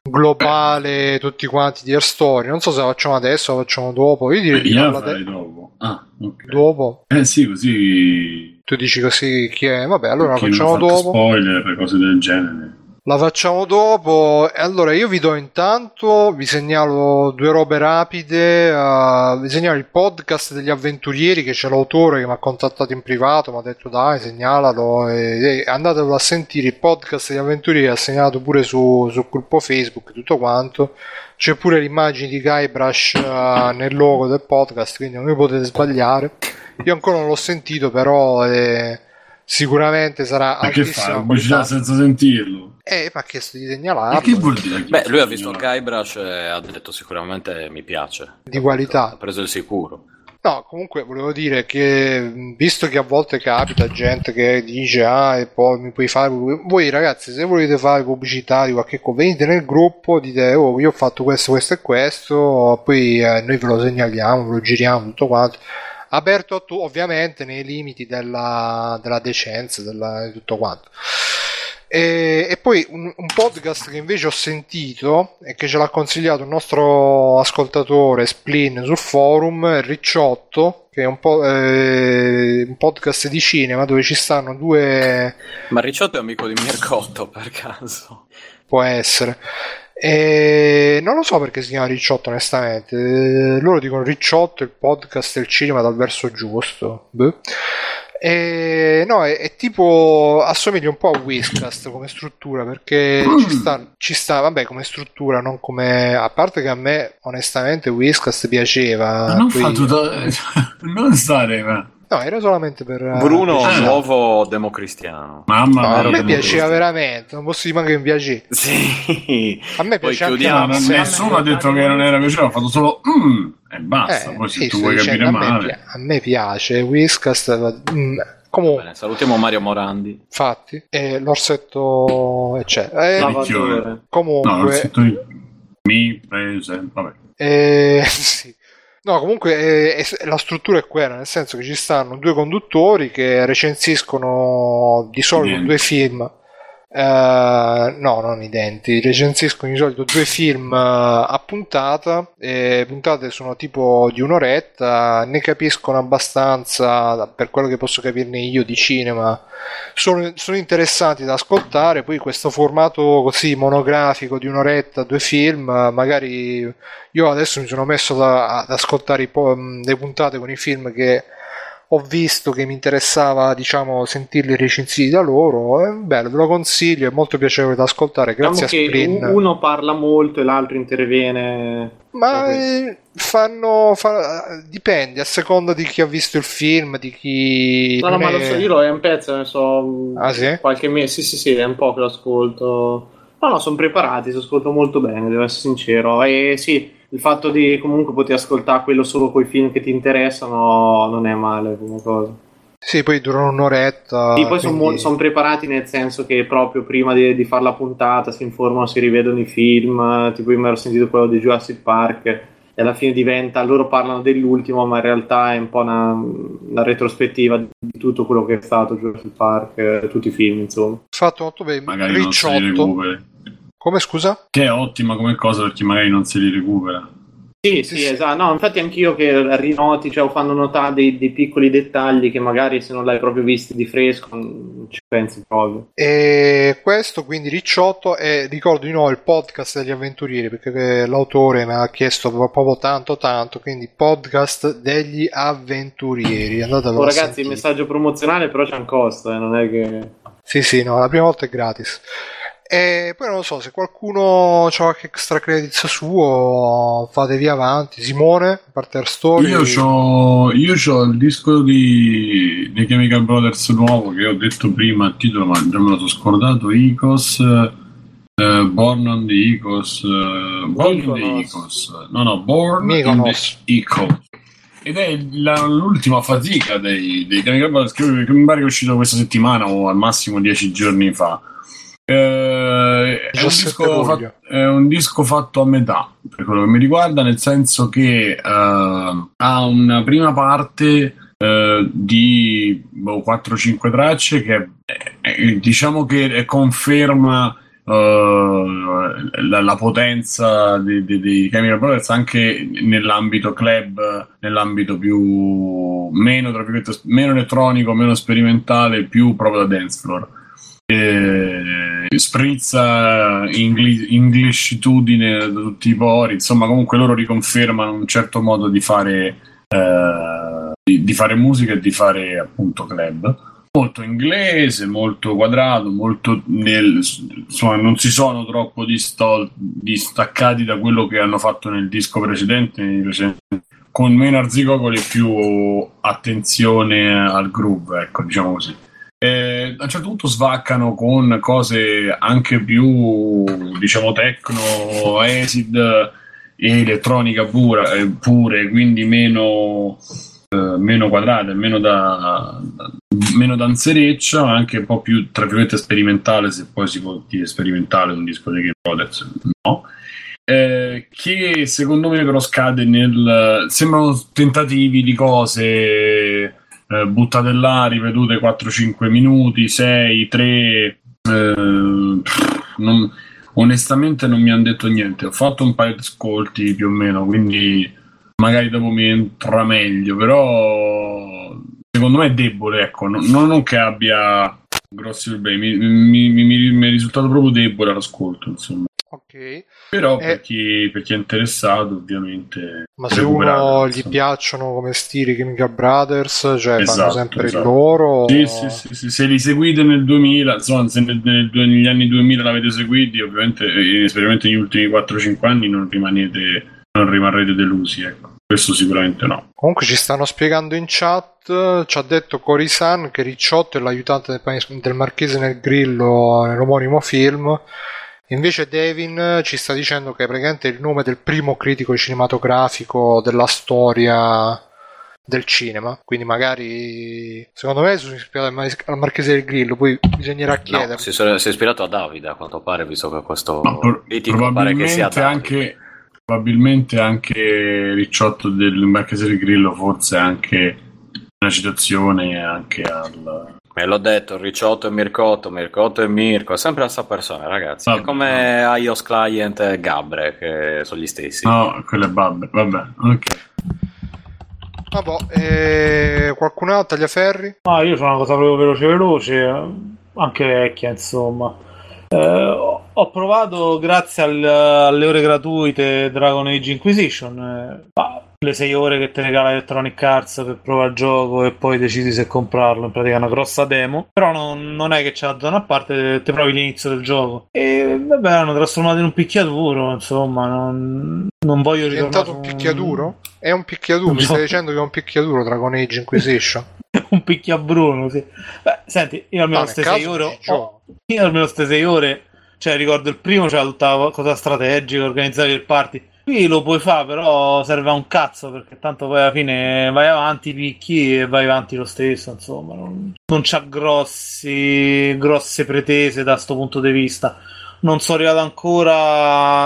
globale tutti quanti di Air Story. Non so se la facciamo adesso o la facciamo dopo. Io direi di Io la farla farei de- dopo. Ah, ok. dopo. Eh sì, così Tu dici così chi è? Vabbè, allora la chi non facciamo ha fatto dopo. spoiler, cose del genere. La facciamo dopo. E allora io vi do intanto, vi segnalo due robe rapide. Uh, vi segnalo il podcast degli avventurieri, che c'è l'autore che mi ha contattato in privato, mi ha detto dai segnalalo e, e andatelo a sentire. Il podcast degli avventurieri ha segnalato pure su, sul gruppo Facebook tutto quanto. C'è pure l'immagine di Guybrush uh, nel logo del podcast, quindi non vi potete sbagliare. Io ancora non l'ho sentito, però eh, sicuramente sarà Ma che altissima fa? Pubblicità qualità. senza sentirlo? Eh, mi ha chiesto di Ma segnalarlo. che vuol dire? Beh, lui ha visto il Guybrush e ha detto sicuramente mi piace. Di qualità. Ha preso il sicuro. No, comunque volevo dire che visto che a volte capita gente che dice ah e poi mi puoi fare, voi ragazzi se volete fare pubblicità di qualche cosa venite nel gruppo, dite oh io ho fatto questo, questo e questo, poi eh, noi ve lo segnaliamo, ve lo giriamo tutto quanto, aperto a tu ovviamente nei limiti della, della decenza, della, di tutto quanto. E, e poi un, un podcast che invece ho sentito e che ce l'ha consigliato il nostro ascoltatore Splin sul forum, è Ricciotto, che è un, po', eh, un podcast di cinema dove ci stanno due... Ma Ricciotto è amico di Mircotto, per caso? Può essere. E non lo so perché si chiama Ricciotto onestamente. Eh, loro dicono Ricciotto, il podcast del cinema dal verso giusto. Beh. E no, è, è tipo assomiglia un po' a Whiscast come struttura, perché ci sta, ci sta, vabbè, come struttura, non come, a parte che a me onestamente Whiscast piaceva. Ma non poi... fa tutto. Non stare, ma. No, era solamente per... Bruno, uh, nuovo democristiano. Mamma no, mia. a me piaceva veramente, non posso dire manco che mi piace. Sì. A me Poi piace anche chiudiamo. No, non- Max. nessuno ha detto che non era piacevole, ha fatto solo mm, e basta. Eh, Poi se sì, tu sto vuoi dicendo, capire a me, male. pi- a me piace Whiscast, mm, comunque, Bene, salutiamo Mario Morandi. infatti, e l'orsetto eccetera. Eh, Lavatore. comunque, No, non sento io. Mi prese. Vabbè. eh, sì. No, comunque eh, è- la struttura è quella, nel senso che ci stanno due conduttori che recensiscono di solito Niente. due film. Eh, no, non identi, recensiscono di solito due film eh, a puntata, e puntate sono tipo di un'oretta, ne capiscono abbastanza per quello che posso capirne io di cinema, sono, sono interessanti da ascoltare. Poi questo formato così monografico di un'oretta, due film, eh, magari io adesso mi sono messo da- ad ascoltare i po- mh, le puntate con i film che ho visto, che mi interessava, diciamo, sentirli recensiti da loro. È bello, ve lo consiglio, è molto piacevole da ascoltare. Grazie Diciamo a che Sprin. u- uno parla molto e l'altro interviene. Ma Ok. eh, fanno, fa- dipende a seconda di chi ha visto il film, di chi. No, no, non ma è- lo so, io lo è un pezzo, ne so, Ah, sì? qualche mese, sì, sì, sì, è un po' che lo ascolto. No, no, sono preparati, si ascolta molto bene, devo essere sincero. E sì, il fatto di comunque poter ascoltare quello solo con i film che ti interessano non è male come cosa. Sì, poi durano un'oretta. Sì, poi sono quindi- preparati nel senso che proprio prima di, di fare la puntata si informano, si rivedono i film, tipo io mi ero sentito quello di Jurassic Park e alla fine diventa, loro parlano dell'ultimo ma in realtà è un po' una, una retrospettiva di tutto quello che è stato Jurassic Park, eh, tutti i film insomma. Fatto molto bene. Magari non se li Ricciotto. recuperi. Come scusa? Che è ottima come cosa perché magari non se li recupera. Sì, Sì, sì, sì. esatto. No, infatti anch'io che rinoti, cioè, o fanno notare dei, dei piccoli dettagli che magari se non l'hai proprio visti di fresco non ci pensi proprio. E questo quindi Ricciotto, e ricordo di nuovo il podcast degli avventurieri, perché l'autore mi ha chiesto proprio tanto tanto, quindi podcast degli avventurieri, andatevelo Oh, a ragazzi, il sentire. messaggio promozionale però c'è un costo, eh, non è che... Sì, sì, no, la prima volta è gratis. E poi non lo so, se qualcuno ha qualche extra credits suo, fatevi avanti. Simone, a parte Air Story. Io c'ho, io c'ho il disco di, dei Chemical Brothers nuovo che ho detto prima il titolo, ma già me lo sono scordato. Icos, eh, Born on the Icos, eh, Born in the Mykonos. Icos, no, no, Born Mykonos. in the Icos. Ed è la- l'ultima fatica dei, dei Chemical Brothers che, che mi pare che è uscito questa settimana o al massimo dieci giorni fa. Eh, è, un diciassette disco luglio. fatto, è un disco fatto a metà per quello che mi riguarda, nel senso che eh, ha una prima parte eh, di boh, quattro cinque tracce che è- è- diciamo che conferma eh, la, la potenza dei, dei, dei Chemical Brothers anche nell'ambito club, nell'ambito più meno, tra virgolette, meno elettronico, meno sperimentale, più proprio da dance floor. Eh, sprizza ingli- inglishitudine da tutti i pori, insomma comunque loro riconfermano un certo modo di fare eh, di, di fare musica e di fare appunto club molto inglese, molto quadrato, molto nel, insomma non si sono troppo distol- distaccati da quello che hanno fatto nel disco precedente, nei precedenti, con meno arzigogoli e più attenzione al groove, ecco, diciamo così. Eh, a un certo punto svaccano con cose anche più diciamo techno, acid e elettronica pura, eh, pure, quindi meno, eh, meno quadrate, meno da, da meno danzereccia, ma anche un po' più tra virgolette sperimentale, se poi si può dire sperimentale un disco di Game Brothers, no. Eh, che secondo me però scade nel sembrano tentativi di cose Eh, buttate là, ripetute quattro cinque minuti, sei, tre, eh, non, onestamente non mi hanno detto niente. Ho fatto un paio di ascolti più o meno, quindi magari dopo mi entra meglio, però secondo me è debole, ecco, non, non che abbia grossi problemi, mi, mi, mi, mi è risultato proprio debole l'ascolto, insomma. Ok. Però Eh. per, chi, per chi è interessato, ovviamente. Ma se recuperate, uno gli insomma. piacciono come stili Chemical Brothers, cioè fanno Esatto, sempre esatto. il loro. Sì, sì, sì, sì, se li seguite nel duemila, insomma, se nel- nel- negli anni duemila l'avete seguiti, ovviamente, eh, specialmente negli ultimi quattro cinque anni, non rimanete, non rimarrete delusi, ecco. Questo sicuramente no. Comunque ci stanno spiegando in chat chat ci ha detto Cori-san che Ricciotto è l'aiutante del, del Marchese nel Grillo nell'omonimo film. Invece Devin ci sta dicendo che praticamente è il nome del primo critico cinematografico della storia del cinema, quindi magari secondo me sono ispirato al Marchese del Grillo, poi bisognerà chiedere. No, si, si è ispirato a Davide a quanto pare, visto che questo pro- critico pare che sia anche, probabilmente anche Ricciotto del Marchese del Grillo forse anche una citazione anche al... Me l'ho detto, Ricciotto e Mircotto, Mircotto e Mirko, è sempre la stessa persona, ragazzi. Ah, è come no. iOS Client e Gabre, che sono gli stessi. No, quello è Babbe, vabbè, ok. Vabbè, eh, qualcun altro Tagliaferri? Ah, io sono una cosa proprio veloce veloce, anche vecchia, insomma. Eh, ho provato, grazie al, alle ore gratuite, Dragon Age Inquisition. Eh, ah, le sei ore che te regala Electronic Arts per provare il gioco e poi decidi se comprarlo, in pratica è una grossa demo, però non, non è che c'è la zona a parte, te provi l'inizio del gioco e vabbè, hanno trasformato in un picchiaduro, insomma, non, non voglio ritornare. È diventato un picchiaduro? È un picchiaduro, mi stai dicendo che è un picchiaduro Dragon Age Inquisition? Un picchiabruno, sì. Beh, senti, io almeno queste sei ore ho, io almeno queste sei ore, cioè ricordo il primo c'era tutta la cosa strategica, organizzare il party. Qui lo puoi fare, però serve a un cazzo, perché tanto poi alla fine vai avanti, picchi e vai avanti lo stesso, insomma, non, non c'ha grossi, grosse pretese da sto punto di vista. Non sono arrivato ancora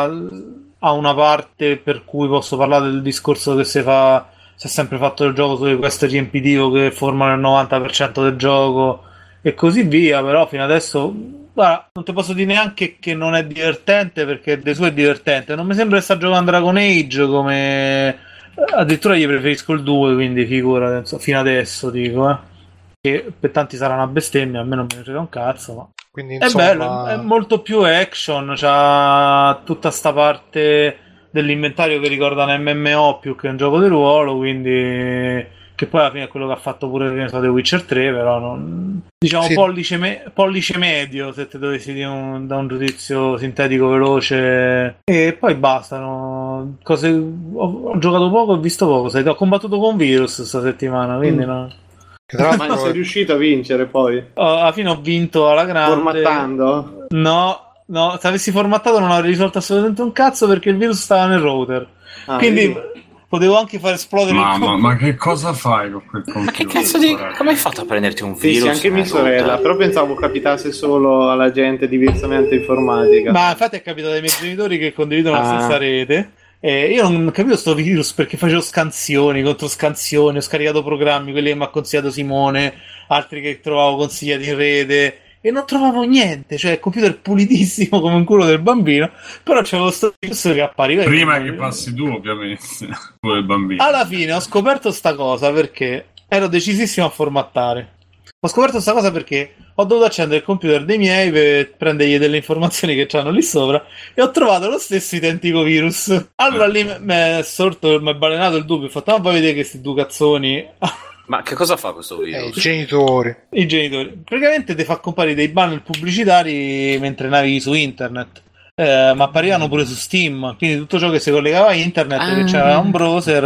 a una parte per cui posso parlare del discorso che si fa, si è sempre fatto il gioco sulle quest riempitivo che formano il novanta per cento del gioco e così via, però fino adesso... Guarda, non ti posso dire neanche che non è divertente, perché de suo è divertente. Non mi sembra che sta giocando Dragon Age, come addirittura gli preferisco il due, quindi figurati, fino adesso dico, eh. Che per tanti sarà una bestemmia, a me non me ne frega un cazzo, ma quindi, è insomma... bello, è molto più action, c'ha tutta sta parte dell'inventario che ricorda un M M O più che un gioco di ruolo, quindi... che poi alla fine è quello che ha fatto pure The Witcher tre, però non... diciamo sì. pollice, me... pollice medio, se te dovessi dire un... da un giudizio sintetico veloce, e poi bastano cose. Ho, ho giocato poco, ho visto poco, sai, ho combattuto con virus questa settimana, quindi mm. no. Ma non sei riuscito a vincere poi? Oh, alla fine ho vinto alla grande. Formattando? No, no, se avessi formattato non avrei risolto assolutamente un cazzo, perché il virus stava nel router, ah, quindi vedi? Potevo anche far esplodere ma, il ma, ma che cosa fai con quel computer? Ma che cazzo di... come hai fatto a prenderti un virus? Sì, sì, anche mia sorella, però pensavo capitasse solo alla gente diversamente informatica. Ma infatti è capitato ai miei genitori che condividono ah. la stessa rete. E io non capivo sto virus perché facevo scansioni contro scansioni, ho scaricato programmi, quelli che mi ha consigliato Simone, altri che trovavo consigliati in rete, e non trovavo niente, cioè il computer pulitissimo come un culo del bambino, però c'avevo sto virus che appariva. Prima che passi tu, ovviamente, quello del bambino. Alla fine ho scoperto sta cosa perché ero decisissimo a formattare. Ho scoperto sta cosa perché ho dovuto accendere il computer dei miei per prendergli delle informazioni che c'hanno lì sopra e ho trovato lo stesso identico virus. Allora lì mi è sorto, mi è balenato il dubbio, ho fatto, ma poi vedere che questi due cazzoni... Ma che cosa fa questo virus? Eh, I genitori. I genitori. Praticamente ti fa comparire dei banner pubblicitari mentre navighi su internet. Eh, ma apparivano pure su Steam. Quindi tutto ciò che si collegava a internet, ah. che c'era un browser,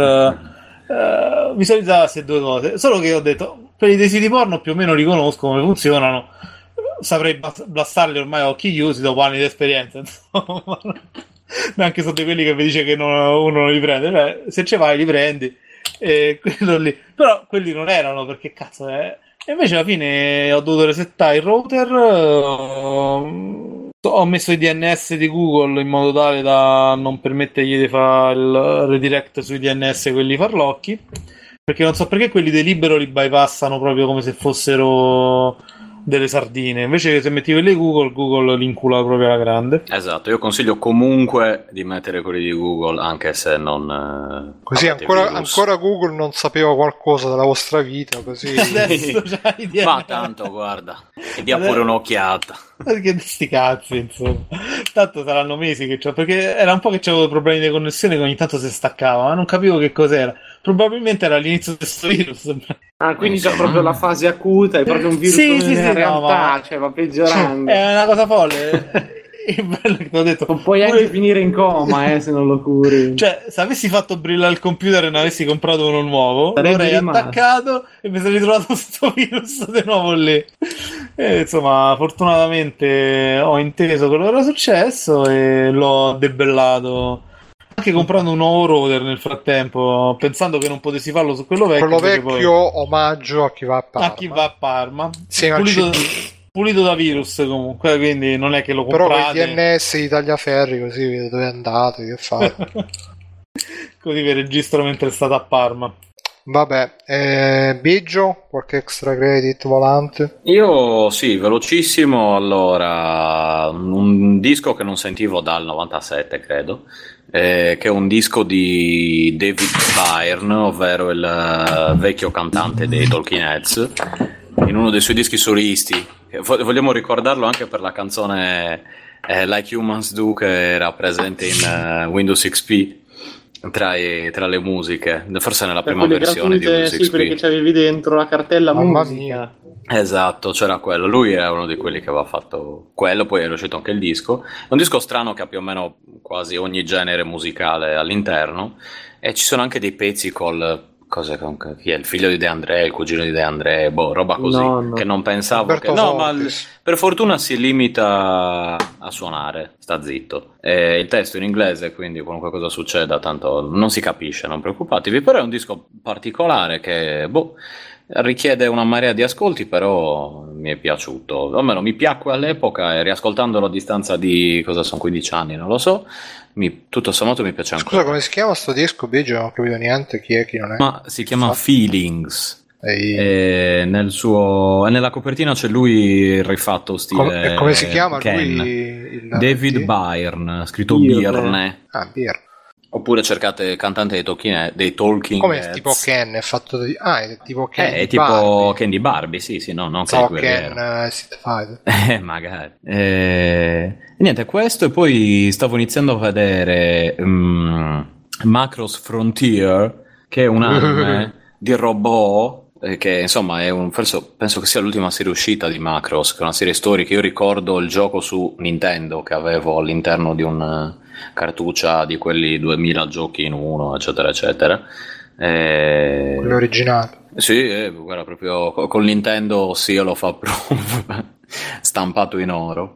eh, visualizzava queste due cose. Solo che ho detto, per i dei siti porno più o meno riconosco come funzionano. Saprei blastarli ormai a occhi chiusi dopo anni di esperienza. Insomma. Neanche sono di quelli che vi dice che non, uno non li prende. Beh, se ci vai li prendi. E quello lì. Però quelli non erano, perché cazzo è. E invece alla fine ho dovuto resettare il router, ho, ho messo i D N S di Google in modo tale da non permettergli di fare il redirect sui D N S quelli farlocchi, perché non so perché quelli di Libero li bypassano proprio come se fossero delle sardine, invece che se metti quelli di Google, Google li incula proprio alla grande. Esatto, io consiglio comunque di mettere quelli di Google, anche se non eh, così ancora, ancora Google non sapeva qualcosa della vostra vita, così adesso c'hai di ma tanto guarda, e dia pure un'occhiata, perché sti cazzi, insomma, tanto saranno mesi che c'ho, perché era un po' che c'avevo problemi di connessione che ogni tanto si staccava, ma non capivo che cos'era. Probabilmente era l'inizio di questo virus. Ah, quindi c'è proprio la fase acuta, è proprio un virus sì, sì, in sì, realtà, no, ma... cioè va peggiorando. È una cosa folle. il bello che ti ho detto, non puoi anche finire in coma eh, se non lo curi. Cioè, se avessi fatto brillare il computer e ne avessi comprato uno nuovo, Sarebbe l'avrei rimasto. attaccato e mi sarei trovato questo virus di nuovo lì. E, insomma, fortunatamente ho inteso quello che era successo e l'ho debellato. Anche comprando un nuovo router nel frattempo, pensando che non potessi farlo su quello vecchio. Quello vecchio poi... omaggio a chi va a Parma. A chi va a Parma. Sì, pulito, c- pulito da virus comunque, quindi non è che lo però comprate. con i D N S di tagliaferri, così vedete dove andate, che fate. Così vi registro mentre state a Parma. Vabbè, eh, Biggio, qualche extra credit volante? Io sì, velocissimo. Allora, un disco che non sentivo dal novantasette, credo, eh, che è un disco di David Byrne, ovvero il uh, vecchio cantante dei Talking Heads, in uno dei suoi dischi solisti. Vogliamo ricordarlo anche per la canzone eh, Like Humans Do, che era presente in uh, Windows X P. Tra, i, tra le musiche, forse nella per prima versione di Windows sì, X P. quelle che c'avevi dentro la cartella Mamma musica. mia. Esatto, c'era quello. Lui era uno di quelli che aveva fatto quello, poi era uscito anche il disco. È un disco strano che ha più o meno quasi ogni genere musicale all'interno, e ci sono anche dei pezzi col cosa, chi è il figlio di De André, il cugino di De André, boh, roba così, no, no. che non pensavo Alberto che... No, ma Fortis. per fortuna si limita a suonare, sta zitto. E il testo in inglese, quindi qualunque cosa succeda, tanto non si capisce, non preoccupatevi. Però è un disco particolare che, boh, richiede una marea di ascolti, però mi è piaciuto. O almeno mi piacque all'epoca, e riascoltandolo a distanza di, cosa sono, quindici anni, non lo so, mi, tutto sommato mi piace ancora. Scusa, come si chiama sto disco, Biggio? Non ho capito niente, chi è, chi non è? Ma si chiama Feelings. Ehi. E nel suo, e nella copertina c'è lui rifatto stile come, come si chiama Ken. lui? Il, David sì? Byrne, scritto Byrne. Byrne. Ah, Beer. Oppure cercate cantante dei Talking, dei talking Come Heads. tipo Ken, è fatto di... Ah, è tipo Ken Eh, è di tipo Barbie. Ken di Barbie, sì, sì, no, non So Ken Ken Guerriero. uh, Street Fighter. Eh, magari. Eh, niente, questo, e poi stavo iniziando a vedere um, Macross Frontier, che è un anime di robot, eh, che insomma è un, penso, penso che sia l'ultima serie uscita di Macross, che è una serie storica. Io ricordo il gioco su Nintendo che avevo all'interno di un cartuccia di quelli duemila giochi in uno, eccetera eccetera. Eh, Quello originale. sì, eh, guarda, proprio col Nintendo Seal of Approve stampato in oro.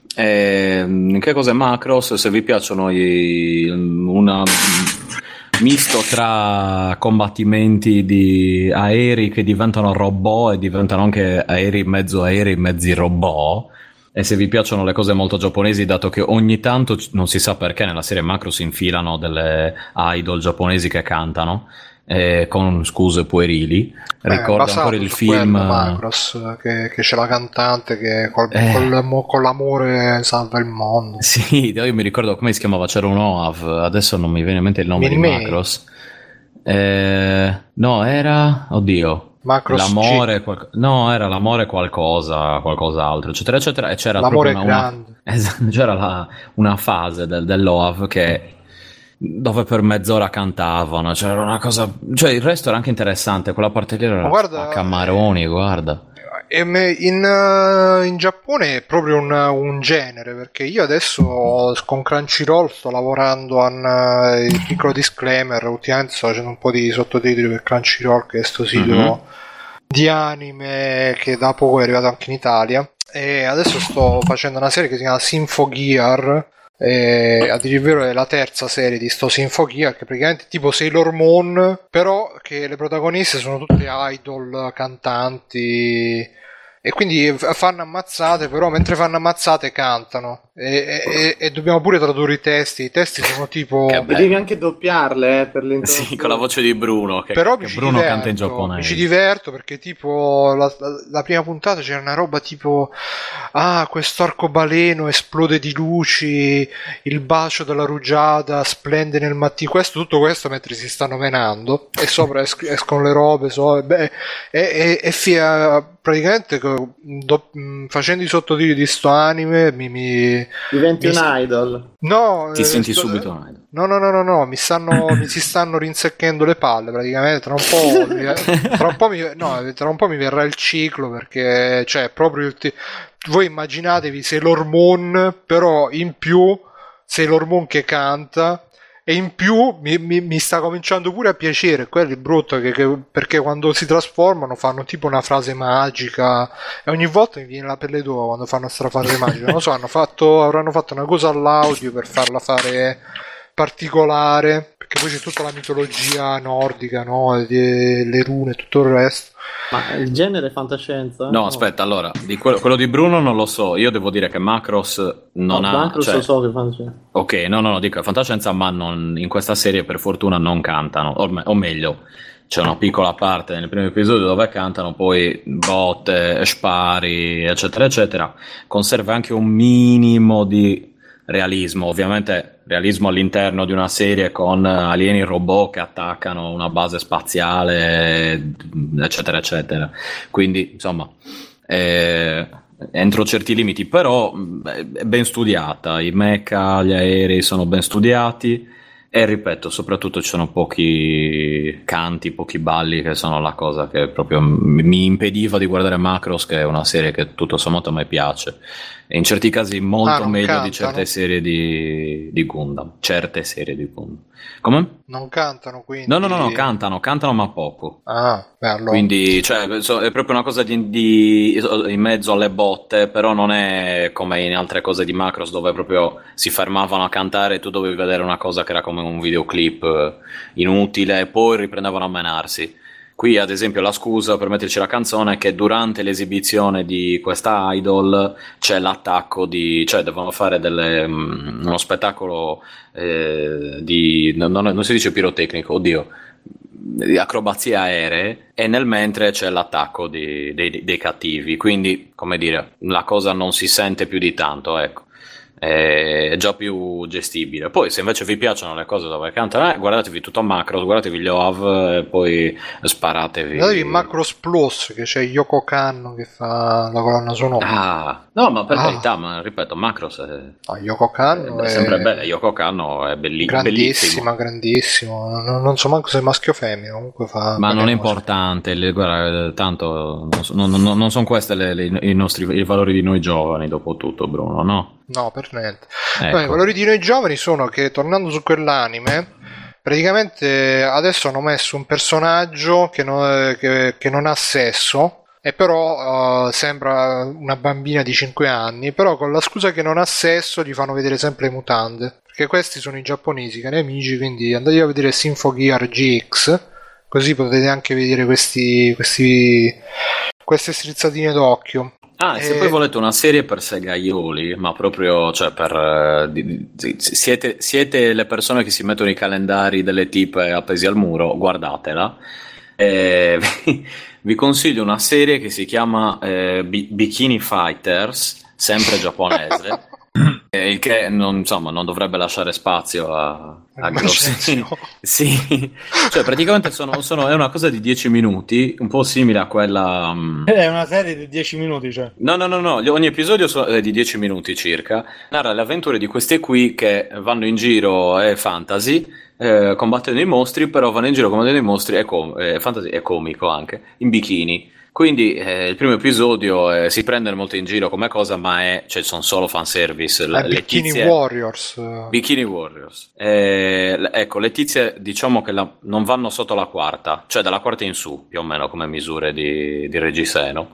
Eh, che cos'è Macross? Se vi piacciono i, una misto tra combattimenti di aerei che diventano robot e diventano anche aerei mezzo aerei mezzi robot. E se vi piacciono le cose molto giapponesi, dato che ogni tanto, non si sa perché, nella serie Macross si infilano delle idol giapponesi che cantano, eh, con scuse puerili. Ricordo eh, ancora il su film quello, Macross, che, che c'è la cantante che col, Eh. col, con l'amore salva il mondo. Sì, io mi ricordo come si chiamava, c'era un O A V, adesso non mi viene in mente il nome Minimay. di Macross. Eh, no, era, oddio, Macross l'amore, qual- no, era l'amore qualcosa, qualcos'altro, eccetera, eccetera, e c'era L'amore proprio una, una- grande. esatto, c'era la- una fase del, dell'O A V che dove per mezz'ora cantavano, c'era una cosa, cioè il resto era anche interessante, quella parte lì era Ma guarda, a Camaroni, guarda. E me- In, uh, in Giappone è proprio un, un genere, perché io adesso con Crunchyroll sto lavorando a un uh, piccolo disclaimer, ultimamente sto facendo un po' di sottotitoli per Crunchyroll, che è sto sito Mhm. di anime che da poco è arrivato anche in Italia, e adesso sto facendo una serie che si chiama Symphogear, e a dire il vero è la terza serie di sto Symphogear, che praticamente è tipo Sailor Moon, però che le protagoniste sono tutte idol, cantanti, e quindi fanno ammazzate, però mentre fanno ammazzate cantano, e, e, e dobbiamo pure tradurre i testi. I testi sono tipo Che E bello. devi anche doppiarle eh, per l'introduzione. Sì, con la voce di Bruno, che, però che mi ci Bruno diverto, canta in mi ci giapponese. diverto perché tipo la, la, la prima puntata c'era una roba tipo ah, questo arcobaleno esplode di luci, il bacio della rugiada splende nel mattino, questo, tutto questo mentre si stanno menando, e sopra es- escono le robe, so, beh, e, e, e fia, praticamente co- do- mh, facendo i sottotitoli di sto anime mi, mi, Diventi mi un sta... idol. No, ti eh, senti sto... subito un idol. No, no, no, no, no, mi stanno mi si stanno rinsecchendo le palle praticamente. Tra un po', mi... tra un po' mi... no, tra un po' mi verrà il ciclo, perché cioè proprio il t... voi immaginatevi Sailor Moon, però in più Sailor Moon che canta. E in più mi, mi, mi sta cominciando pure a piacere, quello è brutto, che, che, perché quando si trasformano fanno tipo una frase magica e ogni volta mi viene la pelle d'uovo quando fanno questa frase magica. Non lo so, hanno fatto, avranno fatto una cosa all'audio per farla fare particolare, perché poi c'è tutta la mitologia nordica, no? Le, le rune e tutto il resto. Ma il genere è fantascienza? No, aspetta, allora, di quello, quello di Bruno non lo so. Io devo dire che Macross non no, ha... Macross cioè... lo so che fantascienza. Ok, no, no, no, dico è fantascienza, ma non, in questa serie per fortuna non cantano, o, me- o meglio, c'è una piccola parte nel primo episodio dove cantano, poi botte, spari, eccetera, eccetera. Conserva anche un minimo di realismo, ovviamente realismo all'interno di una serie con alieni robot che attaccano una base spaziale, eccetera, eccetera. Quindi, insomma, eh, entro certi limiti, però è ben studiata, i mecha, gli aerei sono ben studiati e ripeto, soprattutto ci sono pochi canti, pochi balli, che sono la cosa che proprio mi impediva di guardare Macross, che è una serie che tutto sommato a me piace, e in certi casi molto ah, meglio cantano. di certe serie di, di Gundam, certe serie di Gundam. Come? Non cantano, quindi? No, no, no, no, cantano, cantano ma poco. Ah, beh, allora. Quindi, cioè, è proprio una cosa di, di in mezzo alle botte, però non è come in altre cose di Macross dove proprio si fermavano a cantare e tu dovevi vedere una cosa che era come un videoclip inutile e poi riprendevano a menarsi. Qui, ad esempio, la scusa per metterci la canzone è che durante l'esibizione di questa idol c'è l'attacco di... cioè devono fare delle, um, uno spettacolo eh, di... Non, non si dice pirotecnico, oddio, di acrobazie aeree, e nel mentre c'è l'attacco di, dei, dei cattivi, quindi, come dire, la cosa non si sente più di tanto, ecco. È già più gestibile. Poi se invece vi piacciono le cose dove cantano, eh, guardatevi tutto a Macross, guardatevi gli O A V e poi sparatevi. Guardatevi Macross Plus, che c'è Yoko Kanno che fa la colonna sonora. Ah, no, ma per ah. carità, ma ripeto, Macross è, ah, Yoko Kanno è, è sempre bella. Yoko Kanno è belli- grandissima, bellissimo. grandissimo. Non, non so manco se è maschio o femmina, comunque fa. Ma non è importante, le, guarda, tanto non, non, non sono questi i nostri i valori di noi giovani, dopo tutto, Bruno, no? No, per niente. Ecco. No, i valori di noi giovani sono che, tornando su quell'anime, praticamente adesso hanno messo un personaggio che non, che, che non ha sesso, e però uh, sembra una bambina di cinque anni, però con la scusa che non ha sesso gli fanno vedere sempre le mutande, perché questi sono i giapponesi, cari amici, quindi andate a vedere Symphogear G X, così potete anche vedere questi, questi queste strizzatine d'occhio. Ah, e se poi volete una serie per segaioli, ma proprio, cioè per uh, di, di, siete, siete le persone che si mettono i calendari delle tipe appesi al muro, guardatela. Eh, vi, vi consiglio una serie che si chiama eh, B- Bikini Fighters, sempre giapponese, eh, il che non, insomma, non dovrebbe lasciare spazio a, a grossi. Sì, cioè praticamente sono, sono, è una cosa di dieci minuti, un po' simile a quella. Um... È una serie di dieci minuti, cioè. No, no, no, no, ogni episodio è di dieci minuti circa. Narra le avventure di questi qui che vanno in giro, è fantasy, eh, combattono i mostri, però vanno in giro combattendo i mostri, è, com- è fantasy, è comico anche, in bikini. Quindi eh, il primo episodio eh, si prende molto in giro come cosa, ma è, cioè, sono solo fanservice. Ah, le Bikini tizie, Warriors. Bikini Warriors. Eh, ecco, le tizie diciamo che la, non vanno sotto la quarta, cioè dalla quarta in su, più o meno come misure di, di reggiseno.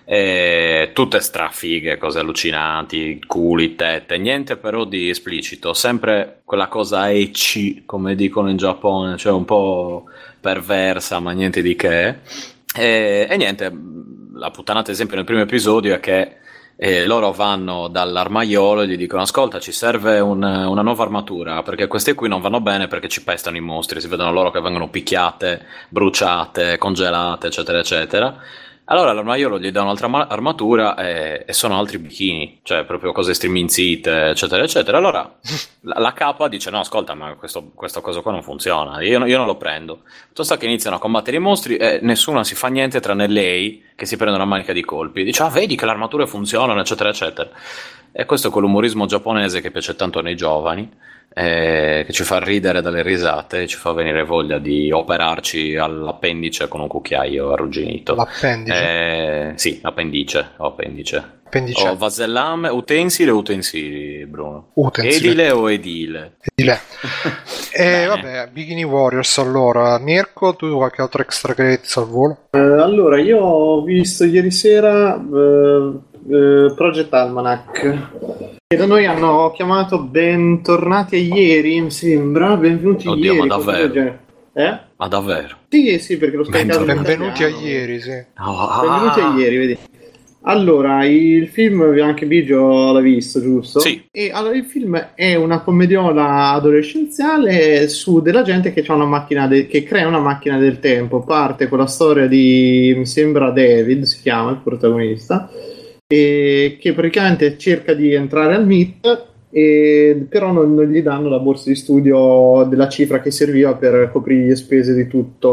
Eh, tutte strafighe, cose allucinanti, culi, tette, niente però di esplicito, sempre quella cosa ecchi, come dicono in Giappone, cioè un po' perversa, ma niente di che. E, e niente, la puttanata ad esempio nel primo episodio è che eh, loro vanno dall'armaiolo e gli dicono: ascolta, ci serve un, una nuova armatura, perché queste qui non vanno bene perché ci pestano i mostri, si vedono loro che vengono picchiate, bruciate, congelate, eccetera eccetera. Allora l'armaiolo gli dà un'altra ma- armatura e, e sono altri bikini, cioè proprio cose striminzite, eccetera, eccetera. Allora la, la capa dice: no, ascolta, ma questo, questa cosa qua non funziona, io, io non lo prendo. Tutto sta che iniziano a combattere i mostri e nessuna si fa niente tranne lei, che si prende una manica di colpi. Dice: ah, vedi che le armature funzionano, eccetera, eccetera. E questo è quell'umorismo giapponese che piace tanto nei giovani, eh, che ci fa ridere dalle risate, ci fa venire voglia di operarci all'appendice con un cucchiaio arrugginito. L'appendice? Eh, sì, appendice o appendice. Appendice. O vasellame, utensile o utensili, Bruno? Utensile. Edile o edile? Edile. E vabbè, Bikini Warriors. Allora, Mirko, tu qualche altro extra credits al volo? Eh, allora, io ho visto ieri sera eh, eh, Project Almanac, che da noi hanno chiamato Bentornati a ieri, mi sembra. Benvenuti Oddio, ieri. ma davvero? Eh? Ma davvero? Sì, sì, perché lo scaricato in Benvenuti a italiano. ieri, sì. Oh, Benvenuti a ieri, vedi. Allora, il film anche Biggio l'ha visto, giusto? Sì. E allora il film è una commediola adolescenziale su della gente che, c'ha una macchina de- che crea una macchina del tempo. Parte con la storia di, mi sembra David, si chiama il protagonista, e che praticamente cerca di entrare al M I T, e però non, non gli danno la borsa di studio della cifra che serviva per coprire le spese di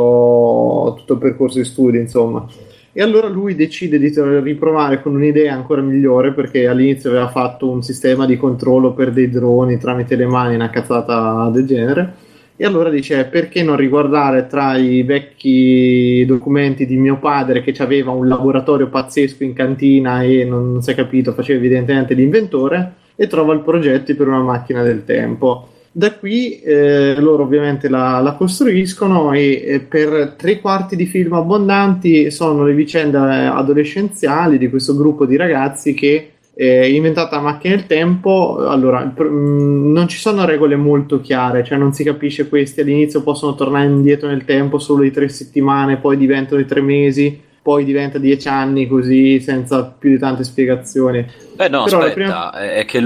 tutto, tutto il percorso di studio, insomma. E allora lui decide di riprovare con un'idea ancora migliore, perché all'inizio aveva fatto un sistema di controllo per dei droni tramite le mani, una cazzata del genere, e allora dice: perché non riguardare tra i vecchi documenti di mio padre, che aveva un laboratorio pazzesco in cantina e non, non si è capito, faceva evidentemente l'inventore, e trova il progetto per una macchina del tempo. Da qui eh, loro ovviamente la, la costruiscono, e eh, per tre quarti di film abbondanti sono le vicende adolescenziali di questo gruppo di ragazzi che è inventata la macchina del tempo. Allora, pr- mh, non ci sono regole molto chiare, cioè non si capisce, questi all'inizio possono tornare indietro nel tempo solo di tre settimane, poi diventano di tre mesi, poi diventa dieci anni, così senza più di tante spiegazioni. Beh no, Però aspetta, prima... è che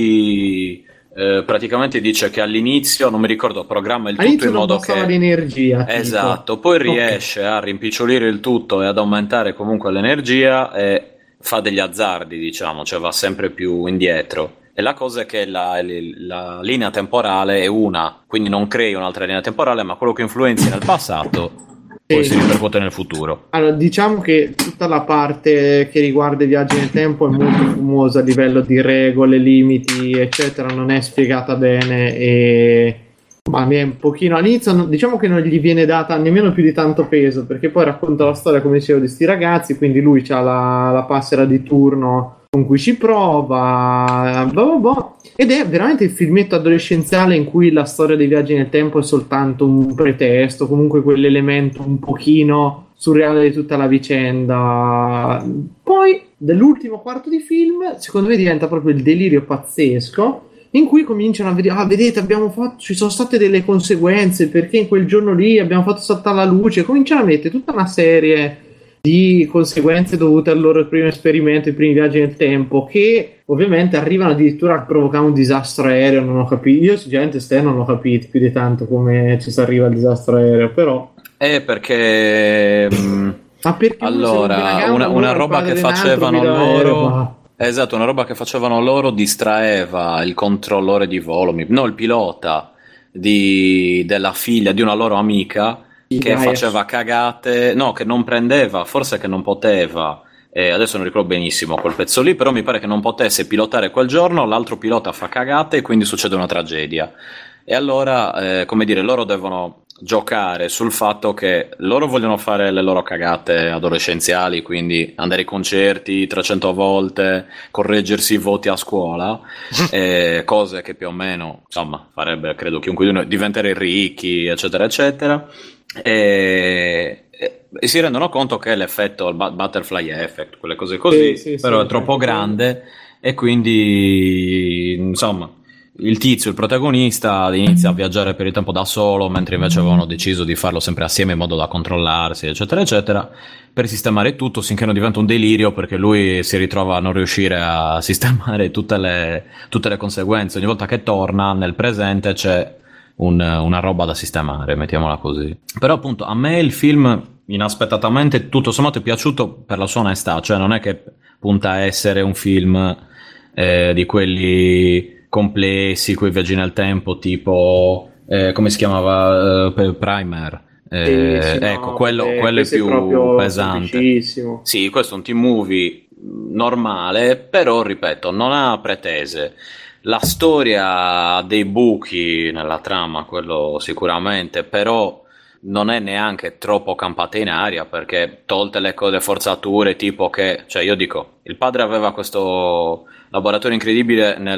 lui eh, praticamente dice che all'inizio, non mi ricordo, programma il tutto in modo che... l'energia. Esatto, tipo. poi riesce okay. a rimpicciolire il tutto e ad aumentare comunque l'energia e fa degli azzardi, diciamo, cioè va sempre più indietro. E la cosa è che la, la linea temporale è una, quindi non crei un'altra linea temporale, ma quello che influenzi nel passato poi si ripercuote nel futuro. Allora, diciamo che tutta la parte che riguarda i viaggi nel tempo è molto fumosa a livello di regole, limiti, eccetera, non è spiegata bene, e ma mi è un pochino all'inizio, diciamo che non gli viene data nemmeno più di tanto peso, perché poi racconta la storia, come dicevo, di sti ragazzi, quindi lui c'ha la, la passera di turno con cui ci prova, blah blah blah. Ed è veramente il filmetto adolescenziale in cui la storia dei viaggi nel tempo è soltanto un pretesto, comunque quell'elemento un pochino surreale di tutta la vicenda. Poi, dell'ultimo quarto di film, secondo me diventa proprio il delirio pazzesco, in cui cominciano a vedere: ah, vedete, abbiamo fatto, ci sono state delle conseguenze, perché in quel giorno lì abbiamo fatto saltare la luce. Cominciano a mettere tutta una serie di conseguenze dovute al loro primo esperimento, i primi viaggi nel tempo, che ovviamente arrivano addirittura a provocare un disastro aereo. Non ho capito, io sinceramente esterno non ho capito più di tanto come ci si arriva al disastro aereo, però è perché ma perché allora una, una roba che facevano loro, esatto, una roba che facevano loro distraeva il controllore di volo, no, il pilota di, della figlia di una loro amica, che faceva cagate, no, che non prendeva, forse che non poteva, eh, adesso non ricordo benissimo quel pezzo lì, però mi pare che non potesse pilotare quel giorno, l'altro pilota fa cagate e quindi succede una tragedia. E allora, eh, come dire, loro devono giocare sul fatto che loro vogliono fare le loro cagate adolescenziali, quindi andare ai concerti trecento volte, correggersi i voti a scuola, eh, cose che più o meno, insomma, farebbe, credo, chiunque di noi, diventare ricchi, eccetera, eccetera. E, e, e si rendono conto che l'effetto, il butterfly effect, quelle cose così, sì, sì, però sì, è troppo grande, e quindi insomma il tizio, il protagonista, inizia a viaggiare per il tempo da solo, mentre invece avevano deciso di farlo sempre assieme in modo da controllarsi, eccetera eccetera, per sistemare tutto, finché non diventa un delirio, perché lui si ritrova a non riuscire a sistemare tutte le, tutte le conseguenze. Ogni volta che torna nel presente c'è un, una roba da sistemare, mettiamola così. Però appunto a me il film inaspettatamente tutto sommato è piaciuto per la sua onestà, cioè non è che punta a essere un film eh, di quelli complessi, quei viaggi nel tempo, tipo eh, come si chiamava eh, Primer. Eh, Sì, sì, no, ecco, quello, vabbè, quello è questo è più proprio pesante. semplicissimo. Sì, questo è un team movie normale, però ripeto, non ha pretese. La storia ha dei buchi nella trama, quello sicuramente, però non è neanche troppo campata in aria, perché tolte le cose forzature, tipo che, cioè io dico, il padre aveva questo laboratorio incredibile nel,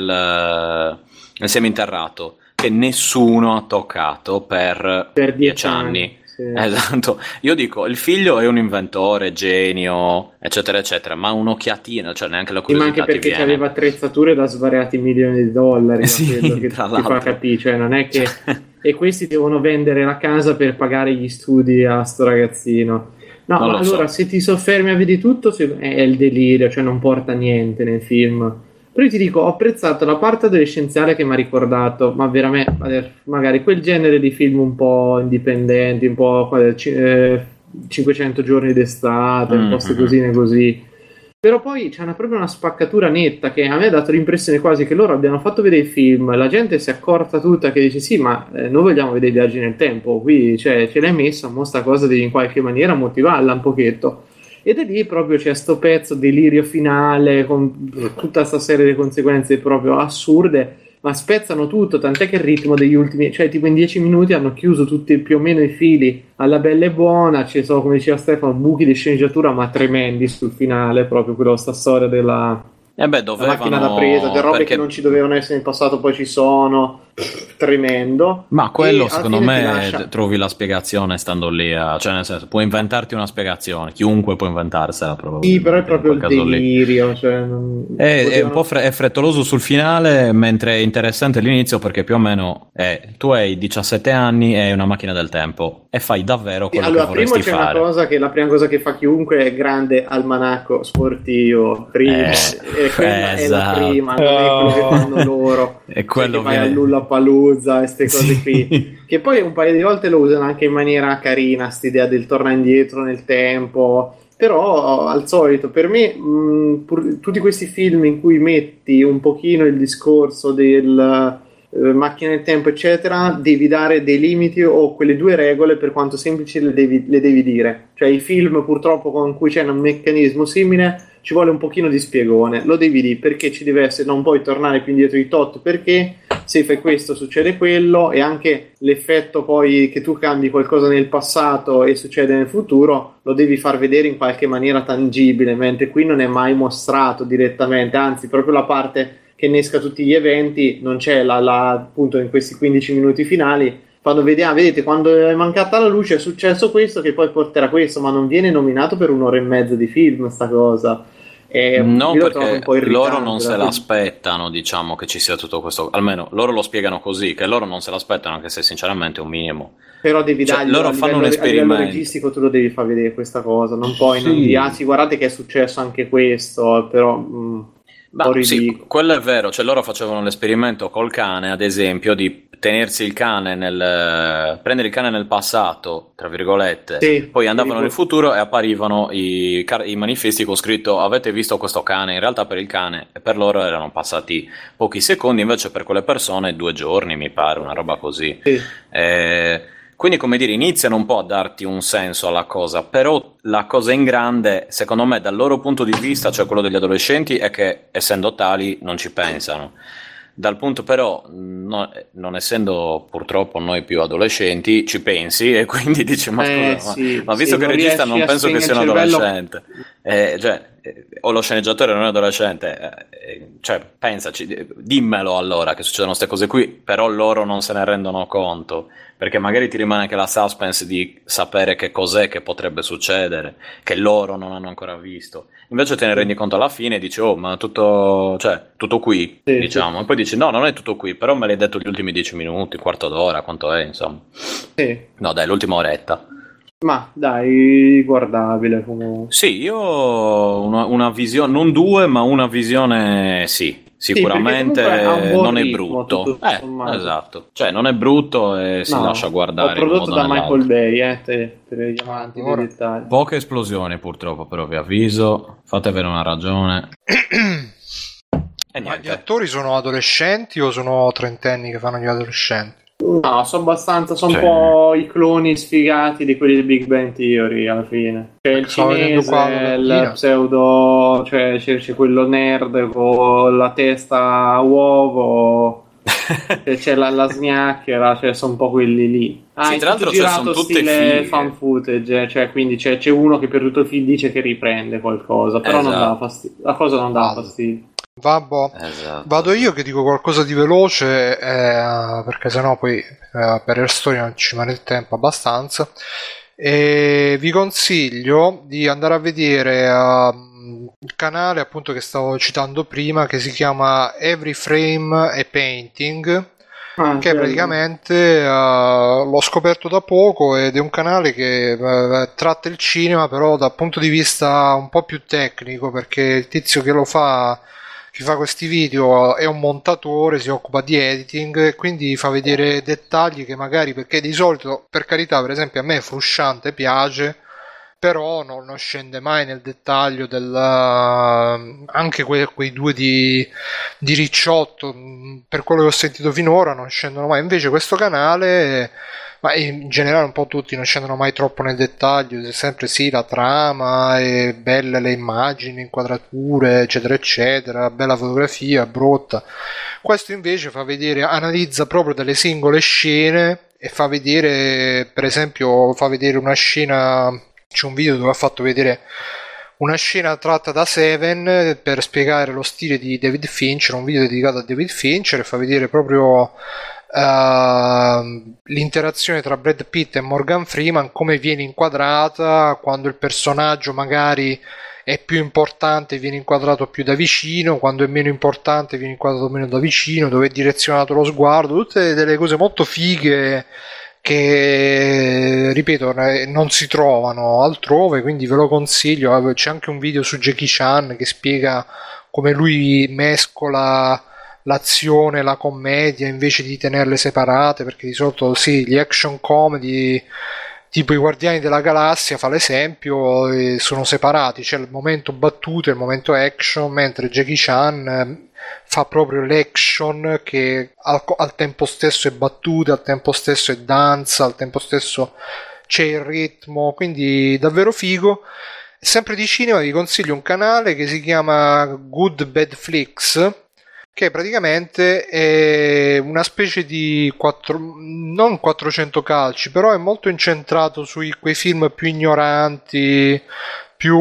nel seminterrato che nessuno ha toccato per, Per dieci dieci anni. anni, sì. Esatto, io dico, il figlio è un inventore, genio, eccetera, eccetera, ma un'occhiatina, cioè neanche la Sì, ma curiosità anche ti perché viene. aveva attrezzature da svariati milioni di dollari, Eh sì, quello che tra ti fa l'altro. capire, cioè non è che... Cioè, E questi devono vendere la casa per pagare gli studi a sto ragazzino. No, Non ma lo allora, so. se ti soffermi a vedere tutto, se- è il delirio, cioè non porta a niente nel film. Però io ti dico, ho apprezzato la parte adolescenziale che mi ha ricordato, ma veramente, magari quel genere di film un po' indipendenti, un po' eh, ci- eh, cinquecento giorni d'estate, un po' queste Mhm. cosine così. Però poi c'è una, proprio una spaccatura netta che a me ha dato l'impressione quasi che loro abbiano fatto vedere il film, la gente si è accorta tutta che dice sì, ma eh, noi vogliamo vedere i viaggi nel tempo, qui cioè, ce l'hai messa, mo sta cosa devi in qualche maniera motivarla un pochetto. Ed è lì proprio c'è sto pezzo delirio finale con tutta questa serie di conseguenze proprio assurde, ma spezzano tutto, tant'è che il ritmo degli ultimi, cioè tipo in dieci minuti hanno chiuso tutti più o meno i fili alla bella e buona, ci sono, come diceva Stefano, buchi di sceneggiatura ma tremendi sul finale, proprio quella sta storia della E beh, la macchina da dovevano... presa, delle robe perché... che non ci dovevano essere in passato poi ci sono, tremendo. Ma quello E alla secondo fine ti me lascia- trovi la spiegazione stando lì, a... cioè nel senso puoi inventarti una spiegazione, chiunque può inventarsela Sì, probabilmente però è in proprio quel il caso lì. delirio, cioè non... È, è un potevano- po' fre- è frettoloso sul finale, mentre è interessante all'inizio perché più o meno è, tu hai diciassette anni e hai una macchina del tempo e fai davvero Sì, quello allora, che primo vorresti c'è fare. una cosa che la prima cosa che fa chiunque è grande almanacco sportivo, primo, Eh, e quella è la esatto. prima, non è quello che fanno loro. E quello Cioè, che vai viene- a Lollapalooza e queste cose Sì. qui. Che poi un paio di volte lo usano anche in maniera carina, st'idea del torna indietro nel tempo. Però al solito, per me, mh, pur- tutti questi film in cui metti un pochino il discorso del eh, macchina del tempo, eccetera, devi dare dei limiti o quelle due regole, per quanto semplici, le devi, le devi dire. Cioè, i film, purtroppo, con cui c'è un meccanismo simile, ci vuole un pochino di spiegone. Lo devi dire perché ci deve essere, non puoi tornare più indietro di tot, perché se fai questo succede quello, e anche l'effetto poi che tu cambi qualcosa nel passato e succede nel futuro lo devi far vedere in qualche maniera tangibile, mentre qui non è mai mostrato direttamente, anzi proprio la parte che innesca tutti gli eventi non c'è, la, la, appunto in questi quindici minuti finali fanno vedere, ah, vedete, quando è mancata la luce è successo questo che poi porterà questo, ma non viene nominato per un'ora e mezza di film sta cosa. E No, io lo trovo un po' perché irritante, loro non se da- l'aspettano, diciamo, che ci sia tutto questo. Almeno loro lo spiegano così, che loro non se l'aspettano, anche se sinceramente è un minimo. Però devi Cioè, dargli loro a fanno un livello, a livello esperimento. registico, tu lo devi far vedere questa cosa, non puoi non Sì. dire, ah sì, guardate che è successo anche questo, però mh, Ma fuori sì, di... quello è vero, cioè loro facevano l'esperimento col cane, ad esempio, di tenersi il cane nel prendere il cane nel passato, tra virgolette, Sì, poi andavano sì, nel futuro e apparivano i, car- i manifesti con scritto avete visto questo cane? In realtà per il cane e per loro erano passati pochi secondi, invece per quelle persone due giorni, mi pare, una roba così. sì. Eh, quindi, come dire, iniziano un po' a darti un senso alla cosa, però la cosa in grande, secondo me, dal loro punto di vista, cioè quello degli adolescenti, è che essendo tali non ci pensano. Dal punto però, no- non essendo purtroppo noi più adolescenti, ci pensi e quindi dici ma Eh, scusa, ma, sì, ma visto sì, che il non regista riesci non a penso che spegnere sia un il cervello. adolescente, eh, cioè, eh, o lo sceneggiatore non è adolescente, eh, eh, cioè pensaci, dimmelo allora che succedono queste cose qui, però loro non se ne rendono conto, perché magari ti rimane anche la suspense di sapere che cos'è che potrebbe succedere, che loro non hanno ancora visto. Invece te ne rendi conto alla fine e dici, oh, ma tutto, cioè, tutto qui, Sì, diciamo. E poi dici, no, non è tutto qui, però me l'hai detto gli ultimi dieci minuti, un quarto d'ora, quanto è, insomma. Sì. No, dai, l'ultima oretta. Ma dai, guardabile comunque. Sì, io ho una, una visione, non due, ma una visione sì. Sicuramente sì, non è ritmo, brutto. Eh, esatto. Cioè, non è brutto e si no, lascia guardare. Ho prodotto da Michael nell'altro. Bay, eh, te, te le diamanti dei dettagli. Poche esplosioni, purtroppo, però vi avviso. Fatevene una ragione. E ma gli attori sono adolescenti o sono trentenni che fanno gli adolescenti? No, sono abbastanza, sono cioè... un po' i cloni sfigati di quelli di Big Bang Theory alla fine. C'è il cinese, il pseudo, cioè c'è, c'è quello nerd con la testa a uovo, c'è la, la sgnacchera, cioè sono un po' quelli lì. Ah, sì, tra l'altro girato cioè, sono tutte stile fighe. fan footage, cioè quindi c'è, c'è uno che per tutto il film dice che riprende qualcosa, però esatto. non dà fastidio, la cosa non dà fastidio. Vabbè, esatto. Vado io che dico qualcosa di veloce eh, perché sennò poi eh, per Air Story non ci rimane il tempo abbastanza e vi consiglio di andare a vedere uh, il canale appunto che stavo citando prima che si chiama Every Frame a Painting ah, che praticamente uh, l'ho scoperto da poco ed è un canale che uh, tratta il cinema però dal punto di vista un po' più tecnico perché il tizio che lo fa chi fa questi video è un montatore, si occupa di editing e quindi fa vedere dettagli che magari, perché di solito, per carità, per esempio a me Frusciante piace, però non, non scende mai nel dettaglio del uh, anche que, quei due di, di Ricciotto, per quello che ho sentito finora non scendono mai, invece questo canale ma in generale un po' tutti non scendono mai troppo nel dettaglio, è sempre sì la trama, è belle le immagini, le inquadrature eccetera eccetera, bella fotografia, brutta. Questo invece fa vedere, analizza proprio delle singole scene e fa vedere, per esempio fa vedere una scena, c'è un video dove ha fatto vedere una scena tratta da Seven per spiegare lo stile di David Fincher, un video dedicato a David Fincher e fa vedere proprio Uh, l'interazione tra Brad Pitt e Morgan Freeman, come viene inquadrata quando il personaggio magari è più importante viene inquadrato più da vicino, quando è meno importante viene inquadrato meno da vicino, dove è direzionato lo sguardo, tutte delle cose molto fighe che ripeto non si trovano altrove, quindi ve lo consiglio. C'è anche un video su Jackie Chan che spiega come lui mescola l'azione e la commedia invece di tenerle separate, perché di solito sì, gli action comedy tipo i Guardiani della Galassia fa l'esempio, eh, sono separati, c'è il momento battuto e il momento action, mentre Jackie Chan eh, fa proprio l'action che al, al tempo stesso è battuta, al tempo stesso è danza, al tempo stesso c'è il ritmo, quindi davvero figo. Sempre di cinema vi consiglio un canale che si chiama Good Bad Flicks, che praticamente è una specie di quattro, non quattrocento calci, però è molto incentrato su quei film più ignoranti, più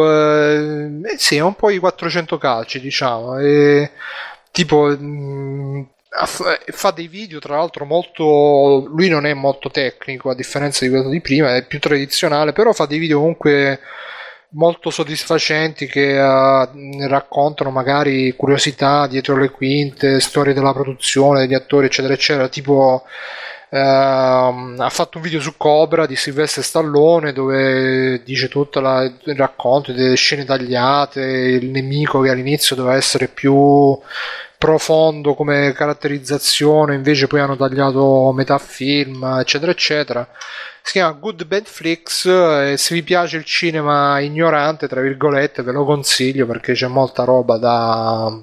eh, eh sì, è un po' i quattrocento calci, diciamo, e, tipo mh, fa dei video tra l'altro molto, lui non è molto tecnico a differenza di quello di prima, è più tradizionale, però fa dei video comunque molto soddisfacenti che uh, raccontano magari curiosità dietro le quinte, storie della produzione, degli attori eccetera eccetera, tipo uh, ha fatto un video su Cobra di Sylvester Stallone dove dice tutto la, il racconto delle scene tagliate, il nemico che all'inizio doveva essere più profondo come caratterizzazione invece poi hanno tagliato metà film eccetera eccetera. Si chiama Good Bad Flicks e se vi piace il cinema ignorante tra virgolette ve lo consiglio perché c'è molta roba da,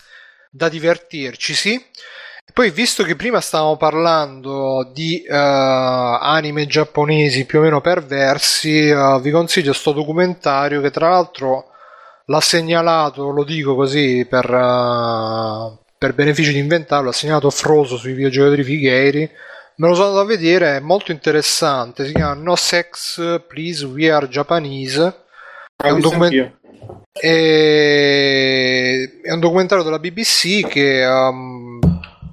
da divertirci, sì. Poi visto che prima stavamo parlando di uh, anime giapponesi più o meno perversi, uh, vi consiglio sto documentario che tra l'altro l'ha segnalato, lo dico così per, uh, per beneficio di inventarlo, l'ha segnalato Froso sui videogiocatori Fighieri. Me lo sono andato a vedere, è molto interessante, si chiama No Sex Please We Are Japanese, è un, document- è... è un documentario della B B C che um,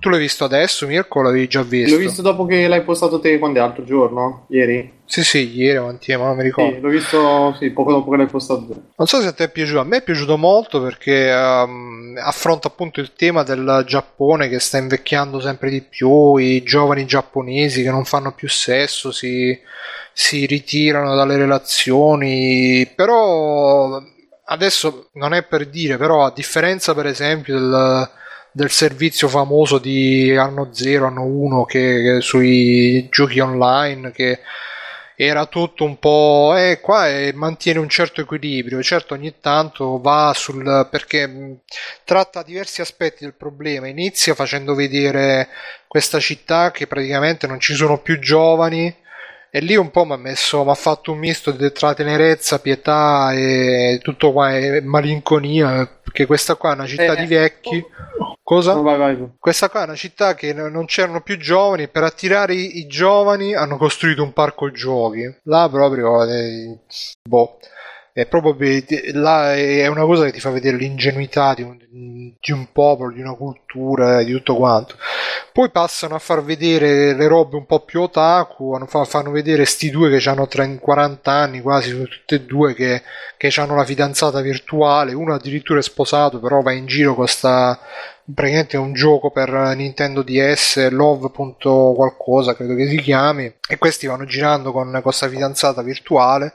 tu l'hai visto adesso, Mirko, o l'avevi già visto? L'ho visto dopo che l'hai postato te, quando è l'altro giorno? Ieri? Sì, sì, ieri o antieri, ma non mi ricordo. Sì, l'ho visto sì, poco dopo che l'hai postato te. Non so se a te è piaciuto, a me è piaciuto molto perché um, affronta appunto il tema del Giappone che sta invecchiando sempre di più, i giovani giapponesi che non fanno più sesso, si, si ritirano dalle relazioni, però adesso non è per dire, però a differenza per esempio del, del servizio famoso di anno zero, anno uno che, che sui giochi online che era tutto un po' eh, qua e mantiene un certo equilibrio, certo ogni tanto va sul perché mh, tratta diversi aspetti del problema, inizia facendo vedere questa città che praticamente non ci sono più giovani e lì un po' mi ha messo, mi ha fatto un misto di tra tenerezza, pietà e tutto qua, e malinconia, perché questa qua è una città Eh, di vecchi. oh. Cosa? No, vai, vai. Questa qua è una città che n- non c'erano più giovani, per attirare i, i giovani hanno costruito un parco giochi. Là proprio eh, boh. È proprio be- là è una cosa che ti fa vedere l'ingenuità di un, di un popolo, di una cultura, di tutto quanto. Poi passano a far vedere le robe un po' più otaku, hanno fa- fanno vedere sti due che hanno trenta quaranta anni quasi, sono tutte e due che, che hanno la fidanzata virtuale, uno addirittura è sposato, però va in giro con sta praticamente è un gioco per Nintendo D S, Love. Qualcosa credo che si chiami, e questi vanno girando con questa fidanzata virtuale.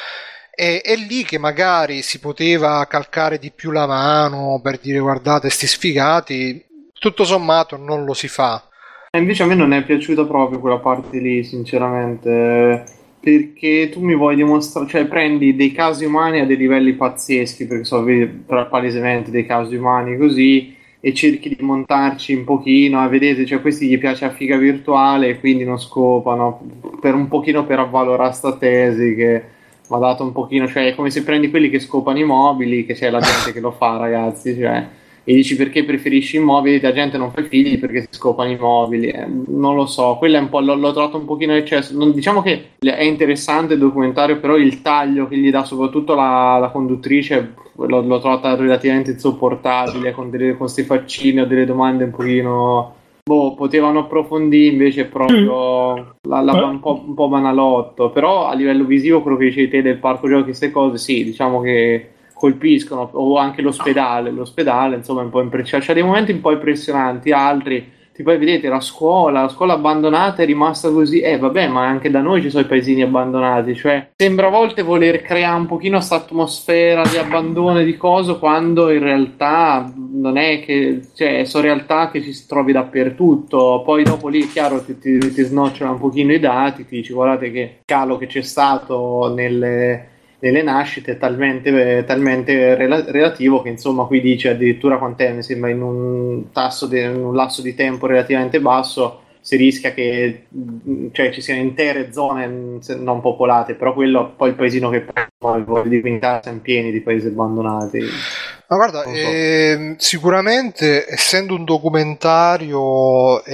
E è lì che magari si poteva calcare di più la mano per dire guardate sti sfigati, tutto sommato non lo si fa. E invece a me non è piaciuta proprio quella parte lì, sinceramente, perché tu mi vuoi dimostrare, cioè prendi dei casi umani a dei livelli pazzeschi, perché so palesemente dei casi umani così, e cerchi di montarci un pochino, e vedete, cioè questi gli piace la figa virtuale e quindi non scopano, per un pochino per avvalorare sta tesi che mi ha dato un pochino, cioè è come se prendi quelli che scopano i mobili, che c'è la gente che lo fa, ragazzi, cioè, e dici perché preferisci i mobili, la gente non fa i figli perché si scopano i mobili, eh, non lo so, quello è un po', l'ho, l'ho trovato un pochino eccesso, non, diciamo che è interessante il documentario, però il taglio che gli dà soprattutto la, la conduttrice l'ho, l'ho trovata relativamente insopportabile, con delle, con questi faccini o delle domande un pochino... Boh, potevano approfondire, invece proprio la, la, un, po', un po' banalotto, però a livello visivo quello che dicevi te del parco giochi, queste cose, sì, diciamo che colpiscono, o anche l'ospedale, l'ospedale insomma è un po' impressionante, c'è dei momenti un po' impressionanti, altri, tipo vedete la scuola, la scuola abbandonata è rimasta così, eh vabbè, ma anche da noi ci sono i paesini abbandonati, cioè sembra a volte voler creare un pochino questa atmosfera di abbandono e di coso, quando in realtà non è che, cioè sono realtà che ci si trovi dappertutto, poi dopo lì chiaro ti, ti, ti snocciolano un pochino i dati, ti dici guardate che calo che c'è stato nelle nelle nascite è talmente, talmente rela- relativo che insomma qui dice addirittura quant'è, mi sembra in un tasso di, in un lasso di tempo relativamente basso si rischia che cioè, ci siano intere zone non popolate, però quello poi il paesino che poi di Quintana siamo pieni di paesi abbandonati. Ma guarda, so. eh, sicuramente essendo un documentario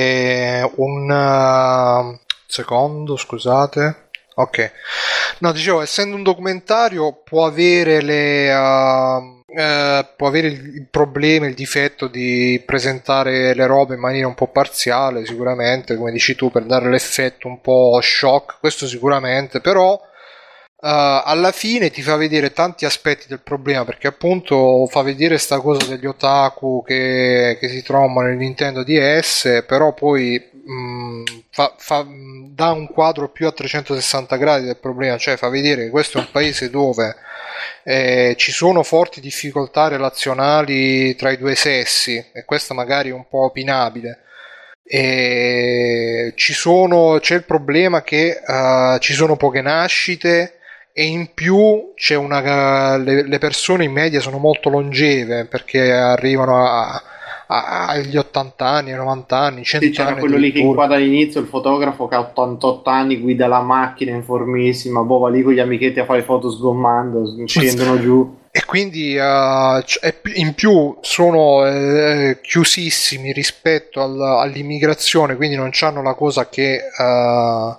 e un uh, secondo, scusate. Ok, no, dicevo, essendo un documentario può avere le uh, uh, può avere il, il problema, il difetto di presentare le robe in maniera un po' parziale, sicuramente, come dici tu, per dare l'effetto un po' shock, questo sicuramente, però uh, alla fine ti fa vedere tanti aspetti del problema, perché appunto fa vedere sta cosa degli otaku che, che si trovano nel Nintendo D S, però poi mh, fa, fa, dà un quadro più a trecentosessanta gradi del problema, cioè fa vedere che questo è un paese dove eh, ci sono forti difficoltà relazionali tra i due sessi, e questo magari è un po' opinabile. E ci sono, c'è il problema che uh, ci sono poche nascite, e in più c'è una, le, le persone in media sono molto longeve perché arrivano a, a, agli ottanta anni, ai novanta anni, cento sì, c'era anni quello lì che addirittura. inquadra all'inizio, il fotografo che ha ottantotto anni, guida la macchina in formissima, boh, va lì con gli amichetti a fare foto sgommando, scendono giù. E quindi uh, in più sono eh, chiusissimi rispetto al, all'immigrazione, quindi non hanno la cosa che uh,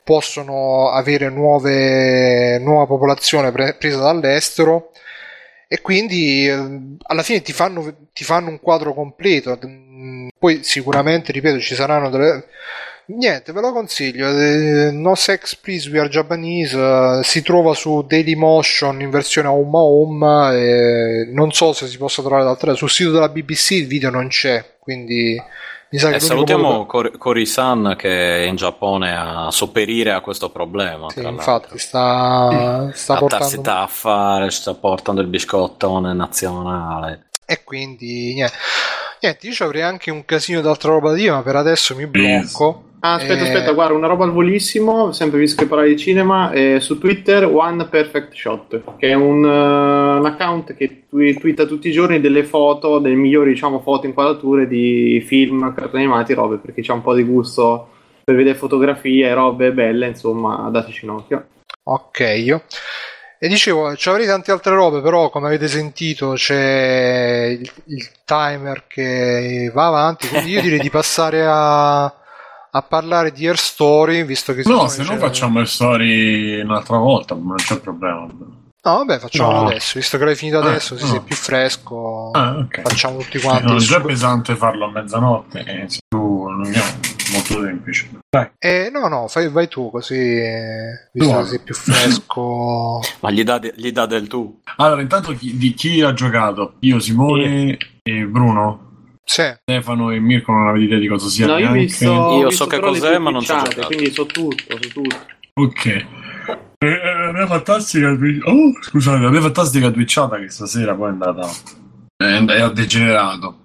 possono avere nuove, nuova popolazione pre- presa dall'estero, e quindi eh, alla fine ti fanno, ti fanno un quadro completo. Poi sicuramente, ripeto, ci saranno delle... Niente, ve lo consiglio. eh, No Sex Please We Are Japanese, eh, si trova su Dailymotion in versione Home Home, e non so se si possa trovare da altre. Sul sito della B B C il video non c'è, quindi mi sa che E salutiamo per... Cori-san che è in Giappone a sopperire a questo problema. Sì, infatti sta, sta a portando a fare, sta portando il biscottone nazionale. E quindi niente. Niente, io ci avrei anche un casino d'altra roba da dire, ma per adesso mi blocco. Ah, aspetta, e... aspetta, guarda, una roba al volissimo, sempre visto che parlavi di cinema, eh, su Twitter One Perfect Shot, che è un, uh, un account che tw- twitta tutti i giorni delle foto, delle migliori, diciamo, foto inquadrature di film, cartoni animati, robe, perché c'ha un po' di gusto per vedere fotografie, robe belle, insomma, dateci un occhio. Ok, io. E dicevo, ci avrei tante altre robe, però come avete sentito c'è il, il timer che va avanti, quindi io direi di passare a, a parlare di Air Story, visto che... No, se no facciamo Air Story un'altra volta, non c'è problema. No, vabbè, facciamolo no. adesso, visto che l'hai finito adesso, eh, se no. sei più fresco, ah, okay. facciamo tutti quanti. Non è già pesante farlo a mezzanotte, e se tu non è molto semplice. Dai. Eh, no, no, fai, vai tu, così, visto no. che sei più fresco. Ma gli dà, gli dà del tu. Allora, intanto chi, di chi ha giocato? Io, Simone sì. e Bruno? Sì. Stefano e Mirko non avete idea di cosa sia. No, io, visto, io visto so che cos'è, ma non so giocare, quindi so tutto, so tutto. Ok. Eh, la mia fantastica oh, scusate, la mia fantastica twitchata che stasera poi è andata è, è degenerato.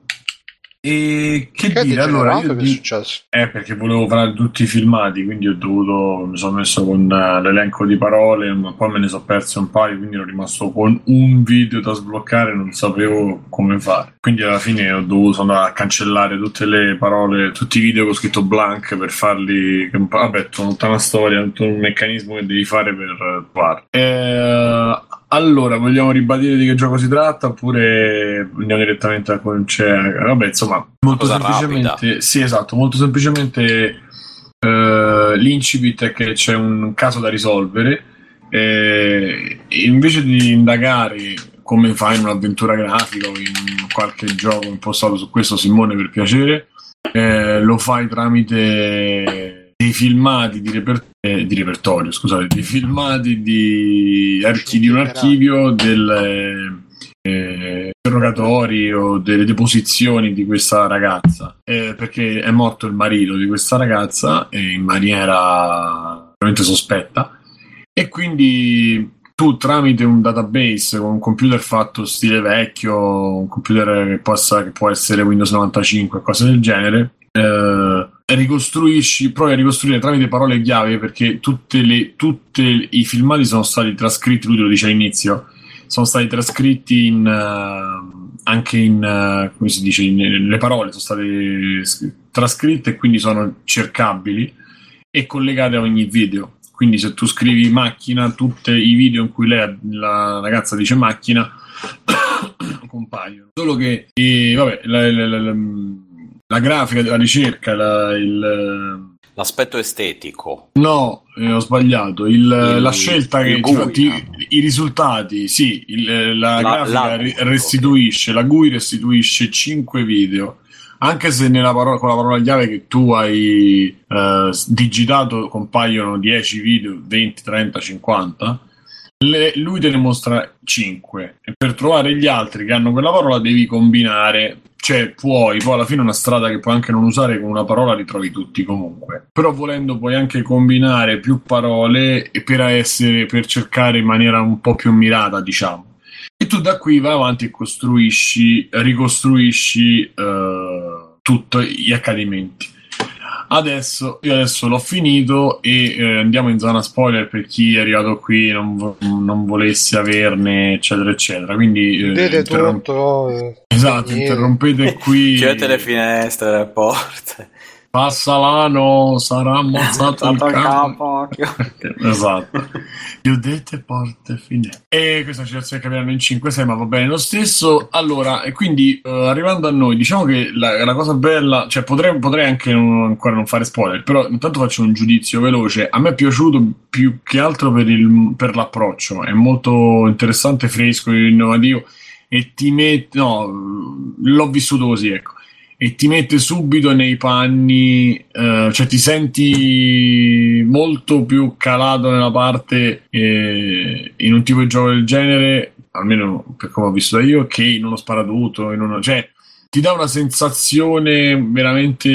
E che, che dire, allora io che di... è successo? Eh, perché volevo fare tutti i filmati, quindi ho dovuto, mi sono messo con uh, l'elenco di parole, ma poi me ne sono persi un paio, quindi ero rimasto con un video da sbloccare, non sapevo come fare. Quindi alla fine ho dovuto andare a cancellare tutte le parole, tutti i video che ho scritto blank per farli, che, vabbè, tutta una storia, tutto un meccanismo che devi fare per trovare. Eh, allora, vogliamo ribadire di che gioco si tratta oppure andiamo direttamente a cominciare? Vabbè, insomma, molto cosa semplicemente, rapida. Sì, esatto, molto semplicemente eh, l'incipit è che c'è un caso da risolvere e invece di indagare come fa in un'avventura grafica o in qualche gioco impostato su questo, Simone, per piacere, eh, lo fai tramite dei filmati di, reper- eh, di repertorio, scusate, dei filmati di, archi- di un archivio del... Eh, interrogatori o delle deposizioni di questa ragazza, eh, perché è morto il marito di questa ragazza eh, in maniera veramente sospetta, e quindi tu tramite un database con un computer fatto stile vecchio, un computer che possa che può essere Windows novantacinque, cose del genere, eh, ricostruisci, provi a ricostruire tramite parole chiave, perché tutte le tutti i filmati sono stati trascritti, lui te lo dice all'inizio, sono stati trascritti in uh, anche in uh, come si dice in, le parole sono state trascritte e quindi sono cercabili e collegate a ogni video, quindi se tu scrivi macchina, tutti i video in cui lei, la ragazza dice macchina compaiono, solo che e, vabbè, la, la, la, la, la grafica della ricerca, la, il l'aspetto estetico. No, eh, ho sbagliato. Il, il, la scelta che G U I, ti, no? I risultati, sì, il, la, la grafica la, restituisce, okay. La G U I restituisce cinque video, anche se nella parola, con la parola chiave che tu hai eh, digitato compaiono dieci video, venti, trenta, cinquanta. Le, lui te ne mostra cinque e per trovare gli altri che hanno quella parola devi combinare, cioè puoi, poi alla fine è una strada che puoi anche non usare, con una parola li trovi tutti comunque, però volendo puoi anche combinare più parole e per essere, per cercare in maniera un po' più mirata, diciamo, e tu da qui vai avanti e costruisci, ricostruisci uh, tutti gli accadimenti. Adesso io adesso l'ho finito e eh, andiamo in zona spoiler per chi è arrivato qui e non, vo- non volesse averne eccetera eccetera, quindi eh, vedete interrom- tutto, eh, esatto, interrompete qui, chiudete le finestre, le porte, passa l'ano, sarà ammazzato il capo. Esatto. Chiudete porte fine. E questa citazione capiranno in cinque sei, ma va bene lo stesso. Allora, e quindi uh, arrivando a noi, diciamo che la, la cosa bella, cioè potrei, potrei anche non, ancora non fare spoiler, però intanto faccio un giudizio veloce. A me è piaciuto più che altro per, il, per l'approccio, è molto interessante, fresco, innovativo e ti mette, no, l'ho vissuto così, ecco. E ti mette subito nei panni, eh, cioè ti senti molto più calato nella parte eh, in un tipo di gioco del genere, almeno per come ho visto io, che in uno sparatutto, in uno, cioè ti dà una sensazione veramente,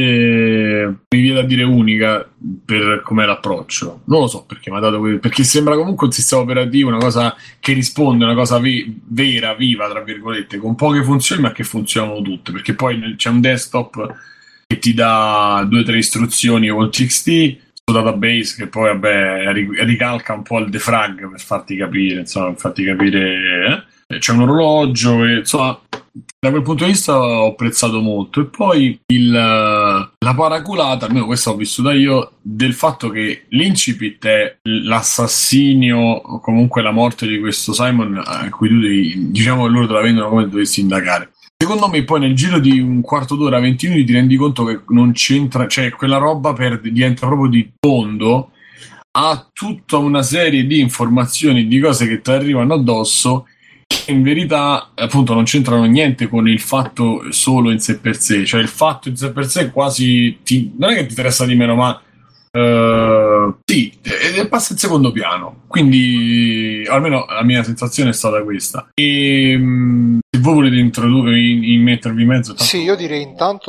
mi viene da dire, unica per com'è l'approccio. Non lo so perché mi ha dato que- perché sembra comunque un sistema operativo, una cosa che risponde, una cosa vi- vera, viva, tra virgolette, con poche funzioni ma che funzionano tutte, perché poi c'è un desktop che ti dà due o tre istruzioni o T X T su database che poi vabbè ricalca un po' il defrag per farti capire, insomma, per farti capire eh? C'è un orologio e, insomma, da quel punto di vista ho apprezzato molto. E poi il, la paraculata, almeno questa ho vissuta io, del fatto che l'incipit è l'assassinio o comunque la morte di questo Simon a cui tu devi, diciamo che loro te la vendono come dovessi indagare. Secondo me poi nel giro di un quarto d'ora, venti minuti ti rendi conto che non c'entra, cioè quella roba per, diventa proprio di fondo, ha tutta una serie di informazioni, di cose che ti arrivano addosso, in verità appunto non c'entrano niente con il fatto solo in sé per sé, cioè il fatto in sé per sé quasi ti, non è che ti interessa di meno, ma uh, sì, e passa in secondo piano, quindi almeno la mia sensazione è stata questa. E um, se voi volete introdurre in, in mettervi in mezzo, sì, io direi intanto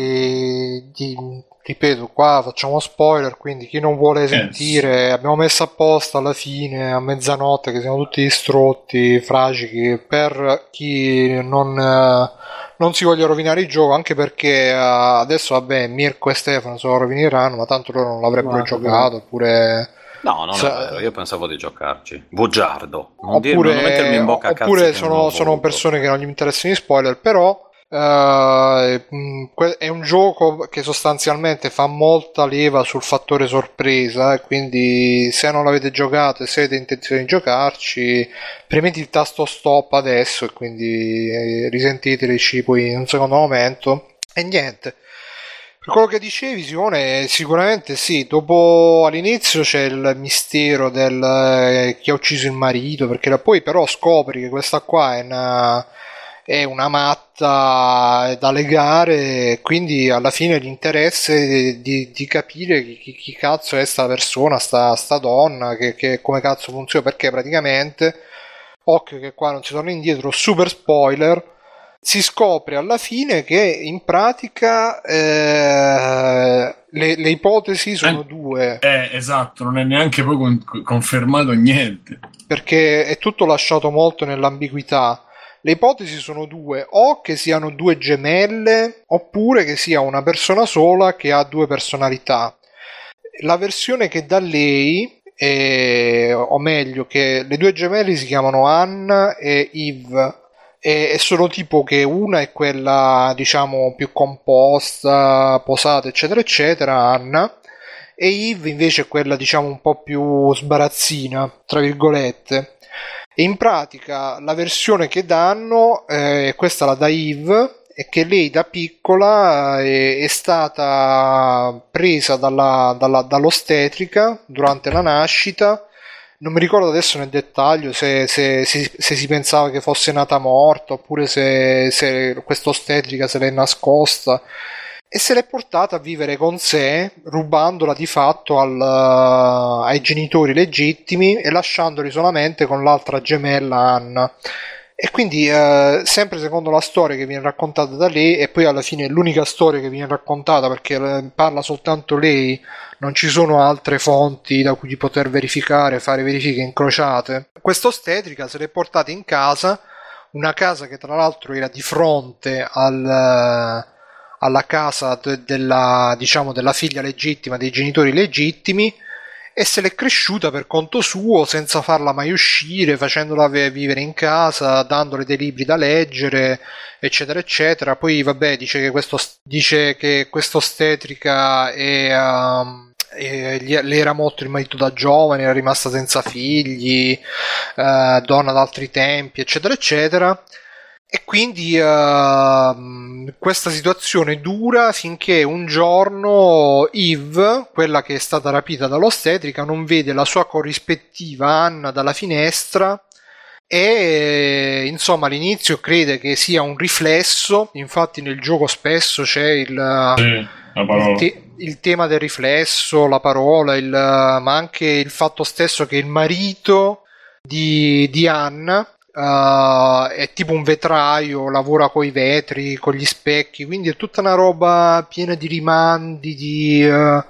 di, di ripeto, qua facciamo spoiler, quindi chi non vuole sentire, yes. Abbiamo messo apposta alla fine, a mezzanotte, che siamo tutti distrutti, fragici, per chi non, eh, non si voglia rovinare il gioco, anche perché eh, adesso, vabbè, Mirko e Stefano se lo rovineranno, ma tanto loro non l'avrebbero ma, giocato, oppure... No, non Sa- è vero, io pensavo di giocarci. Bugiardo. Non oppure, dire, non mettermi in bocca a oppure cazzo sono, sono persone che non gli interessano gli spoiler, però... Uh, è un gioco che sostanzialmente fa molta leva sul fattore sorpresa, e quindi se non l'avete giocato e se avete intenzione di giocarci, premete il tasto stop adesso e quindi eh, risentiteli poi in un secondo momento. E niente, per quello che dicevi Simone, sicuramente sì, dopo all'inizio c'è il mistero del eh, chi ha ucciso il marito, perché poi però scopri che questa qua è una è una matta da legare, quindi alla fine l'interesse di, di capire chi, chi cazzo è sta persona, sta, sta donna, che, che come cazzo funziona, perché praticamente, occhio che qua non si torna indietro, super spoiler, si scopre alla fine che in pratica eh, le, le ipotesi sono eh, due. Eh, esatto, non è neanche poi con, confermato niente. Perché è tutto lasciato molto nell'ambiguità. Le ipotesi sono due, o che siano due gemelle, oppure che sia una persona sola che ha due personalità. La versione che dà lei, è, o meglio, che le due gemelle si chiamano Anna e Eve, e, e sono tipo che una è quella, diciamo, più composta, posata, eccetera, eccetera, Anna, e Eve invece è quella, diciamo, un po' più sbarazzina, tra virgolette. In pratica la versione che danno, eh, questa la dà Eve, è che lei da piccola è, è stata presa dalla, dalla, dall'ostetrica durante la nascita. Non mi ricordo adesso nel dettaglio se, se, se, se si pensava che fosse nata morta, oppure se, se questa ostetrica se l'è nascosta, e se l'è portata a vivere con sé, rubandola di fatto al, uh, ai genitori legittimi e lasciandoli solamente con l'altra gemella Anna. E quindi uh, sempre secondo la storia che viene raccontata da lei, e poi alla fine è l'unica storia che viene raccontata perché parla soltanto lei, non ci sono altre fonti da cui poter verificare, fare verifiche incrociate. Questa ostetrica se l'è portata in casa, una casa che tra l'altro era di fronte al... Uh, alla casa de- della, diciamo, della figlia legittima, dei genitori legittimi, e se l'è cresciuta per conto suo senza farla mai uscire, facendola vivere in casa, dandole dei libri da leggere, eccetera eccetera. Poi vabbè, dice che questo dice che questa ostetrica è um, E gli, le era morto il marito da giovane, era rimasta senza figli, eh, donna d'altri tempi, eccetera eccetera, e quindi eh, questa situazione dura finché un giorno Eve, quella che è stata rapita dall'ostetrica, non vede la sua corrispettiva Anna dalla finestra e insomma all'inizio crede che sia un riflesso. Infatti nel gioco spesso c'è il, sì, la parola. il, te- il tema del riflesso, la parola, il, ma anche il fatto stesso che il marito di, di Anna uh, è tipo un vetraio, lavora coi vetri, con gli specchi, quindi è tutta una roba piena di rimandi, di... Uh,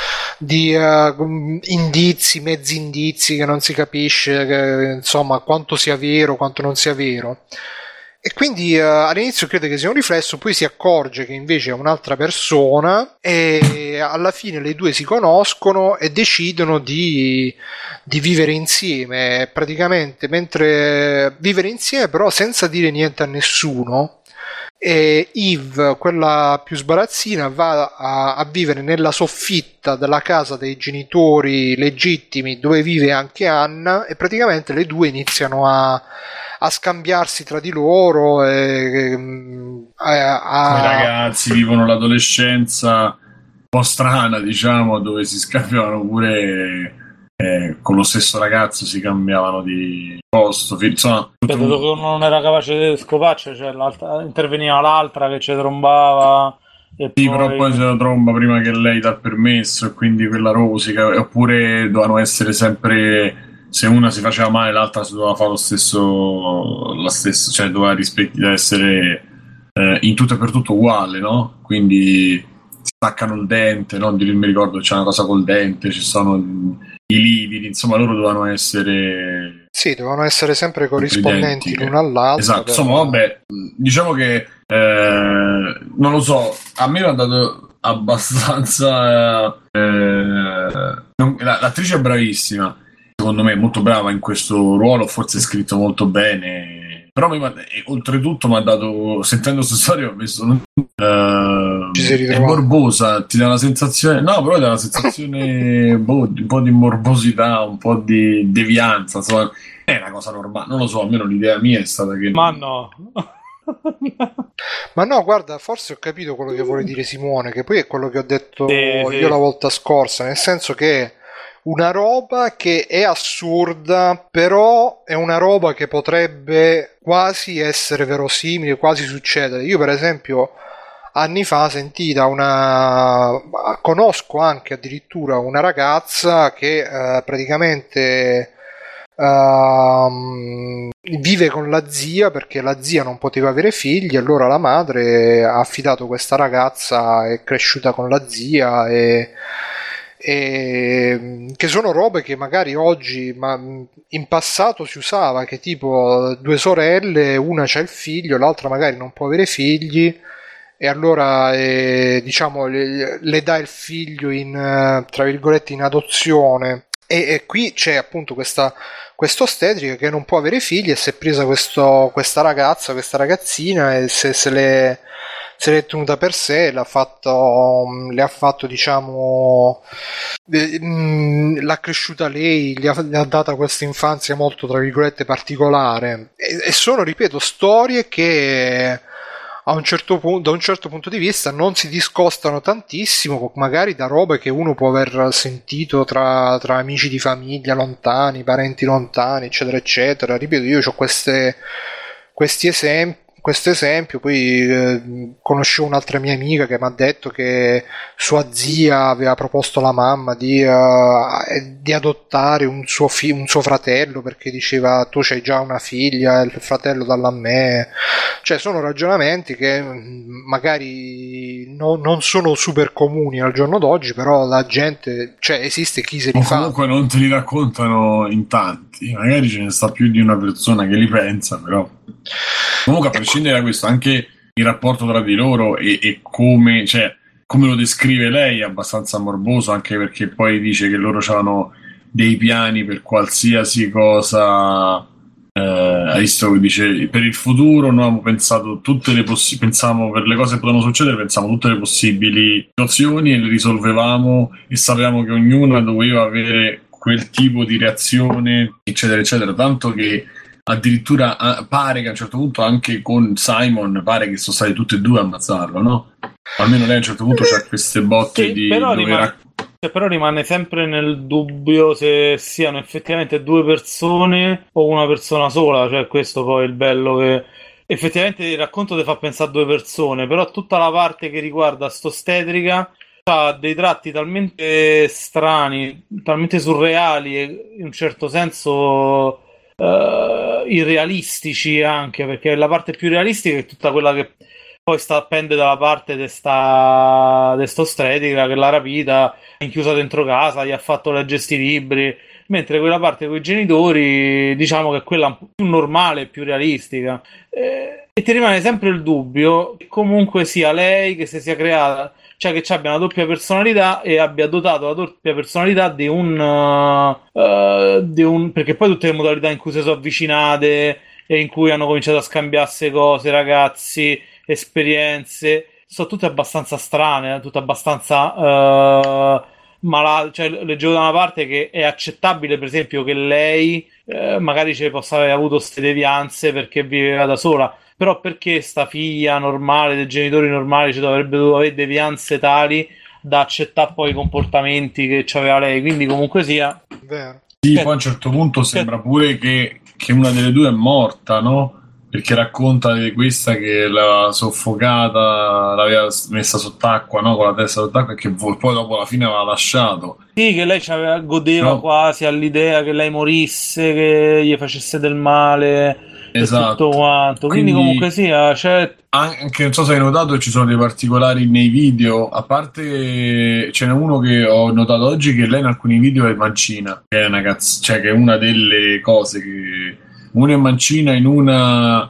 di uh, indizi, mezzi indizi che non si capisce che, insomma, quanto sia vero, quanto non sia vero. E quindi uh, all'inizio crede che sia un riflesso, poi si accorge che invece è un'altra persona e alla fine le due si conoscono e decidono di, di vivere insieme, praticamente mentre vivere insieme però senza dire niente a nessuno. E Eve, quella più sbarazzina, va a, a vivere nella soffitta della casa dei genitori legittimi dove vive anche Anna e praticamente le due iniziano a, a scambiarsi tra di loro e, a, a... I ragazzi vivono l'adolescenza un po' strana, diciamo, dove si scambiavano pure eh, con lo stesso ragazzo, si cambiavano di posto, insomma, vedo che uno non era capace di scoparci, cioè l'altra, interveniva l'altra che ci trombava e sì, poi... però poi se la tromba prima che lei dà il permesso e quindi quella rosica, oppure dovevano essere sempre, se una si faceva male l'altra si doveva fare lo stesso, la stessa, cioè doveva rispecchi, essere eh, in tutto e per tutto uguale, no? Quindi staccano il dente, no? Mi ricordo c'è una cosa col dente, ci sono i lividi, insomma loro dovevano essere sì, dovevano essere sempre corrispondenti l'una all'altra. Esatto, per... insomma vabbè, diciamo che eh, non lo so, a me mi ha dato abbastanza eh, non, l'attrice è bravissima, secondo me è molto brava in questo ruolo, forse è scritto molto bene, però mi, e, oltretutto mi ha dato, sentendo questa storia ho messo uh, è morbosa, ti dà la sensazione, no però dà la sensazione boh, un po' di morbosità, un po' di devianza, insomma è una cosa normale, non lo so, almeno l'idea mia è stata che ma no ma no, guarda, forse ho capito quello che vuole dire Simone, che poi è quello che ho detto sì, io sì. la volta scorsa, nel senso che una roba che è assurda, però è una roba che potrebbe quasi essere verosimile, quasi succedere. Io per esempio anni fa sentì da una conosco anche addirittura una ragazza che eh, praticamente uh, vive con la zia perché la zia non poteva avere figli, allora la madre ha affidato questa ragazza, è cresciuta con la zia e E, che sono robe che magari oggi, ma in passato si usava, che tipo due sorelle, una c'ha il figlio, l'altra magari non può avere figli e allora eh, diciamo le, le dà il figlio in tra virgolette in adozione e, e qui c'è appunto questa quest'ostetrica che non può avere figli e si è presa questo, questa ragazza, questa ragazzina e se, se le se l'è tenuta per sé, l'ha fatto, le ha fatto diciamo l'ha cresciuta lei, gli ha, gli ha data questa infanzia molto tra virgolette particolare e, e sono, ripeto, storie che a un certo punto, da un certo punto di vista non si discostano tantissimo magari da robe che uno può aver sentito tra, tra amici di famiglia lontani, parenti lontani, eccetera eccetera. Ripeto, io ho queste questi esempi questo esempio, poi eh, conoscevo un'altra mia amica che mi ha detto che sua zia aveva proposto alla mamma di, uh, di adottare un suo, fi- un suo fratello perché diceva tu c'hai già una figlia, il fratello dalla a me, cioè sono ragionamenti che magari no, non sono super comuni al giorno d'oggi, però la gente, cioè esiste chi se li o fa. Comunque non te li raccontano in tanti, magari ce ne sta più di una persona che li pensa, però comunque a prescindere da questo anche il rapporto tra di loro e, e come, cioè, come lo descrive lei è abbastanza morboso, anche perché poi dice che loro c'erano dei piani per qualsiasi cosa. Eh, hai visto che dice per il futuro noi abbiamo pensato tutte le possi- pensavamo per le cose che potevano succedere, pensavamo tutte le possibili situazioni e le risolvevamo e sapevamo che ognuna doveva avere quel tipo di reazione, eccetera eccetera, tanto che addirittura ah, pare che a un certo punto anche con Simon pare che sono stati tutti e due a ammazzarlo, no? Almeno lei a un certo punto c'ha queste botte Sì, di però dove rimane, rac- cioè, però rimane sempre nel dubbio se siano effettivamente due persone o una persona sola, cioè questo poi è il bello, che effettivamente il racconto ti fa pensare a due persone, però tutta la parte che riguarda stostetrica ha dei tratti talmente strani, talmente surreali e in un certo senso eh, irrealistici anche, perché la parte più realistica è tutta quella che poi sta pende dalla parte di sta de sta ostetrica che l'ha rapita, è chiusa dentro casa, gli ha fatto leggere sti libri, mentre quella parte con i genitori diciamo che è quella un po' più normale, più realistica. Eh, e ti rimane sempre il dubbio che comunque sia lei che si sia creata, cioè che ci abbia una doppia personalità e abbia dotato la doppia personalità di un, uh, uh, di un perché poi tutte le modalità in cui si sono avvicinate e in cui hanno cominciato a scambiarsi cose, ragazzi, esperienze, sono tutte abbastanza strane, tutte abbastanza uh, malate. Cioè, leggevo da una parte che è accettabile, per esempio, che lei eh, magari ci possa aver avuto queste devianze perché viveva da sola, però perché sta figlia normale, dei genitori normali, ci dovrebbe dovuto avere devianze tali da accettare poi i comportamenti che aveva lei, quindi comunque sia... Vero. Sì, poi a un certo punto sembra pure che, che una delle due è morta, no? Perché racconta di questa che l'aveva soffocata, l'aveva messa sott'acqua, no? Con la testa sott'acqua e che poi dopo alla fine aveva lasciato. Sì, che lei c'aveva, godeva No. quasi all'idea che lei morisse, che gli facesse del male Esatto. e tutto quanto. Quindi, Quindi, comunque sia, c'è... anche non so se hai notato, ci sono dei particolari nei video. A parte ce n'è uno che ho notato oggi che lei in alcuni video è mancina, che è una cazzo, cioè che è una delle cose che una è mancina, in una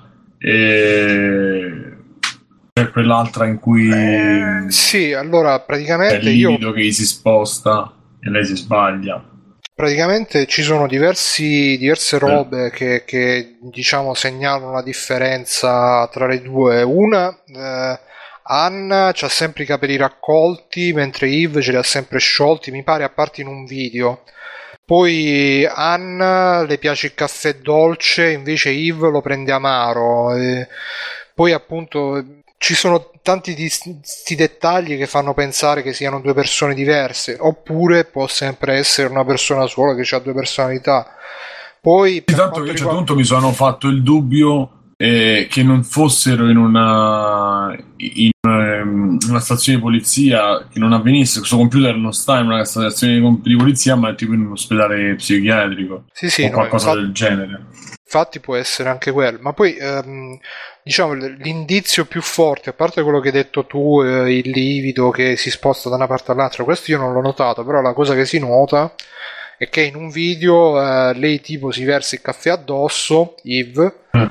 e c'è quell'altra in cui Eh, sì, allora è praticamente il io livido che gli si sposta e lei si sbaglia. praticamente ci sono diversi, diverse robe che, che diciamo segnalano la differenza tra le due. Una, eh, Anna c'ha sempre i capelli raccolti, mentre Yves ce li ha sempre sciolti, mi pare, a parte in un video. Poi Anna le piace il caffè dolce, invece Yves lo prende amaro. E poi appunto ci sono tanti di questi dettagli che fanno pensare che siano due persone diverse, oppure può sempre essere una persona sola che ha due personalità. Poi per Intanto quanto che a un certo riguarda... punto mi sono fatto il dubbio eh, che non fossero in una in ehm, una stazione di polizia, che non avvenisse, questo computer non sta in una stazione di di polizia ma è tipo in un ospedale psichiatrico Sì, sì, o no, qualcosa infatti, del genere. infatti può essere anche quello, ma poi ehm, diciamo l- l'indizio più forte, a parte quello che hai detto tu, eh, il livido che si sposta da una parte all'altra, questo io non l'ho notato, però la cosa che si nota è che in un video eh, lei tipo si versa il caffè addosso, Yves, Mm.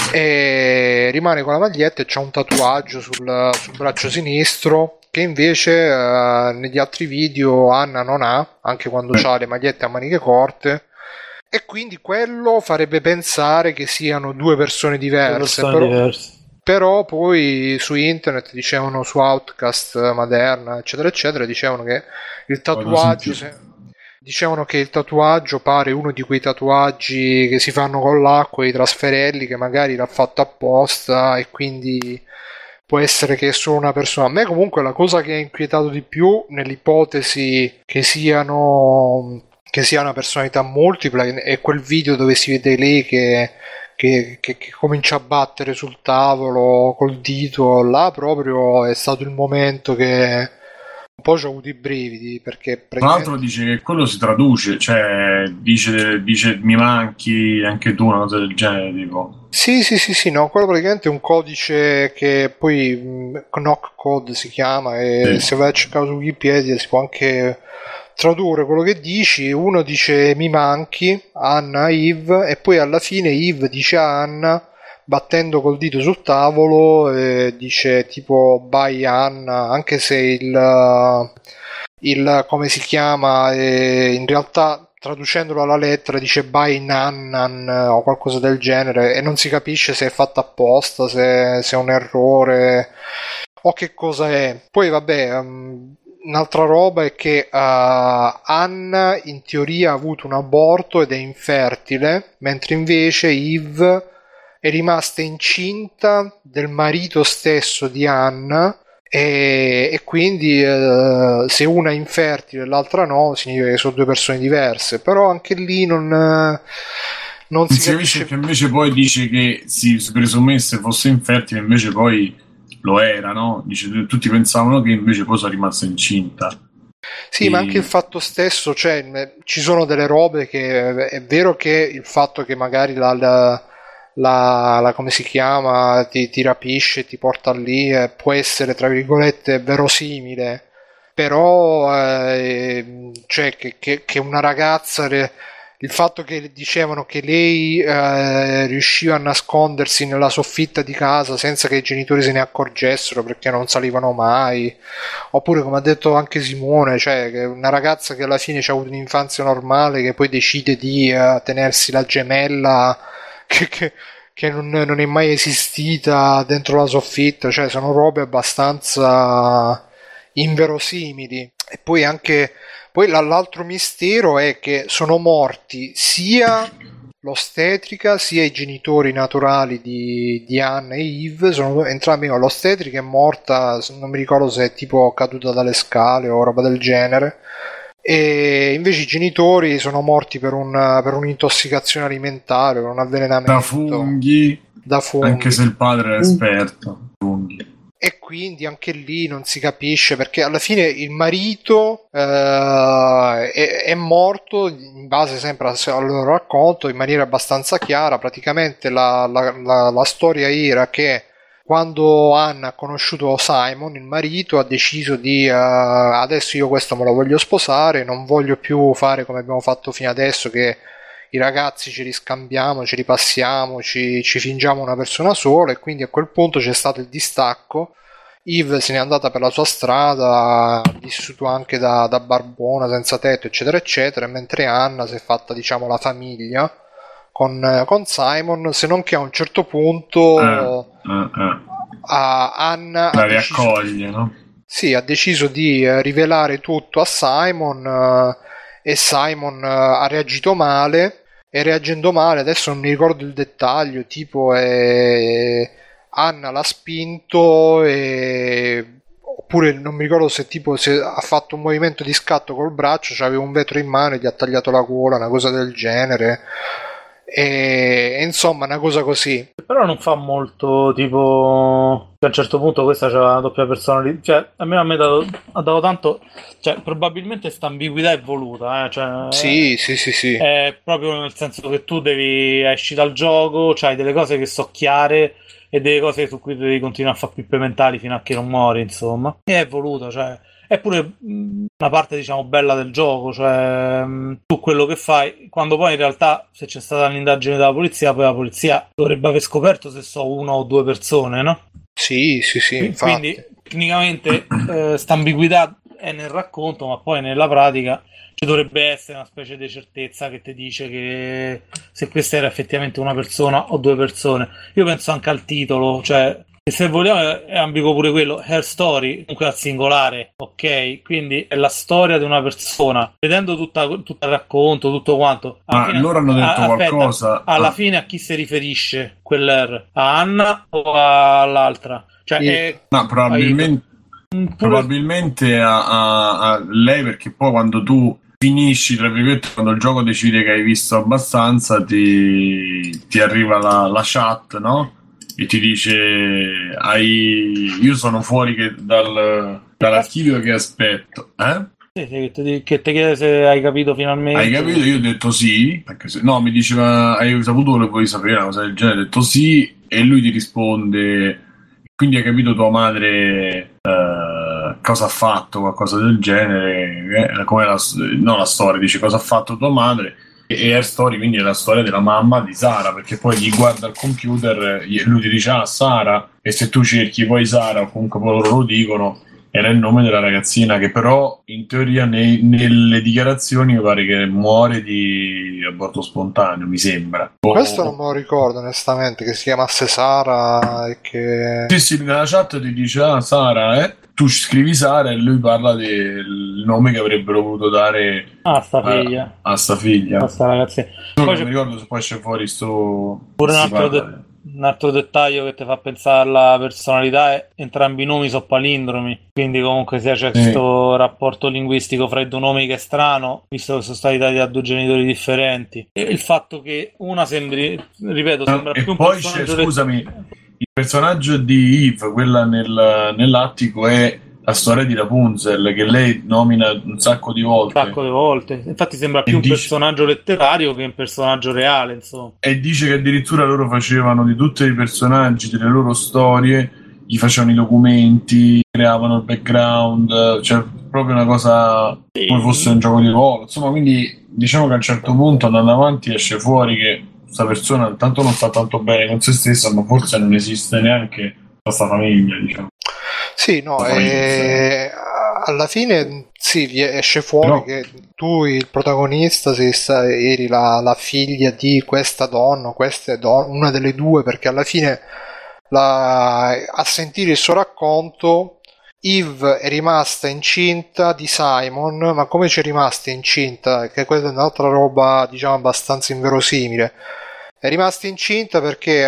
e rimane con la maglietta e c'ha un tatuaggio sul, sul braccio sinistro che invece eh, negli altri video Anna non ha, anche quando ha le magliette a maniche corte, e quindi quello farebbe pensare che siano due persone diverse, persone però, diverse. però poi su internet dicevano, su Outcast, Maderna, eccetera eccetera, dicevano che il tatuaggio se- dicevano che il tatuaggio pare uno di quei tatuaggi che si fanno con l'acqua, i trasferelli, che magari l'ha fatto apposta e quindi può essere che è solo una persona. A me comunque la cosa che ha inquietato di più, nell'ipotesi che siano che sia una personalità multipla, è quel video dove si vede lei che, che, che, che comincia a battere sul tavolo col dito. Là proprio è stato il momento che un po' ci ho avuto i brividi, perché Tra l'altro dice che quello si traduce, cioè dice, dice mi manchi anche tu, una cosa del genere, tipo. Sì, sì, sì, sì, no, quello praticamente è un codice che poi mh, knock code si chiama, e Sì. se vai a cercare su Wikipedia si può anche tradurre quello che dici. Uno dice mi manchi, Anna, Yves, e poi alla fine Yves dice a Anna, battendo col dito sul tavolo, eh, dice tipo bye Anna, anche se il, il come si chiama, eh, in realtà traducendolo alla lettera dice by Nannan o qualcosa del genere, e non si capisce se è fatta apposta, se, se è un errore o che cosa è. Poi vabbè, um, un'altra roba è che uh, Anna in teoria ha avuto un aborto ed è infertile, mentre invece Eve è rimasta incinta del marito stesso di Anna, e, e quindi uh, se una è infertile e l'altra no, significa che sono due persone diverse. Però anche lì non, non si, si capisce, che invece poi dice che si presumesse fosse infertile, invece poi lo era, no? Dice, tutti pensavano che invece poi sia rimasta incinta. Sì, e... ma anche il fatto stesso, cioè ci sono delle robe che è vero che il fatto che magari la, la, la, la come si chiama ti, ti rapisce, ti porta lì, eh, può essere tra virgolette verosimile, però eh, cioè che, che, che una ragazza re, il fatto che dicevano che lei eh, riusciva a nascondersi nella soffitta di casa senza che i genitori se ne accorgessero perché non salivano mai, oppure come ha detto anche Simone, cioè che una ragazza che alla fine ha avuto un'infanzia normale, che poi decide di uh, tenersi la gemella che, che, che non, non è mai esistita dentro la soffitta, cioè sono robe abbastanza inverosimili. E poi anche Poi l'altro mistero è che sono morti sia l'ostetrica sia i genitori naturali di, di Anna e Eve, sono entrambi. No, l'ostetrica è morta, non mi ricordo se è tipo caduta dalle scale o roba del genere, e invece i genitori sono morti per, un, per un'intossicazione alimentare, per un avvelenamento da funghi, da funghi, anche se il padre è esperto funghi. E quindi anche lì non si capisce, perché alla fine il marito eh, è, è morto in base sempre al loro racconto in maniera abbastanza chiara. Praticamente la, la, la, la storia era che quando Anna ha conosciuto Simon, il marito, ha deciso di uh, adesso io questo me lo voglio sposare, non voglio più fare come abbiamo fatto fino adesso, che i ragazzi ci riscambiamo, ci ripassiamo, ci, ci fingiamo una persona sola. E quindi a quel punto c'è stato il distacco. Eve se n'è andata per la sua strada, ha vissuto anche da, da barbona senza tetto eccetera eccetera, mentre Anna si è fatta, diciamo, la famiglia con, con Simon, se non che a un certo punto eh, eh, eh. A Anna la ha riaccoglie, deciso, no? Sì, ha deciso di eh, rivelare tutto a Simon, eh, e Simon eh, ha reagito male, e reagendo male, adesso non mi ricordo il dettaglio, tipo è... Anna l'ha spinto, e... oppure non mi ricordo se tipo se ha fatto un movimento di scatto col braccio, cioè aveva un vetro in mano e gli ha tagliato la gola, una cosa del genere, e, e insomma una cosa così. Però non fa molto, tipo a un certo punto questa c'era una doppia personalità, cioè a me, a me ha, dato, ha dato tanto, cioè probabilmente sta ambiguità è voluta, eh? Cioè, sì, sì, sì, sì. È proprio nel senso che tu devi esci dal gioco, c'hai delle cose che so chiare e delle cose su cui devi continuare a fare pippe mentali fino a che non muori, insomma. E è voluto, cioè è pure una parte, diciamo, bella del gioco, cioè tu quello che fai, quando poi in realtà se c'è stata un'indagine della polizia, poi la polizia dovrebbe aver scoperto se so una o due persone, no? Sì, sì, sì, infatti. Quindi tecnicamente eh, sta ambiguità è nel racconto, ma poi nella pratica ci dovrebbe essere una specie di certezza che ti dice che se questa era effettivamente una persona o due persone. Io penso anche al titolo, cioè se vogliamo è ambiguo pure quello, Her Story, comunque al singolare, ok? Quindi è la storia di una persona, vedendo tutta, tutto il racconto, tutto quanto. Ma fine, loro hanno detto a, aspetta, qualcosa alla ah. fine a chi si riferisce quell'R? A Anna o all'altra? Cioè sì. è, no, probabilmente pure... probabilmente a, a, a lei, perché poi quando tu finisci, tra virgolette, quando il gioco decide che hai visto abbastanza, ti, ti arriva la, la chat, no? E ti dice hai... io sono fuori che dal, dall'archivio che aspetto, eh? Sì, sì, che, ti, che ti chiede se hai capito finalmente. Hai capito? Io ho detto sì, perché se... no, mi diceva hai saputo quello che vuoi sapere, una cosa del genere, ho detto sì, e lui ti risponde quindi hai capito tua madre eh, cosa ha fatto, qualcosa del genere, eh? Come la, no, la storia, dice cosa ha fatto tua madre. E Her Story quindi è la storia della mamma di Sara, perché poi gli guarda il computer e lui ti dice ah Sara, e se tu cerchi poi Sara o comunque poi loro lo dicono era il nome della ragazzina che però in teoria nei, nelle dichiarazioni mi pare che muore di aborto spontaneo, mi sembra. Questo non me lo ricordo onestamente, che si chiamasse Sara e che... Sì, sì, nella chat ti dice ah Sara, eh? Tu scrivi Sara e lui parla del nome che avrebbero voluto dare ah, sta figlia. a, a sta figlia. A sta ragazzina. Non Poi mi c'è ricordo se poi esce fuori sto... pure un altro, de- un altro dettaglio che ti fa pensare alla personalità è entrambi i nomi sono palindromi, quindi comunque sia c'è questo sì. rapporto linguistico fra i due nomi che è strano, visto che sono stati dati da due genitori differenti, e il fatto che una sembri, ripeto, sembra e più un poi personaggio c'è, scusami, il personaggio di Eve, quella nel, nell'attico, è la storia di Rapunzel, che lei nomina un sacco di volte. Un sacco di volte. Infatti sembra più e un dice... personaggio letterario che un personaggio reale, insomma. E dice che addirittura loro facevano di tutti i personaggi, delle loro storie, gli facevano i documenti, creavano il background, cioè proprio una cosa sì. come fosse un gioco di ruolo. Insomma, quindi diciamo che a un certo punto, andando avanti, esce fuori che questa persona tanto non sta tanto bene con se stessa, ma forse non esiste neanche questa famiglia, diciamo. Sì, no, e alla fine sì, esce fuori no. che tu, il protagonista, sei sta, eri la, la figlia di questa donna, questa è don- una delle due, perché alla fine la, a sentire il suo racconto Eve è rimasta incinta di Simon, ma come c'è rimasta incinta? Che questa è un'altra roba, diciamo, abbastanza inverosimile. È rimasta incinta perché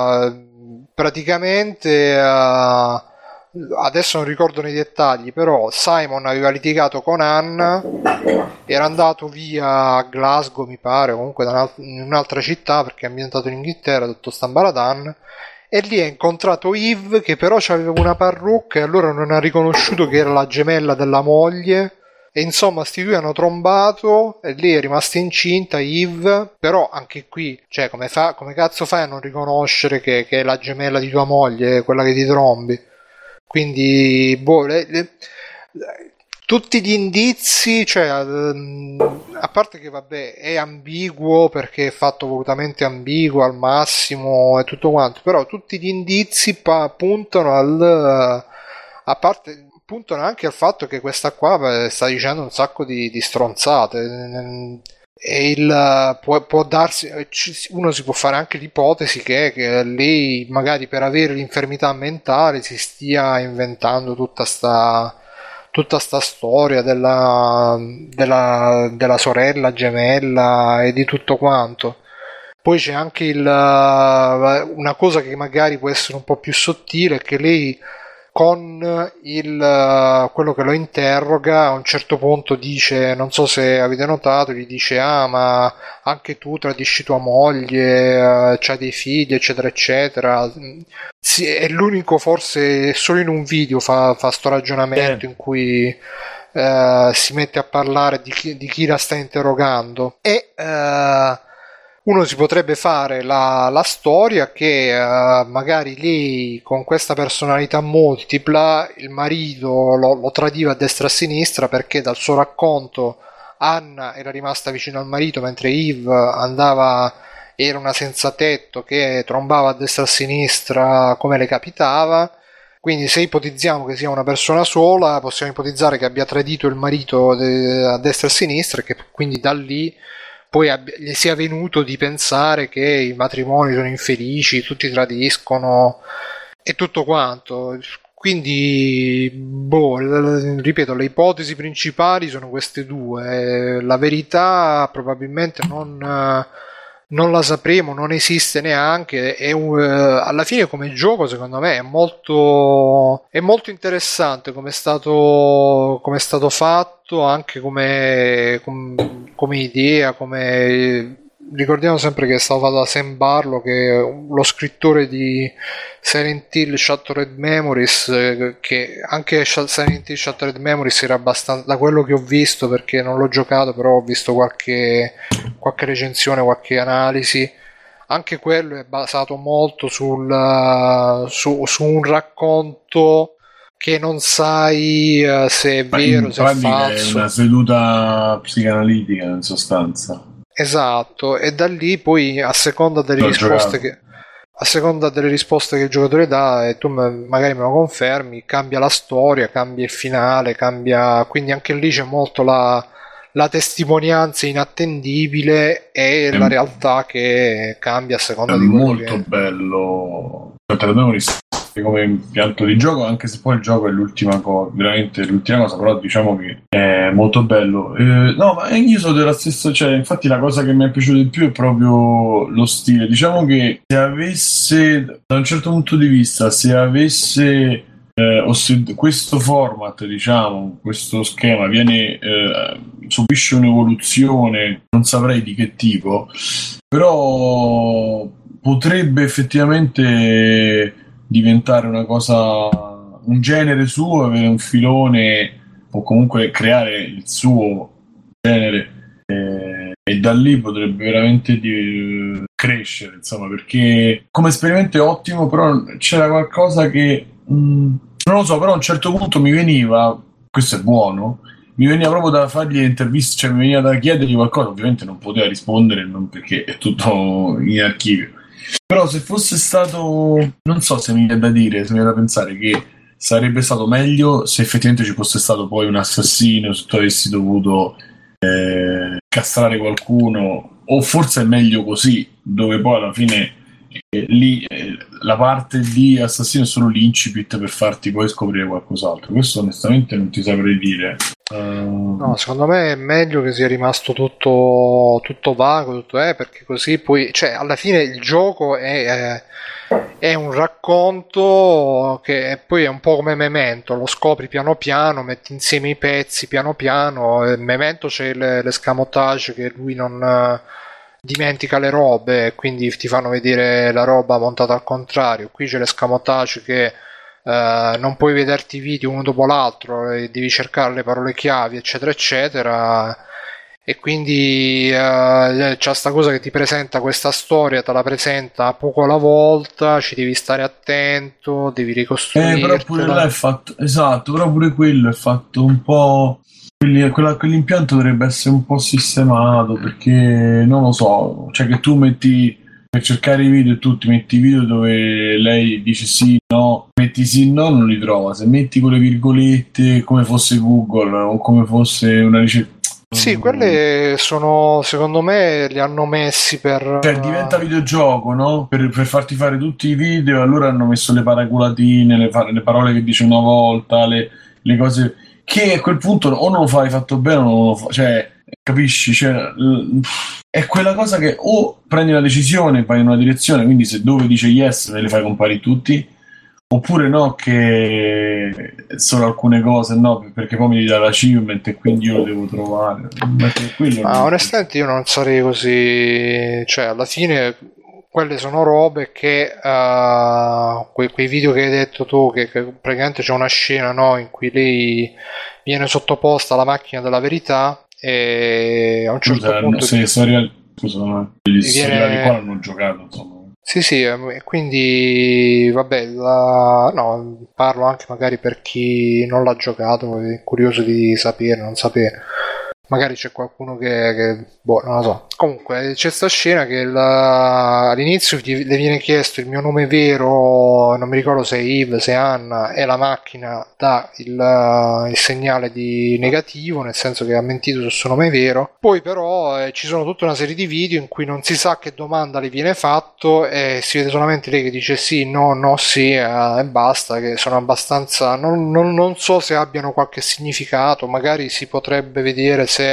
uh, praticamente uh, adesso non ricordo nei dettagli, però Simon aveva litigato con Anna, era andato via a Glasgow mi pare, comunque da in un'altra città perché è ambientato in Inghilterra, tutto Stambaladan, e lì ha incontrato Eve che però aveva una parrucca e allora non ha riconosciuto che era la gemella della moglie. E insomma sti due hanno trombato e lì è rimasta incinta Eve, però anche qui, cioè come, fa, come cazzo fai a non riconoscere che, che è la gemella di tua moglie, quella che ti trombi? Quindi, boh, le, le, tutti gli indizi, cioè, a parte che vabbè è ambiguo perché è fatto volutamente ambiguo al massimo e tutto quanto, però tutti gli indizi pa- puntano al... a parte... puntano anche al fatto che questa qua sta dicendo un sacco di, di stronzate e il, può, può darsi, uno si può fare anche l'ipotesi che, che lei magari per avere l'infermità mentale si stia inventando tutta sta tutta sta storia della, della, della sorella gemella e di tutto quanto. Poi c'è anche il, una cosa che magari può essere un po' più sottile, che lei con il quello che lo interroga a un certo punto dice, non so se avete notato, gli dice ah ma anche tu tradisci tua moglie, c'hai dei figli eccetera eccetera. Sì, è l'unico, forse solo in un video fa, fa sto ragionamento eh. in cui eh, si mette a parlare di chi, di chi la sta interrogando e eh, uno si potrebbe fare la, la storia che uh, magari lei con questa personalità multipla il marito lo, lo tradiva a destra e a sinistra perché dal suo racconto Anna era rimasta vicino al marito mentre Eve andava, era una senza tetto che trombava a destra e a sinistra come le capitava. Quindi se ipotizziamo che sia una persona sola possiamo ipotizzare che abbia tradito il marito de- a destra e a sinistra e che quindi da lì poi abbia, gli sia venuto di pensare che i matrimoni sono infelici, tutti tradiscono e tutto quanto. Quindi, boh, ripeto, le ipotesi principali sono queste due. La verità probabilmente non, non la sapremo, non esiste neanche. È un, alla fine come gioco secondo me è molto, è molto interessante come è stato, come è stato fatto, anche come, come, come idea, come... Ricordiamo sempre che è stato fatto da Sam Barlow, che è lo scrittore di Silent Hill Shattered Memories, che anche Silent Hill Shattered Memories era abbastanza, da quello che ho visto, perché non l'ho giocato, però ho visto qualche, qualche recensione, qualche analisi, anche quello è basato molto sul, su, su un racconto che non sai uh, se è vero, se è falso. È una seduta psicanalitica in sostanza. Esatto, e da lì poi a seconda delle L'ho risposte giocato. che a seconda delle risposte che il giocatore dà, e tu magari me lo confermi, cambia la storia, cambia il finale, cambia, quindi anche lì c'è molto la, la testimonianza inattendibile e è la realtà che cambia a seconda è di quello molto che... bello come impianto di gioco, anche se poi il gioco è l'ultima cosa, veramente l'ultima cosa, però diciamo che è molto bello. Eh, no, ma io sono della stessa, cioè, infatti la cosa che mi è piaciuta di più è proprio lo stile. Diciamo che se avesse, da un certo punto di vista, se avesse eh, o se questo format, diciamo, questo schema viene eh, subisce un'evoluzione, non saprei di che tipo, però potrebbe effettivamente diventare una cosa, un genere suo, avere un filone o comunque creare il suo genere eh, e da lì potrebbe veramente di, crescere, insomma, perché come esperimento è ottimo, però c'era qualcosa che mh, non lo so, però a un certo punto mi veniva, questo è buono, mi veniva proprio da fargli interviste, cioè mi veniva da chiedergli qualcosa, ovviamente non poteva rispondere non perché è tutto in archivio. Però se fosse stato, non so se mi viene da dire, se mi viene da pensare che sarebbe stato meglio se effettivamente ci fosse stato poi un assassino, se tu avessi dovuto eh, castrare qualcuno, o forse è meglio così, dove poi alla fine eh, lì eh, la parte di assassino è solo l'incipit per farti poi scoprire qualcos'altro. Questo onestamente non ti saprei dire. Uh... No, secondo me è meglio che sia rimasto tutto, tutto vago, tutto è, perché così poi, cioè, alla fine il gioco è, è, è un racconto che poi è un po' come Memento, lo scopri piano piano, metti insieme i pezzi piano piano. E Memento c'è le, l'escamotage che lui non uh, dimentica le robe, quindi ti fanno vedere la roba montata al contrario. Qui c'è l'escamotage che Uh, non puoi vederti i video uno dopo l'altro e devi cercare le parole chiavi, eccetera eccetera, e quindi uh, c'è sta cosa che ti presenta questa storia, te la presenta poco alla volta, ci devi stare attento, devi ricostruire. Eh, però pure là è fatto, esatto, però pure quello è fatto un po', quelli, quella, quell'impianto dovrebbe essere un po' sistemato, perché non lo so, cioè che tu metti per cercare i video e tu ti metti i video dove lei dice sì, no, metti sì, no, non li trova. Se metti con le virgolette come fosse Google o come fosse una ricerca, sì, quelle sono, secondo me li hanno messi per, cioè diventa videogioco, no? Per, per farti fare tutti i video, allora hanno messo le paraculatine, le, le parole che dice una volta, le, le cose che a quel punto o non lo fai fatto bene o non lo fai, cioè capisci, cioè, è quella cosa che o prendi una decisione, vai in una direzione, quindi se dove dice yes me le fai comparire tutti, oppure no, che solo alcune cose no, perché poi mi dà l'achievement e quindi io lo devo trovare. Ma onestamente io non sarei così, cioè alla fine quelle sono robe che uh, que- quei video che hai detto tu, che, che praticamente c'è una scena, no, in cui lei viene sottoposta alla macchina della verità e a un certo scusa, punto no, se ti... seriali, scusa, no, gli viene... seriali qua hanno giocato, insomma. Sì, sì, e quindi vabbè, la... no, parlo anche magari per chi non l'ha giocato, è curioso di sapere, non sapere. Magari c'è qualcuno che, che boh, non lo so. Comunque c'è sta scena che la... all'inizio gli, le viene chiesto il mio nome vero, non mi ricordo se è Yves, se è Anna, e la macchina dà il, il segnale di negativo, nel senso che ha mentito sul suo nome vero. Poi però eh, ci sono tutta una serie di video in cui non si sa che domanda le viene fatto e si vede solamente lei che dice sì, no, no, sì eh, e basta, che sono abbastanza... Non, non, non so se abbiano qualche significato, magari si potrebbe vedere se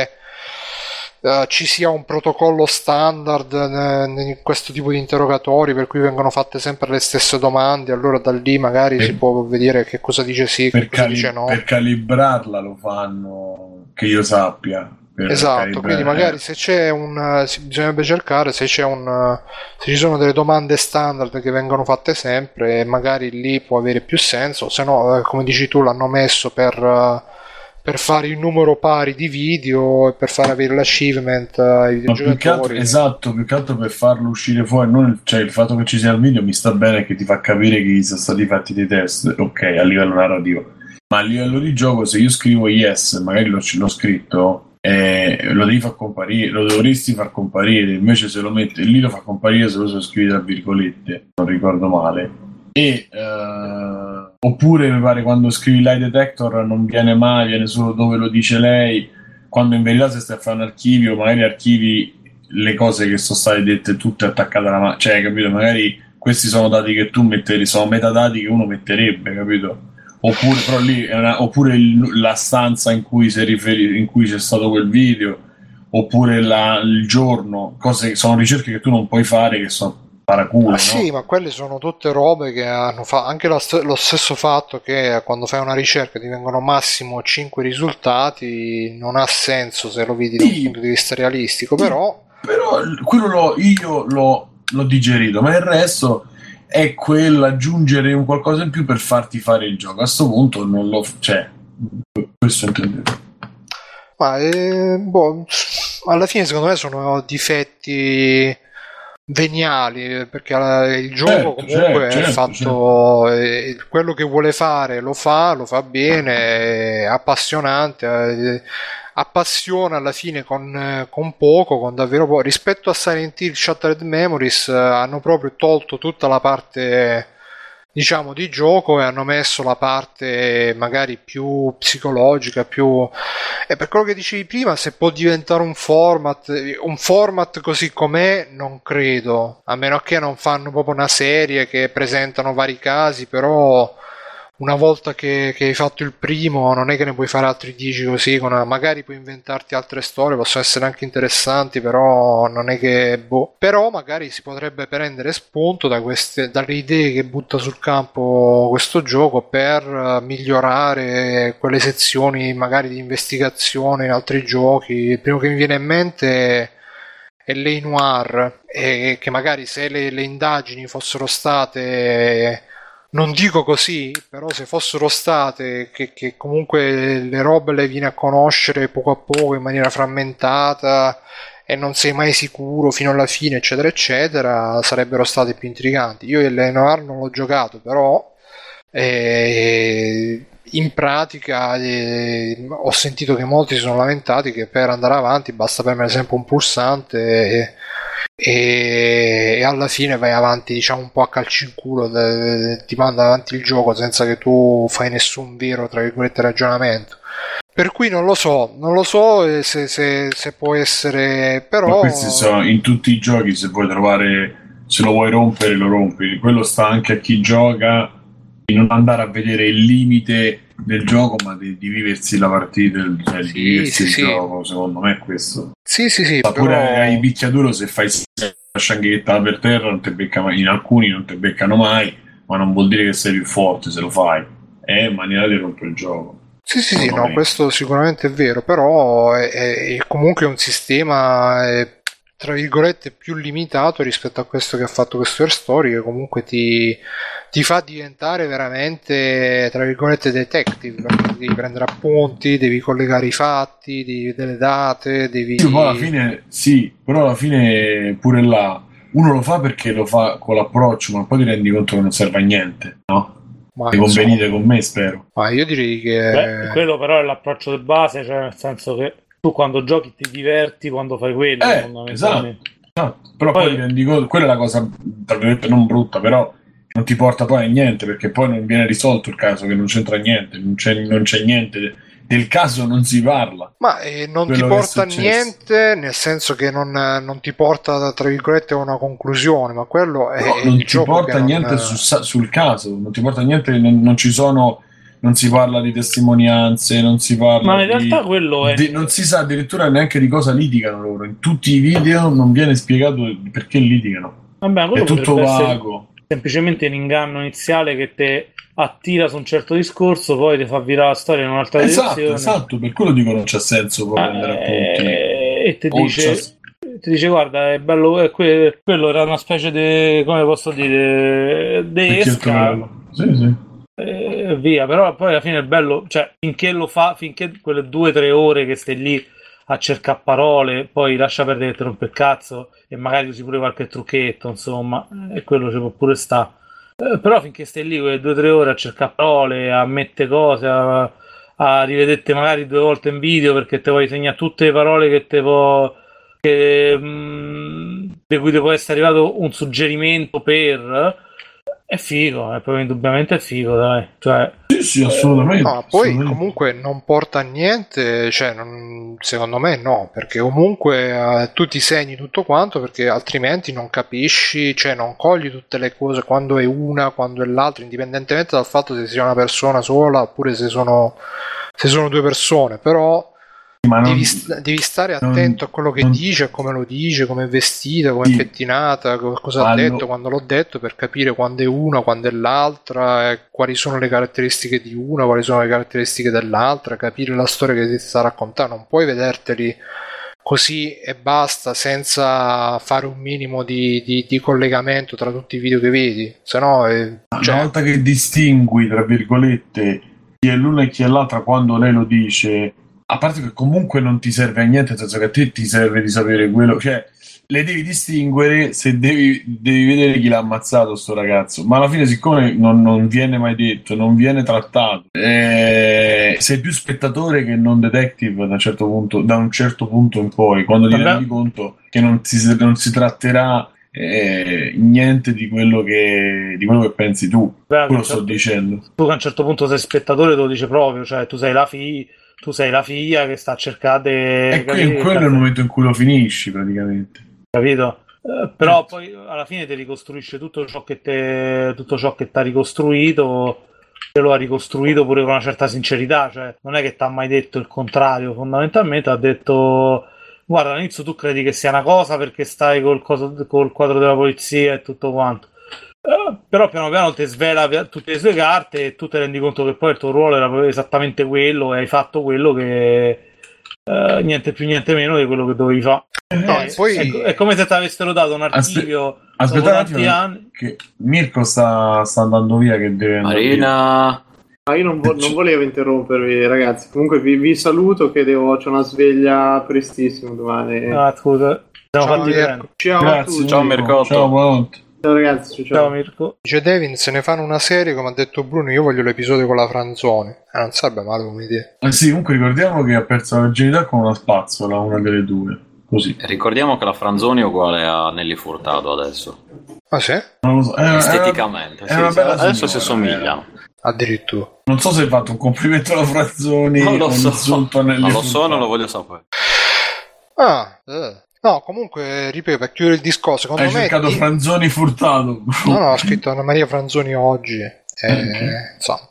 Uh, ci sia un protocollo standard uh, in questo tipo di interrogatori per cui vengono fatte sempre le stesse domande, allora da lì magari per, si può vedere che cosa dice sì, che cosa cali- dice no. Per calibrarla lo fanno, che io sappia. Esatto, quindi magari se c'è un uh, bisognerebbe cercare se c'è un uh, se ci sono delle domande standard che vengono fatte sempre, magari lì può avere più senso, se no uh, come dici tu l'hanno messo per uh, per fare il numero pari di video e per far avere l'achievement ai videogiocatori. Più che altro, esatto, più che altro per farlo uscire fuori, non, cioè il fatto che ci sia il video mi sta bene, che ti fa capire che gli sono stati fatti dei test, ok, a livello narrativo, ma a livello di gioco se io scrivo yes, magari l'ho, l'ho scritto, eh, lo devi far comparire, lo dovresti far comparire, invece se lo metti lì lo fa comparire se lo so scrivi tra virgolette, non ricordo male. E eh, oppure mi pare quando scrivi lie detector non viene mai, viene solo dove lo dice lei, quando in verità se stai a fare un archivio magari archivi le cose che sono state dette tutte attaccate alla mano, cioè capito, magari questi sono dati che tu metterai, sono metadati che uno metterebbe, capito? Oppure però lì è una, oppure il, la stanza in cui si riferi, in cui c'è stato quel video, oppure la, il giorno, cose che sono ricerche che tu non puoi fare, che sono paraculo, ah, sì, no? ma quelle sono tutte robe che hanno fatto anche lo, st- lo stesso fatto che quando fai una ricerca ti vengono massimo cinque risultati, non ha senso se lo vedi da un Sì, punto di vista realistico, sì, però però quello lo, io l'ho, l'ho digerito, ma il resto è quello, aggiungere un qualcosa in più per farti fare il gioco. A sto punto non lo, cioè, questo intendevo. ma eh, boh, alla fine secondo me sono difetti veniali, perché eh, il gioco Certo, comunque certo, è certo, fatto eh, quello che vuole fare lo fa, lo fa bene, è appassionante, eh, appassiona alla fine con, eh, con poco, con davvero poco. Rispetto a Silent Hill Shattered Memories eh, hanno proprio tolto tutta la parte diciamo di gioco e hanno messo la parte magari più psicologica, più e per quello che dicevi prima, se può diventare un format un format così com'è non credo, a meno che non fanno proprio una serie che presentano vari casi, però una volta che, che hai fatto il primo non è che ne puoi fare altri dieci così, con una, magari puoi inventarti altre storie, possono essere anche interessanti, però non è che boh. Però magari si potrebbe prendere spunto da queste, dalle idee che butta sul campo questo gioco per migliorare quelle sezioni magari di investigazione in altri giochi. Il primo che mi viene in mente è l'E Noir, e che magari se le, le indagini fossero state, non dico così, però se fossero state che, che comunque le robe le vieni a conoscere poco a poco in maniera frammentata e non sei mai sicuro fino alla fine, eccetera eccetera, sarebbero state più intriganti. Io il Noir non l'ho giocato, però eh, in pratica eh, ho sentito che molti si sono lamentati che per andare avanti basta premere sempre un pulsante e, e, e alla fine vai avanti diciamo un po' a calci in culo, de, ti manda avanti il gioco senza che tu fai nessun vero tra virgolette ragionamento, per cui non lo so non lo so se, se, se può essere, però ma questi sono in tutti i giochi, se vuoi trovare, se lo vuoi rompere lo rompi, quello sta anche a chi gioca di non andare a vedere il limite del gioco, ma di, di viversi la partita, cioè sì, di viversi sì, il sì. gioco, secondo me è questo. Sì, sì, sì, Ma però pure ai picchiaduro, se fai la scianghetta per terra non te becca mai, in alcuni non te beccano mai, ma non vuol dire che sei più forte se lo fai, è maniera di rompere il gioco. sì, sì, sì, no, me. Questo sicuramente è vero, però è, è, è comunque un sistema è, tra virgolette più limitato rispetto a questo che ha fatto questo Her Story, che comunque ti, ti fa diventare veramente tra virgolette detective, perché devi prendere appunti, devi collegare i fatti, devi, delle date, devi... Sì, poi alla fine sì, però alla fine pure là uno lo fa perché lo fa con l'approccio, ma poi ti rendi conto che non serve a niente, no? Ma e convenite con me, spero. Ma io direi che Beh, quello però è l'approccio di base, cioè nel senso che tu quando giochi ti diverti quando fai quello, eh, fondamentalmente. Esatto, esatto. Però poi, poi ti rendi conto, quella è la cosa tra virgolette non brutta, però non ti porta poi a niente, perché poi non viene risolto il caso, che non c'entra niente, non c'è, non c'è niente del caso, non si parla. Ma eh, non ti porta a niente, nel senso che non, non ti porta tra virgolette a una conclusione, ma quello è, no, è non il ti gioco porta che niente non... su, sul caso, non ti porta niente, non, non ci sono, non si parla di testimonianze, non si parla ma in di, realtà quello è di, non si sa addirittura neanche di cosa litigano loro, in tutti i video non viene spiegato perché litigano. Vabbè, quello è tutto vago, semplicemente un inganno iniziale che te attira su un certo discorso, poi ti fa virare la storia in un'altra esatto, direzione. Esatto, per quello dico non c'è senso poi prendere appunti. Eh, e ti dice, ti dice guarda, è bello, è que- quello era una specie di, come posso dire, di esca. Sì, sì. E via, però poi alla fine è bello, cioè finché lo fa, finché quelle due o tre ore che stai lì a cercare parole, poi lascia perdere, te rompe il cazzo e magari usi pure qualche trucchetto, insomma, e quello ci può pure sta. Eh, però finché stai lì quelle due o tre ore a cercare parole, a mettere cose, a, a rivedere magari due volte in video perché te vuoi segnare tutte le parole che te può che, mh, di cui ti può essere arrivato un suggerimento per è figo, è proprio indubbiamente è figo, dai, cioè sì sì assolutamente, no, poi assolutamente. Comunque non porta a niente, cioè non, secondo me no, perché comunque eh, tu ti segni tutto quanto perché altrimenti non capisci, cioè non cogli tutte le cose quando è una, quando è l'altra, indipendentemente dal fatto se sia una persona sola oppure se sono se sono due persone, però Ma non, devi, devi stare attento non, a quello che non, dice, come lo dice, come è vestita, come è sì. pettinata, cosa ha Allo... detto, quando l'ho detto, per capire quando è una, quando è l'altra, e quali sono le caratteristiche di una, quali sono le caratteristiche dell'altra, capire la storia che ti sta raccontando. Non puoi vederteli così e basta, senza fare un minimo di, di, di collegamento tra tutti i video che vedi, se no è, cioè... una volta che distingui tra virgolette chi è l'una e chi è l'altra quando lei lo dice, a parte che comunque non ti serve a niente, nel senso che a te ti serve di sapere quello, cioè le devi distinguere se devi, devi vedere chi l'ha ammazzato sto ragazzo, ma alla fine siccome non, non viene mai detto, non viene trattato, eh, sei più spettatore che non detective da un certo punto, da un certo punto in poi, quando ti rendi conto che non si, non si tratterà eh, niente di quello che di quello che pensi tu. Beh, quello sto certo, dicendo. Tu a un certo punto sei spettatore, te lo dice proprio, cioè tu sei la figlia tu sei la figlia che sta a cercare e capire, quello è il momento in cui lo finisci praticamente, capito? Eh, però poi alla fine ti ricostruisce tutto ciò che te tutto ciò che ti ha ricostruito, te lo ha ricostruito pure con una certa sincerità, cioè non è che ti ha mai detto il contrario, fondamentalmente ha detto guarda all'inizio tu credi che sia una cosa perché stai col, coso, col quadro della polizia e tutto quanto. Uh, però piano piano ti svela tutte le sue carte e tu ti rendi conto che poi il tuo ruolo era esattamente quello e hai fatto quello che uh, niente più niente meno di quello che dovevi fare. No, eh, poi... è, è come se ti avessero dato un archivio Aspe- dopo tanti anni. Che Mirko sta, sta andando via, che deve andare Marina via. Ah, io non, vo- non volevo interrompervi ragazzi, comunque vi, vi saluto che devo c'ho una sveglia prestissimo domani. Ah scusa, siamo Ciao, fatti Mirko. Ciao Grazie, a tutti. Ciao Mirko. Ciao, buonanotte. Ciao ragazzi, ciao. ciao Mirko. Dice Devin, se ne fanno una serie, come ha detto Bruno, io voglio l'episodio con la Franzoni. Eh, non sarebbe male come idea. Eh sì, comunque ricordiamo che ha perso la virginità con una spazzola, una delle due. Così. Ricordiamo che la Franzoni è uguale a Nelly Furtado adesso. Ah sì? Non lo so. È, Esteticamente, è sì, una sì, bella adesso signora, si somigliano. Addirittura. Non so se hai fatto un complimento alla Franzoni Non lo o so, insulto a Nelly non lo so, Furtado. non lo voglio sapere. Ah, eh. No, comunque, ripeto, per chiudere il discorso, secondo Hai me... cercato di... Franzoni Furtado. No, no, ho scritto Anna Maria Franzoni oggi. Eh, okay. Insomma...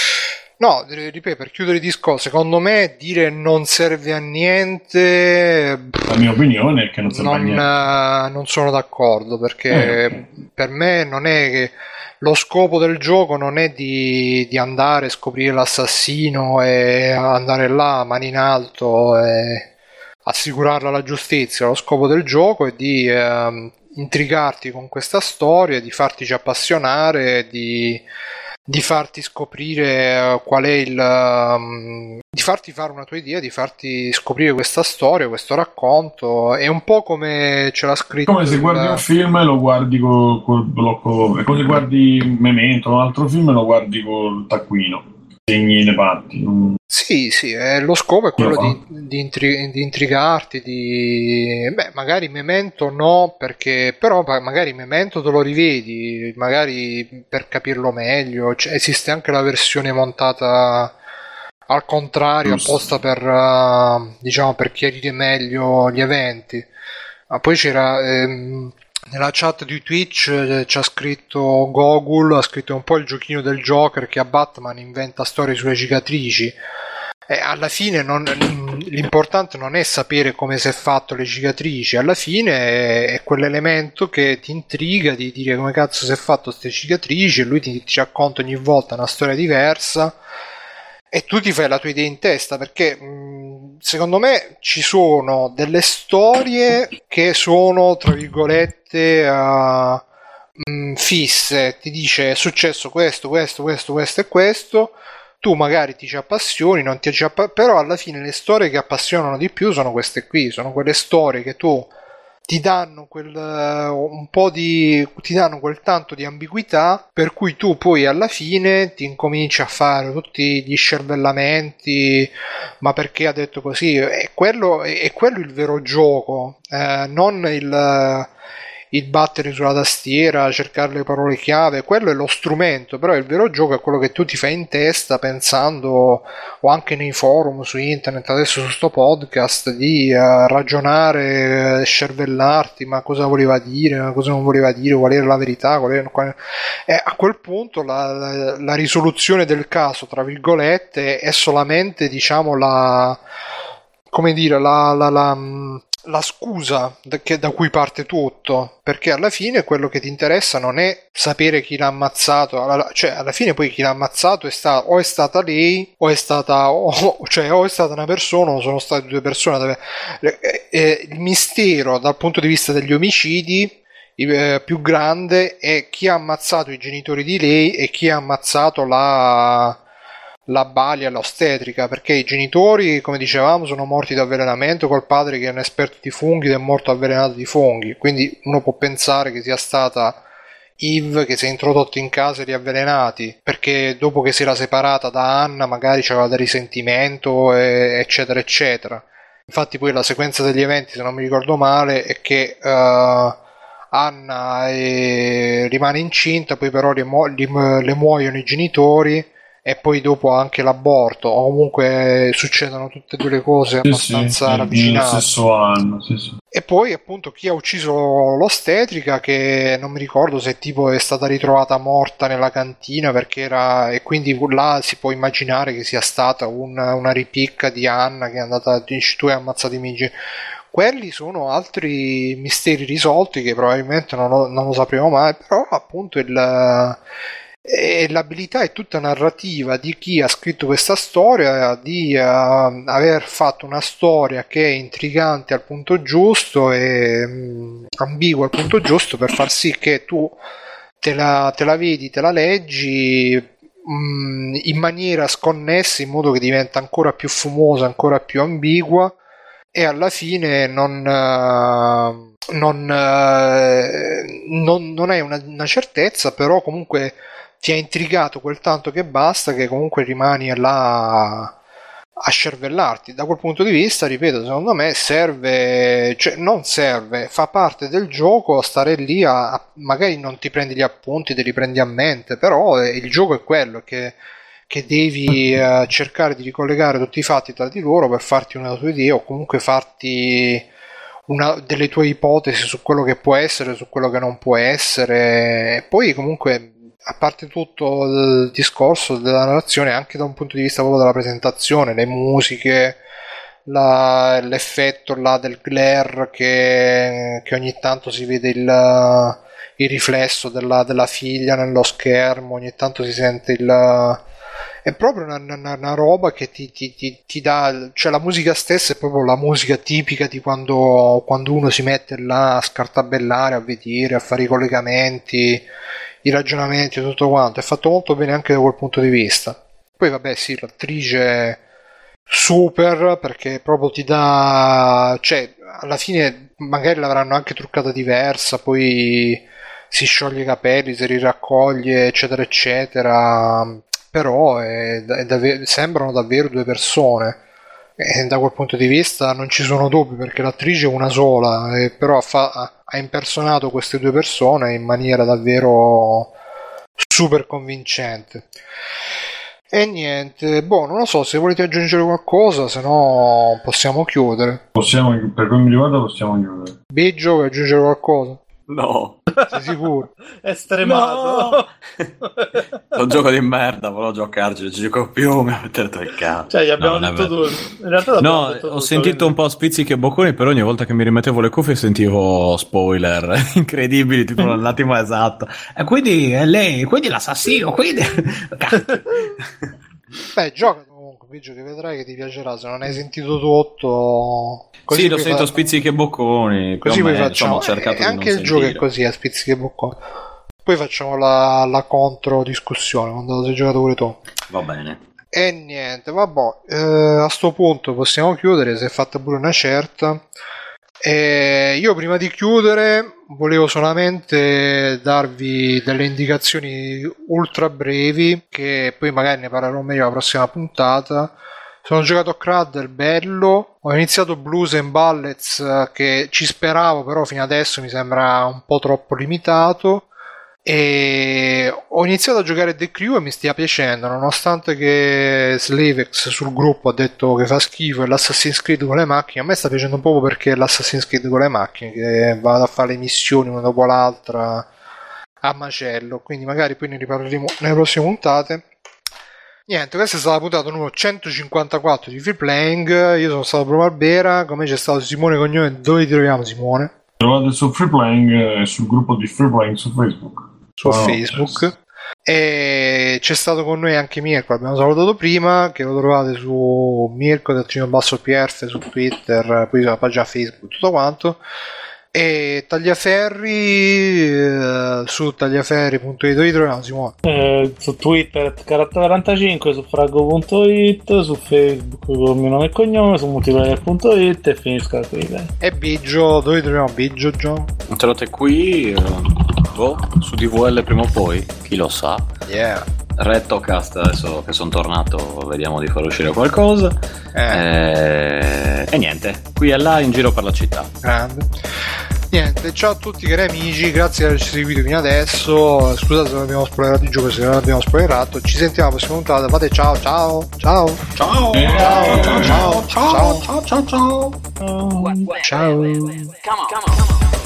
No, ripeto, per chiudere il discorso, secondo me dire non serve a niente... La mia opinione è che non serve non, a niente. non sono d'accordo, perché eh, okay. per me non è che... Lo scopo del gioco non è di, di andare a scoprire l'assassino e andare là, mani in alto e assicurarla alla giustizia. Lo scopo del gioco è di eh, intrigarti con questa storia, di fartici appassionare, di, di farti scoprire qual è il... Um, di farti fare una tua idea, di farti scoprire questa storia, questo racconto. È un po' come ce l'ha scritto... Come se guardi il... un film e lo guardi col, col blocco... È come se guardi Memento, un altro film e lo guardi col taccuino. Segni le parti. Non... Sì, sì, eh, lo scopo è quello di, di, intri- di intrigarti, di... Beh, magari Memento no, perché... Però magari Memento te lo rivedi, magari per capirlo meglio. Cioè, esiste anche la versione montata al contrario, Giusto. apposta per, uh, diciamo, per chiarire meglio gli eventi. Ma poi c'era... Ehm, nella chat di Twitch eh, c'ha scritto Gogul, ha scritto un po' il giochino del Joker che a Batman inventa storie sulle cicatrici. E alla fine non, l'importante non è sapere come si è fatto le cicatrici, alla fine è, è quell'elemento che ti intriga di dire come cazzo si è fatto queste cicatrici, e lui ti, ti racconta ogni volta una storia diversa e tu ti fai la tua idea in testa, perché mh, secondo me ci sono delle storie che sono tra virgolette uh, mh, fisse, ti dice è successo questo, questo, questo, questo e questo, tu magari ti ci appassioni, non ti ci app- però alla fine le storie che appassionano di più sono queste qui, sono quelle storie che tu ti danno quel un po' di ti danno quel tanto di ambiguità per cui tu poi alla fine ti incominci a fare tutti gli scervellamenti, ma perché ha detto così? È quello, è quello il vero gioco, eh, non il il battere sulla tastiera, cercare le parole chiave, quello è lo strumento, però il vero gioco è quello che tu ti fai in testa pensando, o anche nei forum su internet, adesso su sto podcast, di uh, ragionare, scervellarti, ma cosa voleva dire, ma cosa non voleva dire, qual era la verità, qual era, qual... E a quel punto la, la, la risoluzione del caso, tra virgolette, è solamente, diciamo, la come dire, la, la, la la scusa da, che, da cui parte tutto, perché alla fine quello che ti interessa non è sapere chi l'ha ammazzato, alla, cioè alla fine poi chi l'ha ammazzato è sta, o è stata lei o è stata o, cioè o è stata una persona o sono state due persone. Eh, eh, il mistero dal punto di vista degli omicidi eh, più grande è chi ha ammazzato i genitori di lei e chi ha ammazzato la la balia, l'ostetrica, perché i genitori, come dicevamo, sono morti da avvelenamento col padre che è un esperto di funghi ed è morto avvelenato di funghi, quindi uno può pensare che sia stata Eve che si è introdotta in casa e li ha avvelenati, perché dopo che si era separata da Anna magari c'aveva del risentimento e, eccetera eccetera. Infatti poi la sequenza degli eventi, se non mi ricordo male, è che uh, Anna è, rimane incinta, poi però le, mu- le muoiono i genitori e poi dopo anche l'aborto, o comunque succedono tutte e due le cose sì, abbastanza sì, ravvicinate. Nello stesso anno, sì, sì. E poi appunto chi ha ucciso l'ostetrica, che non mi ricordo se tipo è stata ritrovata morta nella cantina perché era, e quindi là si può immaginare che sia stata una, una ripicca di Anna che è andata, dici tu hai ammazzato i miei genitori. Quelli sono altri misteri risolti che probabilmente non lo, non lo sapremo mai, però appunto il e l'abilità è tutta narrativa di chi ha scritto questa storia, di uh, aver fatto una storia che è intrigante al punto giusto e um, ambigua al punto giusto per far sì che tu te la, te la vedi, te la leggi um, in maniera sconnessa, in modo che diventa ancora più fumosa, ancora più ambigua, e alla fine non uh, non, uh, non, non hai una, una certezza, però comunque ti ha intrigato quel tanto che basta, che comunque rimani là a scervellarti. Da quel punto di vista, ripeto, secondo me serve, cioè non serve, fa parte del gioco stare lì a, a magari non ti prendi gli appunti, te li prendi a mente, però il gioco è quello che, che devi uh, cercare di ricollegare tutti i fatti tra di loro per farti una tua idea, o comunque farti una delle tue ipotesi su quello che può essere, su quello che non può essere. Poi comunque, a parte tutto il discorso della narrazione, anche da un punto di vista proprio della presentazione, le musiche, la, l'effetto là del glare che, che ogni tanto si vede il, il riflesso della, della figlia nello schermo, ogni tanto si sente il... è proprio una, una, una roba che ti, ti, ti, ti dà, cioè la musica stessa è proprio la musica tipica di quando, quando uno si mette là a scartabellare, a vedere, a fare i collegamenti, i ragionamenti e tutto quanto. È fatto molto bene anche da quel punto di vista. Poi vabbè sì, l'attrice super, perché proprio ti dà, cioè alla fine magari l'avranno anche truccata diversa, poi si scioglie i capelli, si riraccoglie eccetera eccetera, però è, è davvero, sembrano davvero due persone, e da quel punto di vista non ci sono dubbi, perché l'attrice è una sola, e però fa, ha impersonato queste due persone in maniera davvero super convincente. E niente, boh, non lo so se volete aggiungere qualcosa, se no possiamo chiudere. Possiamo, per come mi riguarda possiamo chiudere. Biggio, vuoi aggiungere qualcosa? No. Sei sicuro? È stremato. No! È un gioco di merda, volevo giocarci, non ci gioco più, mi avete detto il cazzo. Cioè, gli abbiamo no, detto tutto. In realtà no, detto ho tutto, sentito quindi... un po' spizzichi e bocconi, però ogni volta che mi rimettevo le cuffie sentivo spoiler incredibili, tipo l'attimo esatto. E quindi è lei, quindi l'assassino, quindi... Beh, gioca comunque, Biggio, che vedrai che ti piacerà. Se non hai sentito tutto... Così sì, l'ho sentito fa... spizzichi e bocconi. Così poi facciamo... Insomma, ho cercato e anche il gioco è così, a spizzichi e bocconi. Poi facciamo la, la contro discussione quando lo sei giocato pure tu. Va bene. E niente, vabbè, eh, a sto punto possiamo chiudere, si è fatta pure una certa. E io prima di chiudere volevo solamente darvi delle indicazioni ultra brevi, che poi magari ne parlerò meglio la prossima puntata. Sono giocato a Cradle, bello. Ho iniziato Blues and Ballets, che ci speravo, però fino adesso mi sembra un po' troppo limitato. E ho iniziato a giocare The Crew e mi stia piacendo, nonostante che Slavex sul gruppo ha detto che fa schifo e l'Assassin's Creed con le macchine. A me sta piacendo un po' perché l'Assassin's Creed con le macchine, che vado a fare le missioni una dopo l'altra a macello, quindi magari poi ne riparleremo nelle prossime puntate. Niente, questa è stata la puntata numero centocinquantaquattro di Free Playing. Io sono stato Bruno Barbera, come c'è stato Simone Cognome. Dove ti troviamo, Simone? Trovate su Free Playing e sul gruppo di Free Playing su Facebook. Su oh, Facebook yes. E c'è stato con noi anche Mirko, abbiamo salutato prima, che lo trovate su Mirko del Trino Basso P R su Twitter, poi sulla pagina Facebook, tutto quanto. E Tagliaferri eh, su tagliaferri punto it dove troviamo Simone? Eh, su Twitter Carattere quarantacinque, su fraggo punto it, su Facebook con il mio nome e cognome, su multiplayer punto it e finisca qui. E Biggio, dove troviamo Biggio, Gio? Ce l'ho qui, eh, boh, su D V L prima o poi, chi lo sa. Yeah. Rettocast, adesso che sono tornato vediamo di far uscire qualcosa. eh. E... e niente, qui e là in giro per la città. Grande. Niente, ciao a tutti cari amici, grazie per averci seguito fino adesso. Scusate se non abbiamo spoilerato il gioco, se non abbiamo spoilerato. Ci sentiamo alla prossima puntata. Fate ciao ciao ciao ciao ciao ciao ciao ciao ciao ciao ciao ciao ciao.